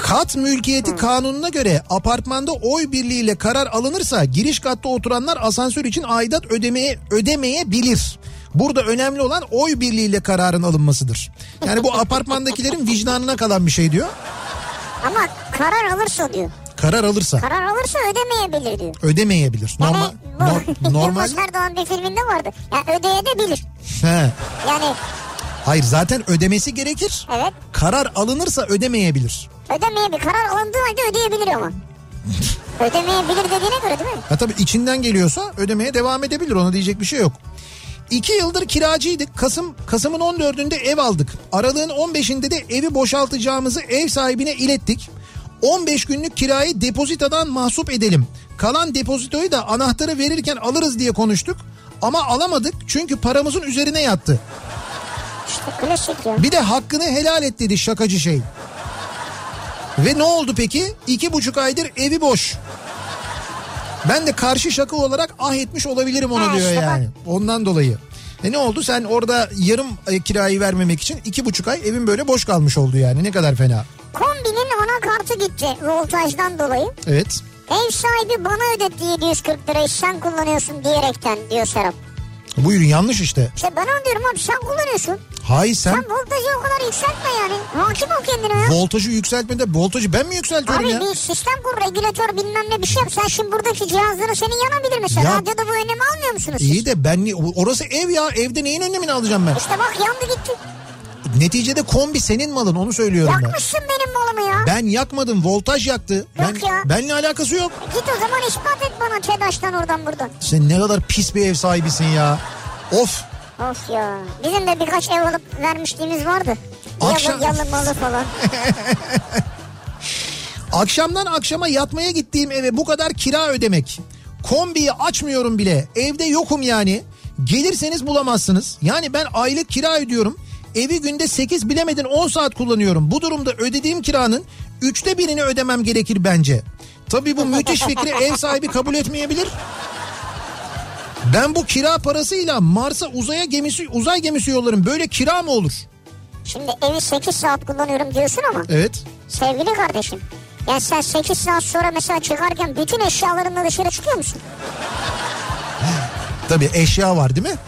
Speaker 1: Kat mülkiyeti kanununa göre apartmanda oy birliğiyle karar alınırsa giriş katta oturanlar asansör için aidat ödemeyebilir. Burada önemli olan oy birliğiyle kararın alınmasıdır. Yani bu apartmandakilerin vicdanına kalan bir şey diyor.
Speaker 2: Ama karar alırsa diyor.
Speaker 1: Karar alırsa.
Speaker 2: Karar alırsa ödemeyebilir diyor.
Speaker 1: Ödemeyebilir. Normal.
Speaker 2: Yılmaz Erdoğan bir filminde vardı. Ya ödeyebilir.
Speaker 1: He.
Speaker 2: Yani.
Speaker 1: Hayır zaten ödemesi gerekir.
Speaker 2: Evet.
Speaker 1: Karar alınırsa ödemeyebilir.
Speaker 2: Ödemeyebilir. Karar alındığı halde ödeyebilir ama. Ödemeyebilir dediğine göre değil mi?
Speaker 1: Ha tabii içinden geliyorsa ödemeye devam edebilir. Ona diyecek bir şey yok. 2 yıldır kiracıydık. Kasım'ın 14'ünde ev aldık. Aralığın 15'inde de evi boşaltacağımızı ev sahibine ilettik. 15 günlük kirayı depozitadan mahsup edelim. Kalan depozitoyu da anahtarı verirken alırız diye konuştuk. Ama alamadık çünkü paramızın üzerine yattı.
Speaker 2: İşte klasik ya.
Speaker 1: Bir de hakkını helal et dedi şakacı şey. Ve ne oldu peki? 2,5 aydır evi boş. Ben de karşı şaka olarak etmiş olabilirim ona diyor işte yani. Bak. Ondan dolayı. Ne oldu? Sen orada yarım kirayı vermemek için 2,5 ay evin böyle boş kalmış oldu yani. Ne kadar fena.
Speaker 2: Kombinin anakartı gitti voltajdan dolayı.
Speaker 1: Evet.
Speaker 2: Ev sahibi bana ödetti 740 lirayı sen kullanıyorsun diyerekten diyor Serap.
Speaker 1: Buyurun yanlış işte.
Speaker 2: İşte ben onu diyorum abi sen kullanıyorsun.
Speaker 1: Hayır sen
Speaker 2: voltajı o kadar yükseltme yani. Hakim ol kendine ya.
Speaker 1: Voltajı yükseltmede voltajı ben mi yükseltiyorum
Speaker 2: abi,
Speaker 1: ya?
Speaker 2: Abi bir sistem kur, regülatör bilmem ne bir şey yap. Sen şimdi buradaki cihazları senin yanabilir mesela. Ya, radyoda bu önlemi almıyor musunuz siz?
Speaker 1: İyi de ben orası ev ya. Evde neyin önlemini alacağım ben?
Speaker 2: İşte bak yandı gitti.
Speaker 1: Neticede kombi senin malın onu söylüyorum ben.
Speaker 2: Yakmışsın benim malımı ya.
Speaker 1: Ben yakmadım voltaj yaktı.
Speaker 2: Yok ya.
Speaker 1: Benimle alakası yok.
Speaker 2: Git o zaman ispat et bana TEDAŞ'tan oradan buradan.
Speaker 1: Sen ne kadar pis bir ev sahibisin ya. Of.
Speaker 2: Of ya. Bizim de birkaç ev alıp vermişliğimiz vardı. Yalı malı falan.
Speaker 1: Akşamdan akşama yatmaya gittiğim eve bu kadar kira ödemek. Kombiyi açmıyorum bile. Evde yokum yani. Gelirseniz bulamazsınız. Yani ben aylık kira ödüyorum. Evi günde 8 bilemedin 10 saat kullanıyorum. Bu durumda ödediğim kiranın 1/3'ünü ödemem gerekir bence. Tabii bu müthiş fikri ev sahibi kabul etmeyebilir. Ben bu kira parasıyla Mars'a uzay gemisi yollarım. Böyle kira mı olur?
Speaker 2: Şimdi evi 8 saat kullanıyorum diyorsun ama.
Speaker 1: Evet.
Speaker 2: Sevgili kardeşim. Yani sen 8 saat sonra mesela çıkarken bütün eşyalarınla dışarı çıkıyor musun?
Speaker 1: Tabii eşya var değil mi?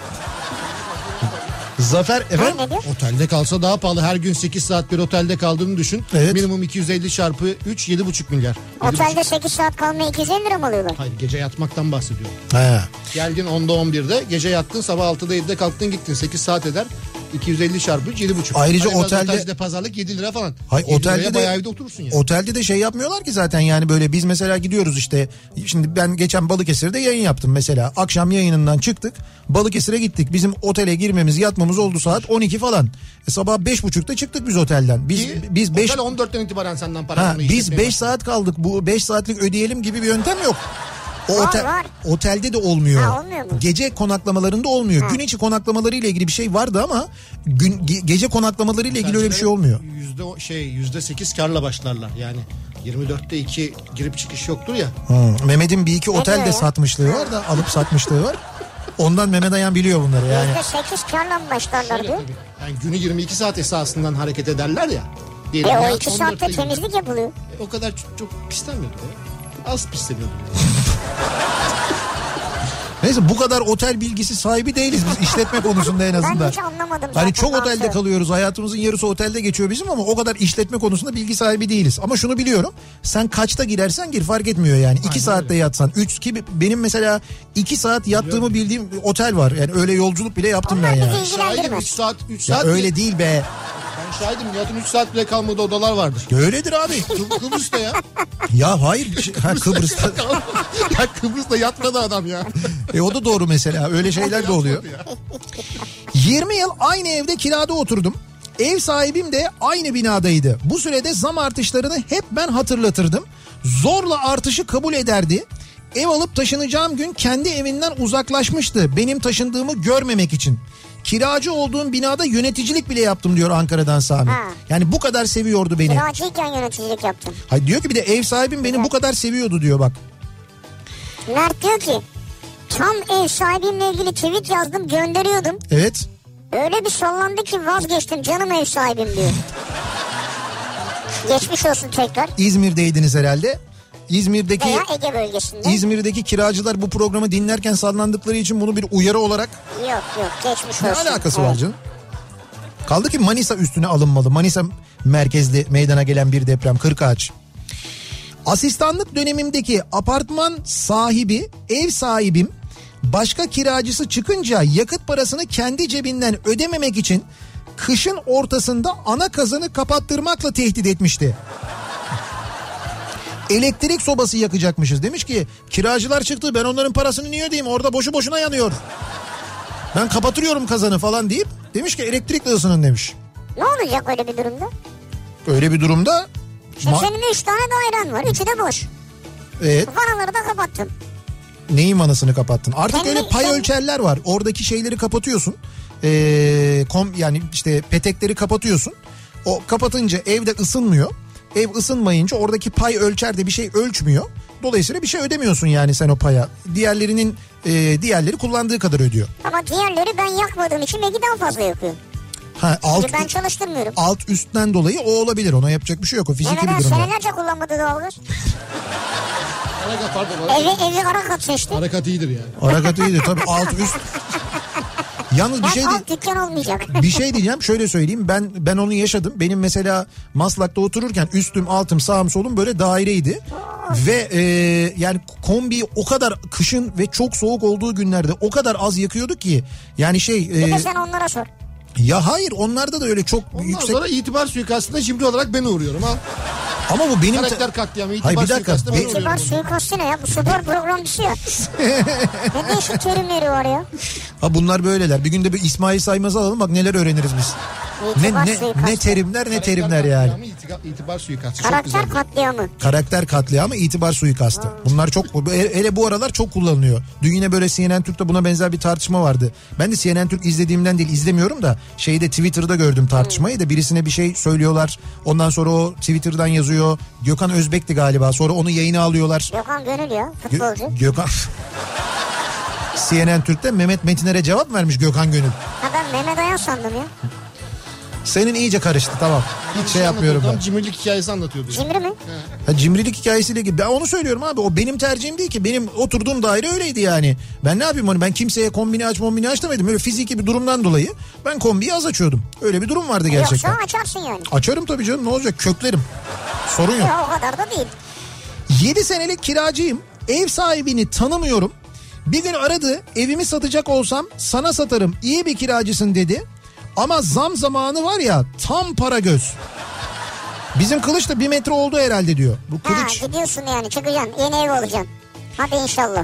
Speaker 1: Zafer efendim?
Speaker 5: Otelde kalsa daha pahalı. Her gün 8 saat bir otelde kaldığını düşün.
Speaker 1: Evet.
Speaker 5: Minimum 250 çarpı 3 7,5 milyar.
Speaker 2: Otelde 8 saat kalmaya 250 lira mı alıyorlar?
Speaker 5: Hayır gece yatmaktan bahsediyorum.
Speaker 1: He.
Speaker 5: Geldin 10'da 11'de gece yattın sabah 6'da 7'de kalktın gittin 8 saat eder. 250 çarpı 7,5.
Speaker 1: Ayrıca otelde
Speaker 5: pazarlık 7 lira falan.
Speaker 1: Hayır, otelde de
Speaker 5: bayağı evde oturursun yani.
Speaker 1: Otelde de şey yapmıyorlar ki zaten yani böyle biz mesela gidiyoruz işte. Şimdi ben geçen Balıkesir'de yayın yaptım mesela. Akşam yayınından çıktık. Balıkesir'e gittik. Bizim otele girmemiz yatmamız oldu saat 12 falan. Sabah 5.30'da çıktık biz otelden. Biz 5
Speaker 5: otel 14'ten itibaren senden para almayı.
Speaker 1: Biz 5 saat kaldık. Bu 5 saatlik ödeyelim gibi bir yöntem yok.
Speaker 2: Var.
Speaker 1: Otelde de olmuyor.
Speaker 2: Olmuyor mu?
Speaker 1: Gece konaklamalarında olmuyor. Gün içi konaklamaları ile ilgili bir şey vardı ama gece konaklamaları ile ilgili öyle bir şey olmuyor.
Speaker 5: %8 karla başlarlar. Yani 24'te 2 girip çıkış yoktur ya.
Speaker 1: Mehmet'in bir iki otelde satmışlığı var da alıp satmışlığı var. Ondan Mehmet Ayan biliyor bunları yani.
Speaker 2: %8 karla mı başlarlar diyor?
Speaker 5: Yani günü 22 saat esasından hareket ederler ya.
Speaker 2: O 2 saatte temizlik yapılıyor.
Speaker 5: O kadar çok pislenmiyordu ya. Az pisleniyordum.
Speaker 1: Neyse bu kadar otel bilgisi sahibi değiliz biz işletme konusunda en azından.
Speaker 2: Ben hiç anlamadım.
Speaker 1: Hani çok otelde kalıyoruz, hayatımızın yarısı otelde geçiyor bizim ama o kadar işletme konusunda bilgi sahibi değiliz. Ama şunu biliyorum, sen kaçta girersen gir fark etmiyor yani. 2 saatte yatsan 3 gibi benim mesela 2 saat yattığımı bildiğim otel var. Yani öyle yolculuk bile yaptım ben yani.
Speaker 5: Şahidim 3 saat.
Speaker 1: Ya öyle değil be.
Speaker 5: Ben şahidim Nihat'ın 3 saat bile kalmadığı odalar vardır.
Speaker 1: Öyledir abi.
Speaker 5: Kıbrıs'ta ya.
Speaker 1: Ya hayır. Kıbrıs'ta.
Speaker 5: Ya Kıbrıs'ta yatmadı adam ya.
Speaker 1: O da doğru mesela. Öyle şeyler de oluyor. 20 yıl aynı evde kirada oturdum. Ev sahibim de aynı binadaydı. Bu sürede zam artışlarını hep ben hatırlatırdım. Zorla artışı kabul ederdi. Ev alıp taşınacağım gün kendi evinden uzaklaşmıştı. Benim taşındığımı görmemek için. Kiracı olduğum binada yöneticilik bile yaptım diyor Ankara'dan Sami. Yani bu kadar seviyordu beni.
Speaker 2: Kiracıyken yöneticilik yaptım.
Speaker 1: Hayır diyor ki bir de ev sahibim beni bu kadar seviyordu diyor bak.
Speaker 2: Mert diyor ki tam ev sahibimle ilgili tweet yazdım gönderiyordum.
Speaker 1: Evet.
Speaker 2: Öyle bir sallandı ki vazgeçtim canım ev sahibim diyor. Geçmiş olsun tekrar.
Speaker 1: İzmir'deydiniz herhalde. İzmir'deki
Speaker 2: veya Ege bölgesinde.
Speaker 1: İzmir'deki kiracılar bu programı dinlerken sallandıkları için bunu bir uyarı olarak...
Speaker 2: Yok geçmiş olsun.
Speaker 1: Ne alakası var canım? Kaldı ki Manisa üstüne alınmalı. Manisa merkezli meydana gelen bir deprem, Kırkağaç. Asistanlık dönemimdeki apartman sahibi, ev sahibim başka kiracısı çıkınca yakıt parasını kendi cebinden ödememek için kışın ortasında ana kazanı kapattırmakla tehdit etmişti. Elektrik sobası yakacakmışız. Demiş ki kiracılar çıktı, ben onların parasını niye ödeyeyim, orada boşu boşuna yanıyor. Ben kapatıyorum kazanı falan deyip demiş ki elektrikle ısının demiş.
Speaker 2: Ne olacak öyle bir durumda?
Speaker 1: Öyle bir durumda...
Speaker 2: Şimdi senin 3 tane dairen var, 3'ü de boş.
Speaker 1: Evet.
Speaker 2: Vanaları da kapattın.
Speaker 1: Neyin vanasını kapattın? Artık öyle pay ölçerler var. Oradaki şeyleri kapatıyorsun. Yani işte petekleri kapatıyorsun. O kapatınca evde ısınmıyor. Ev ısınmayınca oradaki pay ölçer de bir şey ölçmüyor. Dolayısıyla bir şey ödemiyorsun yani sen o paya. Diğerleri kullandığı kadar ödüyor.
Speaker 2: Ama diğerleri ben yakmadığım için belki daha fazla yakıyor. Ben çalıştırmıyorum.
Speaker 1: Alt üstten dolayı o olabilir. Ona yapacak bir şey yok. O fiziki bir durum.
Speaker 2: Senelerce kullanmadı doğalgaz. Evi Arakat seçti.
Speaker 5: Arakat iyidir yani.
Speaker 1: Arakat iyidir tabii, alt üst. Yalnız bir
Speaker 2: alt dükkan olmayacak.
Speaker 1: Bir şey diyeceğim, şöyle söyleyeyim, ben onu yaşadım. Benim mesela Maslak'ta otururken üstüm altım sağım solum böyle daireydi. Ve yani kombiyi o kadar kışın ve çok soğuk olduğu günlerde o kadar az yakıyorduk ki. Yani
Speaker 2: Bir de sen onlara sor.
Speaker 1: Ya hayır, onlarda da öyle çok yüksek.
Speaker 5: Ondan sonra itibar suikastına cimri olarak ben uğruyorum ha.
Speaker 1: Ama bu benim...
Speaker 5: Karakter katliamı, itibar suikastına ben uğruyorum.
Speaker 2: İtibar suikastı ne ya? Bu spor programcısı ya. Ne değişik terimleri var ya.
Speaker 1: Ha bunlar böyleler. Bir günde bir İsmail Saymaz'ı alalım, bak neler öğreniriz biz. Ne terimler yani.
Speaker 5: İtibar suikastı.
Speaker 2: Karakter katliamı.
Speaker 1: Karakter katliamı, itibar suikastı. Bunlar çok, hele bu aralar çok kullanılıyor. Dün yine böyle CNN Türk'te buna benzer bir tartışma vardı. Ben de CNN Türk izlediğimden değil, izlemiyorum da Twitter'da gördüm tartışmayı da, birisine bir şey söylüyorlar. Ondan sonra o Twitter'dan yazıyor. Gökhan Özbek'ti galiba. Sonra onu yayına alıyorlar.
Speaker 2: Gökhan Gönül ya, futbolcu.
Speaker 1: Gökhan CNN Türk'te Mehmet Metiner'e cevap vermiş Gökhan Gönül.
Speaker 2: Ha, ben Mehmet Ayan sandım ya.
Speaker 1: Senin iyice karıştı, tamam. Hiç yapmıyorum ben.
Speaker 5: Cimrilik hikayesi anlatıyordu.
Speaker 2: Cimri mi?
Speaker 1: Cimrilik hikayesiyle ilgili. Ben onu söylüyorum abi. O benim tercihim değil ki. Benim oturduğum daire öyleydi yani. Ben ne yapayım onu? Ben kimseye kombini aç demedim. Öyle fiziki bir durumdan dolayı ben kombiyi az açıyordum. Öyle bir durum vardı gerçekten.
Speaker 2: Yoksa açarsın yani.
Speaker 1: Açarım tabii canım. Ne olacak? Köklerim. Sorun yok.
Speaker 2: Yok, o kadar da değil.
Speaker 1: 7 senelik kiracıyım. Ev sahibini tanımıyorum. Bir gün aradı. Evimi satacak olsam sana satarım, İyi bir kiracısın dedi. Ama zam zamanı var ya, tam para göz. Bizim Kılıç da 1 metre oldu herhalde diyor. Bu Kılıç.
Speaker 2: Gidiyorsun yani, çıkacaksın, yeni ev alacaksın. Hadi inşallah.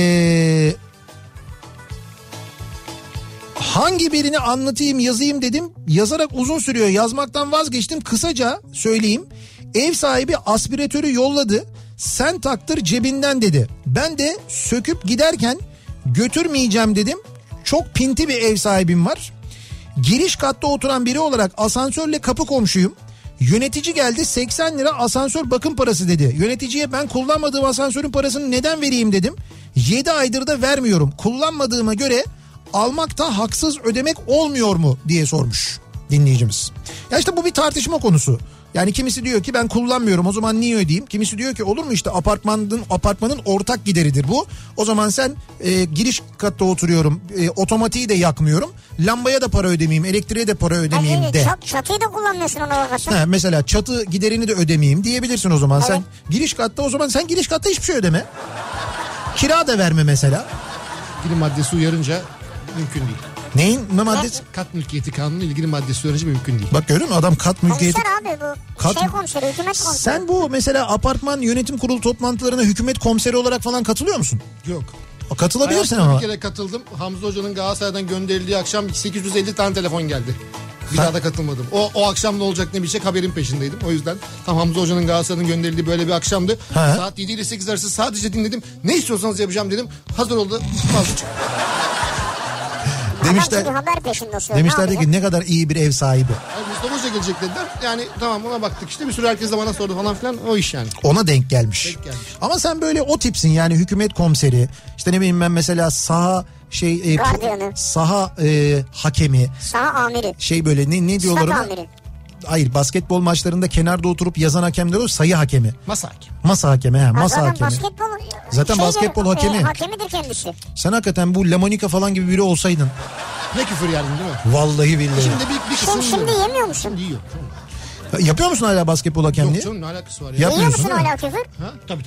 Speaker 1: Hangi birini anlatayım yazayım dedim. Yazarak uzun sürüyor. Yazmaktan vazgeçtim. Kısaca söyleyeyim. Ev sahibi aspiratörü yolladı. Sen taktır cebinden dedi. Ben de söküp giderken götürmeyeceğim dedim. Çok pinti bir ev sahibim var. Giriş katta oturan biri olarak asansörle kapı komşuyum. Yönetici geldi, 80 lira asansör bakım parası dedi. Yöneticiye ben kullanmadığım asansörün parasını neden vereyim dedim. 7 aydır da vermiyorum. Kullanmadığıma göre almakta haksız, ödemek olmuyor mu diye sormuş dinleyicimiz. Ya işte bu bir tartışma konusu. Yani kimisi diyor ki ben kullanmıyorum, o zaman niye ödeyeyim? Kimisi diyor ki olur mu, işte apartmanın ortak gideridir bu. O zaman sen giriş katta oturuyorum, otomatiği de yakmıyorum. Lambaya da para ödemeyeyim, elektriğe de para ödemeyeyim de.
Speaker 2: Çatıyı da kullanmıyorsun ona bakarsan.
Speaker 1: Mesela çatı giderini de ödemeyeyim diyebilirsin o zaman. Evet. Sen giriş katta, o zaman sen giriş katta hiçbir şey ödeme. Kira da verme mesela.
Speaker 5: İlgili maddesi uyarınca mümkün değil.
Speaker 1: Neyin maddesi?
Speaker 5: Kat mülkiyeti kanunu ilgili maddesi uyarınca mümkün değil.
Speaker 1: Bak görüyor musun, adam kat mülkiyeti.
Speaker 2: Komiser abi bu. Komiseri, hükümet komiseri.
Speaker 1: Sen bu mesela apartman yönetim kurulu toplantılarına hükümet komiseri olarak falan katılıyor musun?
Speaker 5: Yok.
Speaker 1: Katılabilirsin ama.
Speaker 5: Bir kere katıldım. Hamza Hoca'nın Galatasaray'dan gönderildiği akşam 850 tane telefon geldi. Bir daha da katılmadım. O akşam ne olacak ne bitecek haberin peşindeydim. O yüzden tam Hamza Hoca'nın Galatasaray'dan gönderildiği böyle bir akşamdı. Saat 7 ile 8 arası sadece dinledim. Ne istiyorsanız yapacağım dedim. Hazır oldu.
Speaker 1: Demişler ki ne kadar iyi bir ev sahibi.
Speaker 5: Mustafa Hoca gelecek dediler. Yani tamam, ona baktık işte, bir sürü herkes de bana sordu falan filan, o iş yani.
Speaker 1: Ona denk gelmiş. Ama sen böyle o tipsin yani, hükümet komiseri. İşte ne bileyim ben mesela saha
Speaker 2: gardiyanı.
Speaker 1: Saha hakemi.
Speaker 2: Saha amiri.
Speaker 1: Böyle ne diyorlar ona?
Speaker 2: Amiri.
Speaker 1: Hayır, basketbol maçlarında kenarda oturup yazan hakemler o sayı hakemi.
Speaker 5: Masa hakemi.
Speaker 1: Masa hakemi ha, masa
Speaker 2: zaten
Speaker 1: hakemi. Zaten basketbol hakemi.
Speaker 2: Hakemidir kendisi.
Speaker 1: Sen hakikaten bu La Monica falan gibi biri olsaydın.
Speaker 5: Ne küfür yerdin değil mi?
Speaker 1: Vallahi billahi.
Speaker 5: Şimdi bir kısmını
Speaker 2: Şimdi yemiyor musun?
Speaker 5: Şimdi yiyor.
Speaker 1: Yapıyor musun hala basketbol hakemliği?
Speaker 5: Yok canım, ne alakası var ya?
Speaker 2: Yiyor
Speaker 1: Yapmıyorsun
Speaker 2: musun
Speaker 1: değil mi?
Speaker 2: hala küfür?
Speaker 5: Ha? Tabii.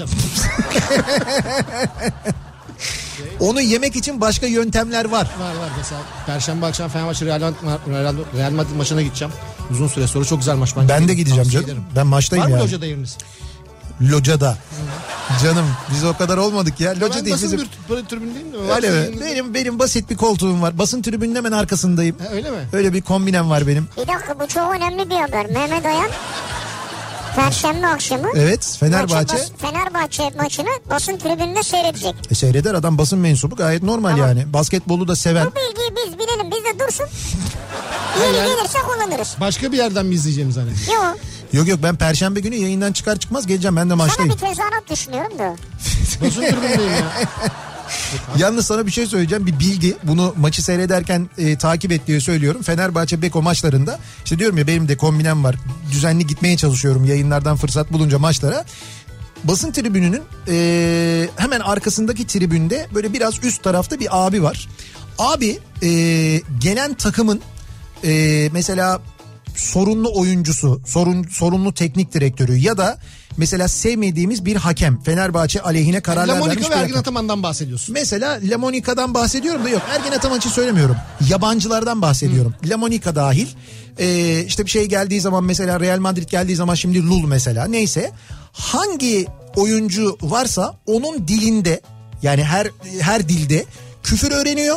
Speaker 1: Onu yemek için başka yöntemler var.
Speaker 5: Var mesela. Perşembe akşam Fenerbahçe Real Madrid maçına gideceğim. Uzun süre sonra çok güzel maç.
Speaker 1: Ben de gideceğim canım.
Speaker 5: Ederim.
Speaker 1: Ben maçtayım
Speaker 5: ya. Var mı
Speaker 1: yani.
Speaker 5: locada yeriniz?
Speaker 1: Locada. Canım biz o kadar olmadık ya. Loca
Speaker 5: Ben
Speaker 1: değil
Speaker 5: basın
Speaker 1: bizim.
Speaker 5: tribün değil mi?
Speaker 1: Öyle mi? Benim basit bir koltuğum var. Basın tribünün hemen arkasındayım.
Speaker 5: Ha, öyle mi?
Speaker 1: Öyle bir kombinem var benim.
Speaker 2: Bir dakika, bu çok önemli bir haber. Mehmet Ayan Perşembe akşamı
Speaker 1: Evet,
Speaker 2: Fenerbahçe maçını basın tribününde seyredecek.
Speaker 1: Seyreder adam, basın mensubu, gayet normal yani. Basketbolu da seven.
Speaker 2: Bu bilgiyi biz bilelim, biz de dursun. Yeri gelirse kullanırız.
Speaker 5: Başka bir yerden mi izleyeceğimiz zannediyorum?
Speaker 2: Yok.
Speaker 1: Yok ben perşembe günü yayından çıkar çıkmaz geleceğim, ben de maçtayım.
Speaker 2: Sana bir tezahürat düşünüyorum da.
Speaker 5: Basın tribündeyim ya.
Speaker 1: Yalnız sana bir şey söyleyeceğim, bir bilgi, bunu maçı seyrederken takip et diye söylüyorum. Fenerbahçe Beko maçlarında işte diyorum ya, benim de kombinem var, düzenli gitmeye çalışıyorum yayınlardan fırsat bulunca maçlara. Basın tribününün hemen arkasındaki tribünde böyle biraz üst tarafta bir abi var. Abi gelen takımın mesela sorunlu oyuncusu, sorunlu teknik direktörü ya da mesela sevmediğimiz bir hakem, Fenerbahçe aleyhine kararlar vermiş bir hakem.
Speaker 5: La Monica ve Ergin Ataman'dan bahsediyorsun.
Speaker 1: Mesela La Monica'dan bahsediyorum da yok, Ergin Ataman için söylemiyorum. Yabancılardan bahsediyorum. La Monica dahil. İşte bir şey geldiği zaman, mesela Real Madrid geldiği zaman, şimdi Lul mesela, neyse. Hangi oyuncu varsa onun dilinde, yani her dilde küfür öğreniyor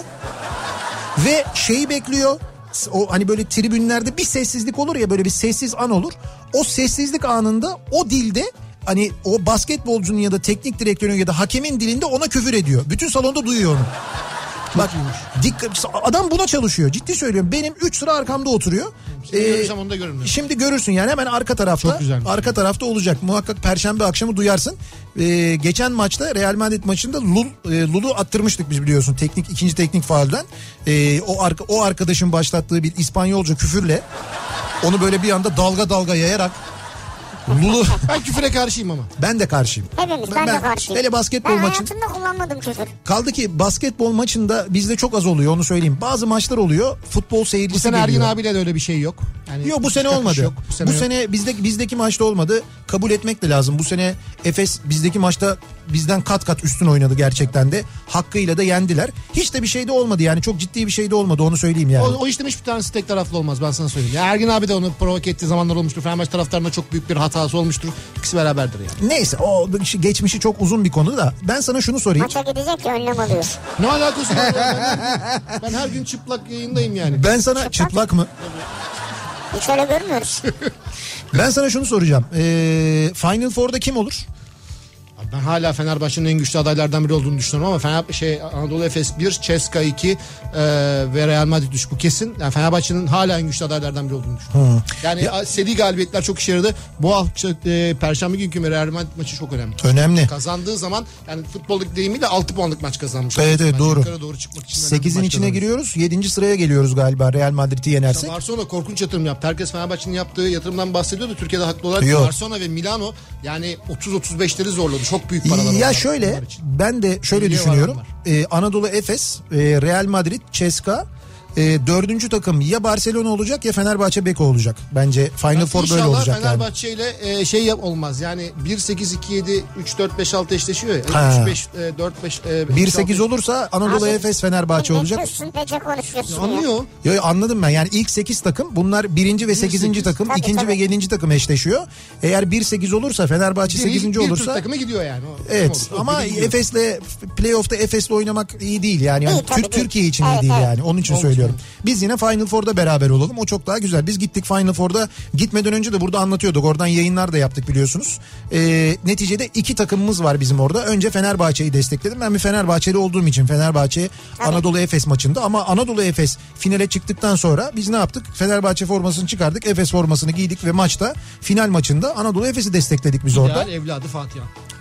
Speaker 1: ve şeyi bekliyor. O hani böyle tribünlerde bir sessizlik olur ya, böyle bir sessiz an olur. O sessizlik anında o dilde, hani o basketbolcunun ya da teknik direktörün ya da hakemin dilinde ona küfür ediyor. Bütün salonda duyuyor onu. Bak adam buna çalışıyor, ciddi söylüyorum. Benim 3 sıra arkamda oturuyor.
Speaker 5: Onu da görürüm.
Speaker 1: Şimdi görürsün yani, hemen arka tarafta. Arka tarafta olacak. Muhakkak perşembe akşamı duyarsın. Geçen maçta, Real Madrid maçında Lul'u attırmıştık biz, biliyorsun. İkinci teknik faulden. O arkadaşın başlattığı bir İspanyolca küfürle onu böyle bir anda dalga yayarak Lul'u...
Speaker 5: Ben küfüre karşıyım ama.
Speaker 1: Ben de karşıyım.
Speaker 2: Hepimiz, ben de karşıyım.
Speaker 1: Hele basketbol maçı.
Speaker 2: Ben hayatımda kullanmadım küfür.
Speaker 1: Kaldı ki basketbol maçında bizde çok az oluyor, onu söyleyeyim. Bazı maçlar oluyor, futbol seyircisi
Speaker 5: bu sene
Speaker 1: geliyor.
Speaker 5: Ergin abiyle de öyle bir şey yok. Yani
Speaker 1: yok, bu sene olmadı.
Speaker 5: Yok,
Speaker 1: bu sene bizdeki maçta olmadı. Kabul etmek de lazım. Bu sene Efes bizdeki maçta bizden kat üstün oynadı gerçekten de. Hakkıyla da yendiler. Hiç de bir şey de olmadı yani. Çok ciddi bir şey de olmadı, onu söyleyeyim yani.
Speaker 5: O işte hiçbir tanesi tek taraflı olmaz, ben sana söyleyeyim. Ya Ergin abi de onu provoke ettiği zamanlar olmuştur. Fenerbahçe taraftarında çok büyük bir hatası olmuştur. İkisi beraberdir yani.
Speaker 1: Neyse, o geçmişi çok uzun bir konu da. Ben sana şunu sorayım.
Speaker 2: Maça gidecek ya, önlem alıyor.
Speaker 5: Ne alakası var? Ben her gün çıplak yayındayım yani.
Speaker 1: Ben sana çıplak mı?
Speaker 2: Hiç öyle görmüyoruz.
Speaker 1: Ben sana şunu soracağım. Final Four'da kim olur?
Speaker 5: Ben hala Fenerbahçe'nin en güçlü adaylardan biri olduğunu düşünüyorum ama Anadolu Efes 1, CSKA 2 ve Real Madrid 3, bu kesin. Yani Fenerbahçe'nin hala en güçlü adaylardan biri olduğunu düşünüyorum. Yani seri galibiyetler çok işe yaradı. Bu hafta Perşembe günkü Real Madrid maçı çok önemli.
Speaker 1: Önemli.
Speaker 5: Kazandığı zaman, yani futboldaki deyimiyle 6 puanlık maç kazanmış.
Speaker 1: Evet doğru.
Speaker 5: Yukarı doğru çıkmak için
Speaker 1: 8'in içine giriyoruz. 7. sıraya geliyoruz galiba, Real Madrid'i yenersek.
Speaker 5: Barcelona korkunç yatırım yaptı. Herkes Fenerbahçe'nin yaptığı yatırımdan bahsediyordu. Türkiye'de haklı olarak Barcelona ve Milano yani 30-35'leri zorladı. Çok büyük paralar.
Speaker 1: Ya şöyle, ben de şöyle düşünüyorum. Anadolu Efes, Real Madrid, CSKA, dördüncü takım ya Barcelona olacak ya Fenerbahçe Beko olacak. Bence Final Four böyle olacak yani.
Speaker 5: İnşallah Fenerbahçe ile olmaz. Yani 1-8-2-7 3-4-5-6 eşleşiyor ya. 3-5 4-5
Speaker 1: 1-8 olursa Anadolu Efes Fenerbahçe olacak.
Speaker 2: Nece konuşuyorsun
Speaker 5: anlıyor.
Speaker 1: Yo, anladım ben. Yani ilk 8 takım, bunlar 1. ve 8. takım, 2. ve 7. takım eşleşiyor. Eğer 1-8 olursa, Fenerbahçe 8. olursa. Bir Türk
Speaker 5: takımı gidiyor yani.
Speaker 1: Evet ama Efes'le playoff'ta Efes'le oynamak iyi değil yani. Türkiye için iyi değil yani. Onun için söylüyorum. Biz yine Final Four'da beraber olalım. O çok daha güzel. Biz gittik Final Four'da. Gitmeden önce de burada anlatıyorduk. Oradan yayınlar da yaptık biliyorsunuz. Neticede 2 takımımız var bizim orada. Önce Fenerbahçe'yi destekledim. Ben bir Fenerbahçeli olduğum için Fenerbahçe Anadolu Efes maçında, ama Anadolu Efes finale çıktıktan sonra biz ne yaptık? Fenerbahçe formasını çıkardık. Efes formasını giydik ve maçta, final maçında Anadolu Efes'i destekledik biz orada.
Speaker 5: Evladı Fatiha.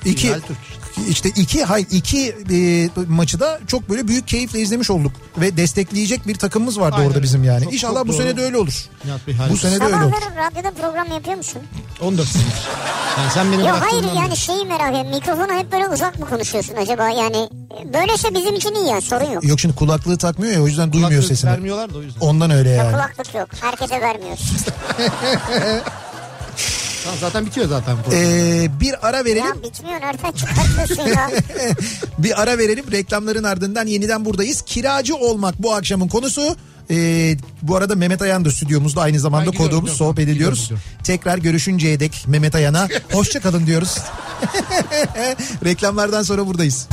Speaker 1: İki maçı da çok böyle büyük keyifle izlemiş olduk ve destekleyecek bir takımımız vardı orada bizim yani.
Speaker 5: Çok,
Speaker 1: İnşallah
Speaker 5: çok
Speaker 1: bu sene de öyle olur. Bu sene de öyle olur.
Speaker 2: Sabahları radyoda program yapıyor musun?
Speaker 5: 14 senedir. Yani sen beni
Speaker 2: Yok hayır yani şeyi merak ediyorum. Mikrofona hep böyle uzak mı konuşuyorsun acaba? Yani böylese bizim için iyi ya, sorun yok.
Speaker 1: Yok şimdi kulaklığı takmıyor ya, o yüzden duymuyor
Speaker 5: kulaklık
Speaker 1: sesini.
Speaker 5: vermiyorlar da o yüzden.
Speaker 1: Ondan öyle yani.
Speaker 2: Kulaklık yok. Herkese vermiyoruz.
Speaker 5: Zaten bitiyor zaten.
Speaker 1: Bir ara verelim.
Speaker 2: Ya bitmiyor, nereden çıkartıyorsun ya?
Speaker 1: Bir ara verelim, reklamların ardından yeniden buradayız. Kiracı olmak bu akşamın konusu. Bu arada Mehmet Ayan da stüdyomuzda, aynı zamanda konuğumuz, sohbet ediyoruz. Tekrar görüşünceye dek Mehmet Ayan'a hoşça kalın diyoruz. Reklamlardan sonra buradayız.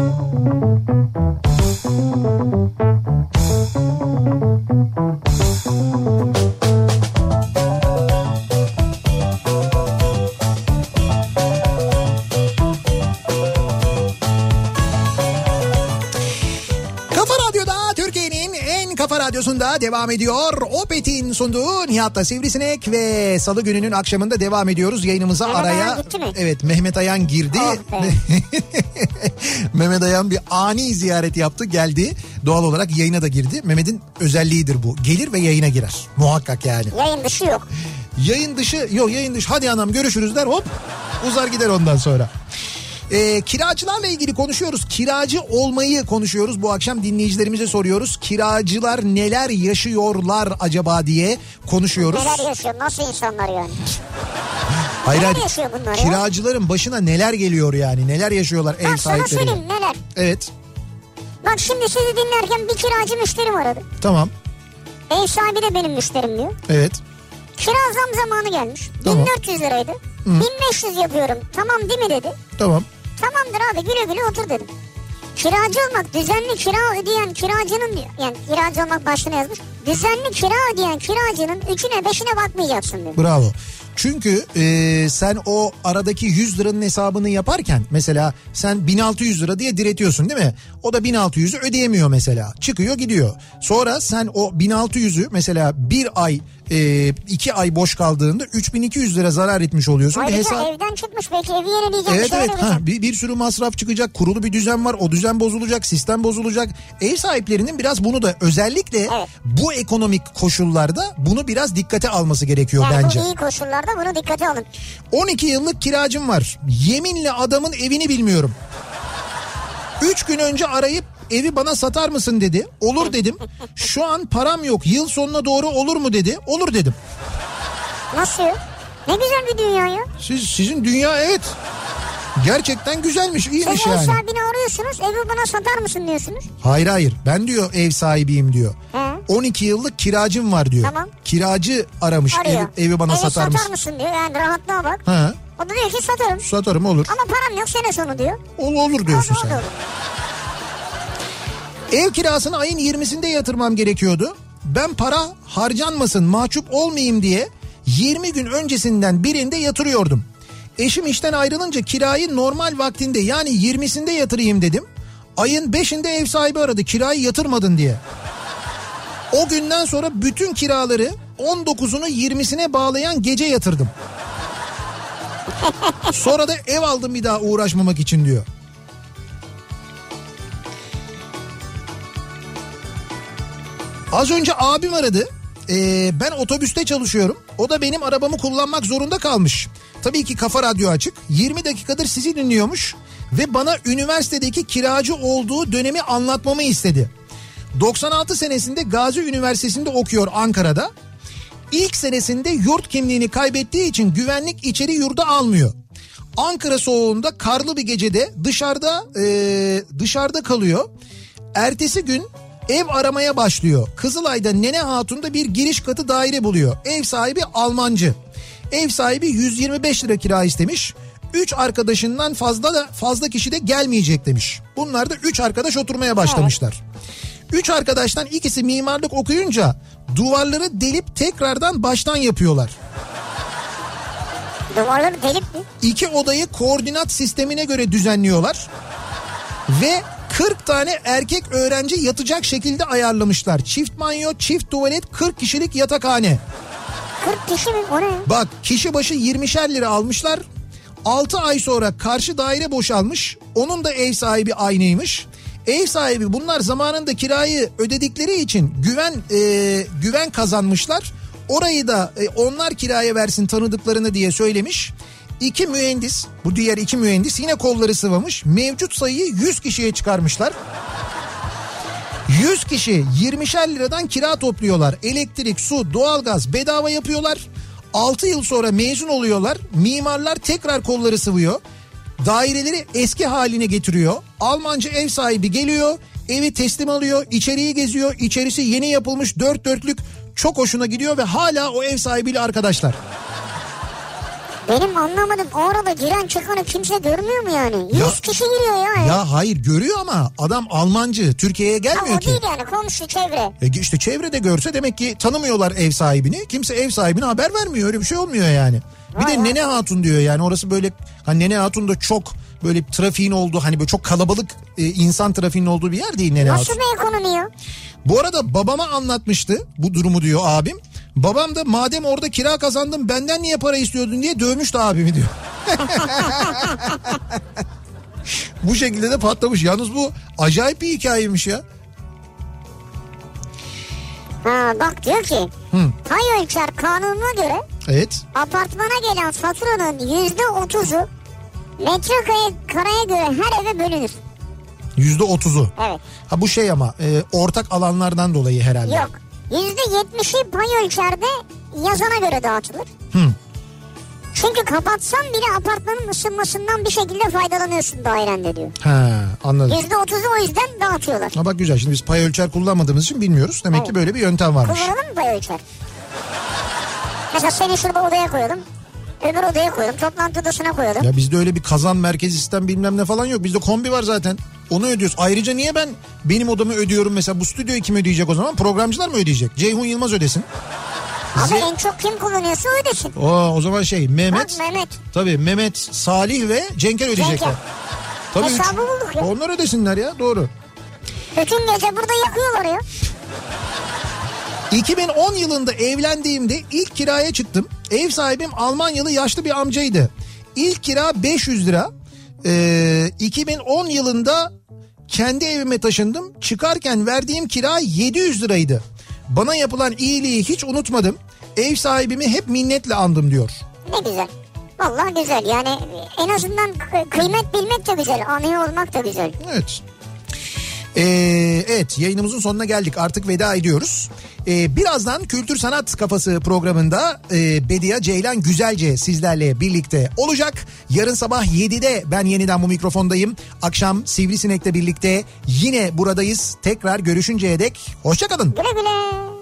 Speaker 1: Kafa Radyosu'nda devam ediyor. Opet'in sunduğu Nihat'la Sivrisinek ve Salı gününün akşamında devam ediyoruz yayınımıza.
Speaker 2: Mehmet
Speaker 1: araya.
Speaker 2: Ayan gitti mi?
Speaker 1: Evet, Mehmet Ayan girdi. Mehmet Ayan bir ani ziyaret yaptı, geldi. Doğal olarak yayına da girdi. Mehmet'in özelliğidir bu. Gelir ve yayına girer. Muhakkak yani.
Speaker 2: Yayın dışı yok.
Speaker 1: Yayın dışı hadi anam görüşürüz der, hop uzar gider ondan sonra. Kiracılarla ilgili konuşuyoruz. Kiracı olmayı konuşuyoruz. Bu akşam dinleyicilerimize soruyoruz. Kiracılar neler yaşıyorlar acaba diye konuşuyoruz.
Speaker 2: Neler yaşıyor? Nasıl insanlar yani?
Speaker 1: Hayır,
Speaker 2: neler yaşıyor bunlar ya?
Speaker 1: Kiracıların başına neler geliyor yani? Neler yaşıyorlar ev sahipleri?
Speaker 2: Bak sana söyleyeyim neler.
Speaker 1: Evet.
Speaker 2: Bak şimdi sizi dinlerken bir kiracı müşterim aradı.
Speaker 1: Tamam.
Speaker 2: Ev sahibi de benim müşterim diyor.
Speaker 1: Evet.
Speaker 2: Kira zam zamanı gelmiş.
Speaker 1: Tamam.
Speaker 2: 1400 liraydı. 1500 yapıyorum. Tamam değil mi dedi.
Speaker 1: Tamam.
Speaker 2: Tamamdır abi, güle güle otur dedim. Kiracı olmak, düzenli kira ödeyen kiracının diyor. Yani kiracı olmak başlığına yazmış. Düzenli kira ödeyen kiracının 3'üne 5'ine bakmayacaksın diyor.
Speaker 1: Bravo. Çünkü sen o aradaki 100 liranın hesabını yaparken mesela sen 1600 lira diye diretiyorsun değil mi? O da 1600'ü ödeyemiyor mesela. Çıkıyor gidiyor. Sonra sen o 1600'ü mesela bir ay 2 ay boş kaldığında 3200 lira zarar etmiş oluyorsun.
Speaker 2: Ayrıca evden çıkmış, belki evi yenileyecek.
Speaker 1: Evet. Bir sürü masraf çıkacak. Kurulu bir düzen var. O düzen bozulacak. Sistem bozulacak. Ev sahiplerinin biraz bunu da özellikle bu ekonomik koşullarda bunu biraz dikkate alması gerekiyor
Speaker 2: yani
Speaker 1: bence.
Speaker 2: Bu iyi koşullarda bunu dikkate alın.
Speaker 1: 12 yıllık kiracım var. Yeminle adamın evini bilmiyorum. 3 gün önce arayıp evi bana satar mısın dedi. Olur dedim. Şu an param yok. Yıl sonuna doğru olur mu dedi. Olur dedim.
Speaker 2: Nasıl? Ne güzel bir dünya ya.
Speaker 1: Sizin dünya evet. Gerçekten güzelmiş, iyiymiş yani.
Speaker 2: Siz ev sahibini arıyorsunuz, evi bana satar mısın diyorsunuz.
Speaker 1: Hayır. Ben diyor ev sahibiyim diyor. 12 yıllık kiracım var diyor.
Speaker 2: Tamam.
Speaker 1: Kiracı aramış, evi bana satar mısın?
Speaker 2: Satar mısın diyor, yani rahatlığa bak.
Speaker 1: Ha.
Speaker 2: O da diyor ki satarım.
Speaker 1: Satarım, olur.
Speaker 2: Ama param yok sene sonu diyor.
Speaker 1: Olur diyorsun
Speaker 2: sen. Olur.
Speaker 1: Ev kirasını ayın 20'sinde yatırmam gerekiyordu. Ben para harcanmasın, mahcup olmayayım diye 20 gün öncesinden birinde yatırıyordum. Eşim işten ayrılınca kirayı normal vaktinde, yani 20'sinde yatırayım dedim. Ayın 5'inde ev sahibi aradı, kirayı yatırmadın diye. O günden sonra bütün kiraları 19'unu 20'sine bağlayan gece yatırdım. Sonra da ev aldım bir daha uğraşmamak için diyor. Az önce abim aradı. Ben otobüste çalışıyorum. O da benim arabamı kullanmak zorunda kalmış. Tabii ki Kafa Radyo açık. 20 dakikadır sizi dinliyormuş. Ve bana üniversitedeki kiracı olduğu dönemi anlatmamı istedi. 96 senesinde Gazi Üniversitesi'nde okuyor Ankara'da. İlk senesinde yurt kimliğini kaybettiği için güvenlik içeri yurda almıyor. Ankara soğuğunda karlı bir gecede dışarıda kalıyor. Ertesi gün ev aramaya başlıyor. Kızılay'da Nene Hatun'da bir giriş katı daire buluyor. Ev sahibi Almancı. Ev sahibi 125 lira kira istemiş. 3 arkadaşından fazla kişi de gelmeyecek demiş. Bunlar da 3 arkadaş oturmaya başlamışlar. 3 arkadaştan ikisi mimarlık okuyunca duvarları delip tekrardan baştan yapıyorlar.
Speaker 2: Duvarları delip mi?
Speaker 1: 2 odayı koordinat sistemine göre düzenliyorlar. Ve 40 tane erkek öğrenci yatacak şekilde ayarlamışlar. Çift banyo, çift tuvalet, 40 kişilik yatakhane.
Speaker 2: 40 kişi mi? O ne?
Speaker 1: Bak, kişi başı 20'şer lira almışlar. 6 ay sonra karşı daire boşalmış. Onun da ev sahibi aynıymış. Ev sahibi bunlar zamanında kirayı ödedikleri için güven kazanmışlar. Orayı da onlar kiraya versin tanıdıklarını diye söylemiş. 2 mühendis, bu diğer 2 mühendis yine kolları sıvamış. Mevcut sayıyı 100 kişiye çıkarmışlar. 100 kişi 20'şer liradan kira topluyorlar. Elektrik, su, doğalgaz bedava yapıyorlar. 6 yıl sonra mezun oluyorlar. Mimarlar tekrar kolları sıvıyor. Daireleri eski haline getiriyor. Almancı ev sahibi geliyor. Evi teslim alıyor. İçeriği geziyor. İçerisi yeni yapılmış 4 dörtlük. Çok hoşuna gidiyor ve hala o ev sahibiyle arkadaşlar.
Speaker 2: Benim anlamadım, o arada giren çıkanı kimse görmüyor mu yani? 100 kişi giriyor ya.
Speaker 1: Ya hayır, görüyor ama adam Almancı, Türkiye'ye gelmiyor ki.
Speaker 2: O değil yani, komşu, çevre.
Speaker 1: İşte çevrede görse demek ki tanımıyorlar ev sahibini. Kimse ev sahibine haber vermiyor, öyle bir şey olmuyor yani. Bir de Nene Hatun diyor yani, orası böyle hani Nene Hatun da çok böyle trafiğin olduğu, hani böyle çok kalabalık insan trafiğinin olduğu bir yer değil Nene Hatun.
Speaker 2: Nasıl bir ekonomi ya?
Speaker 1: Bu arada babama anlatmıştı bu durumu diyor abim. Babam da madem orada kira kazandım benden niye para istiyordun diye dövmüştü abimi diyor. Bu şekilde de patlamış. Yalnız bu acayip bir hikayeymiş ya.
Speaker 2: Bak diyor ki pay ölçer kanununa göre
Speaker 1: evet,
Speaker 2: apartmana gelen faturanın %30'u metrekareye göre her eve bölünür.
Speaker 1: %30'u.
Speaker 2: Evet.
Speaker 1: Ha bu şey ama ortak alanlardan dolayı herhalde.
Speaker 2: Yok. %70'i pay ölçerde yazana göre dağıtılır. Çünkü kapatsan bile apartmanın ısınmasından bir şekilde faydalanıyorsun dairende diyor.
Speaker 1: Anladım.
Speaker 2: %30'u o yüzden dağıtıyorlar.
Speaker 1: Ha bak güzel, şimdi biz pay ölçer kullanmadığımız için bilmiyoruz. Demek ki böyle bir yöntem varmış.
Speaker 2: Kullanalım mı pay ölçer? Mesela seni şurada odaya koyalım. Öbür odaya koyalım. Toplantı odasına koyalım.
Speaker 1: Ya bizde öyle bir kazan merkezi sistem bilmem ne falan yok. Bizde kombi var zaten. Onu ödüyoruz. Ayrıca niye ben benim odamı ödüyorum mesela, bu stüdyoyu kim ödeyecek o zaman? Programcılar mı ödeyecek? Ceyhun Yılmaz ödesin.
Speaker 2: Abi en çok kim kullanıyorsa ödesin.
Speaker 1: O zaman Mehmet.
Speaker 2: Bak Mehmet.
Speaker 1: Tabii Mehmet, Salih ve Cenker ödeyecekler. Tabii
Speaker 2: hesabı bulduk ya.
Speaker 1: Onlar ödesinler ya, doğru.
Speaker 2: Bütün gece burada yakıyorlar ya.
Speaker 1: 2010 yılında evlendiğimde ilk kiraya çıktım. Ev sahibim Almanyalı yaşlı bir amcaydı. İlk kira 500 lira. 2010 yılında kendi evime taşındım. Çıkarken verdiğim kira 700 liraydı. Bana yapılan iyiliği hiç unutmadım. Ev sahibimi hep minnetle andım diyor.
Speaker 2: Ne güzel. Vallahi güzel yani, en azından kıymet bilmek de güzel. Anıyor olmak da güzel.
Speaker 1: Evet. Evet, yayınımızın sonuna geldik, artık veda ediyoruz. Birazdan Kültür Sanat Kafası programında Bediye Ceylan Güzelce sizlerle birlikte olacak. Yarın sabah 7'de ben yeniden bu mikrofondayım. Akşam Sivrisinek'le birlikte yine buradayız. Tekrar görüşünceye dek hoşça kalın.
Speaker 2: Güle güle.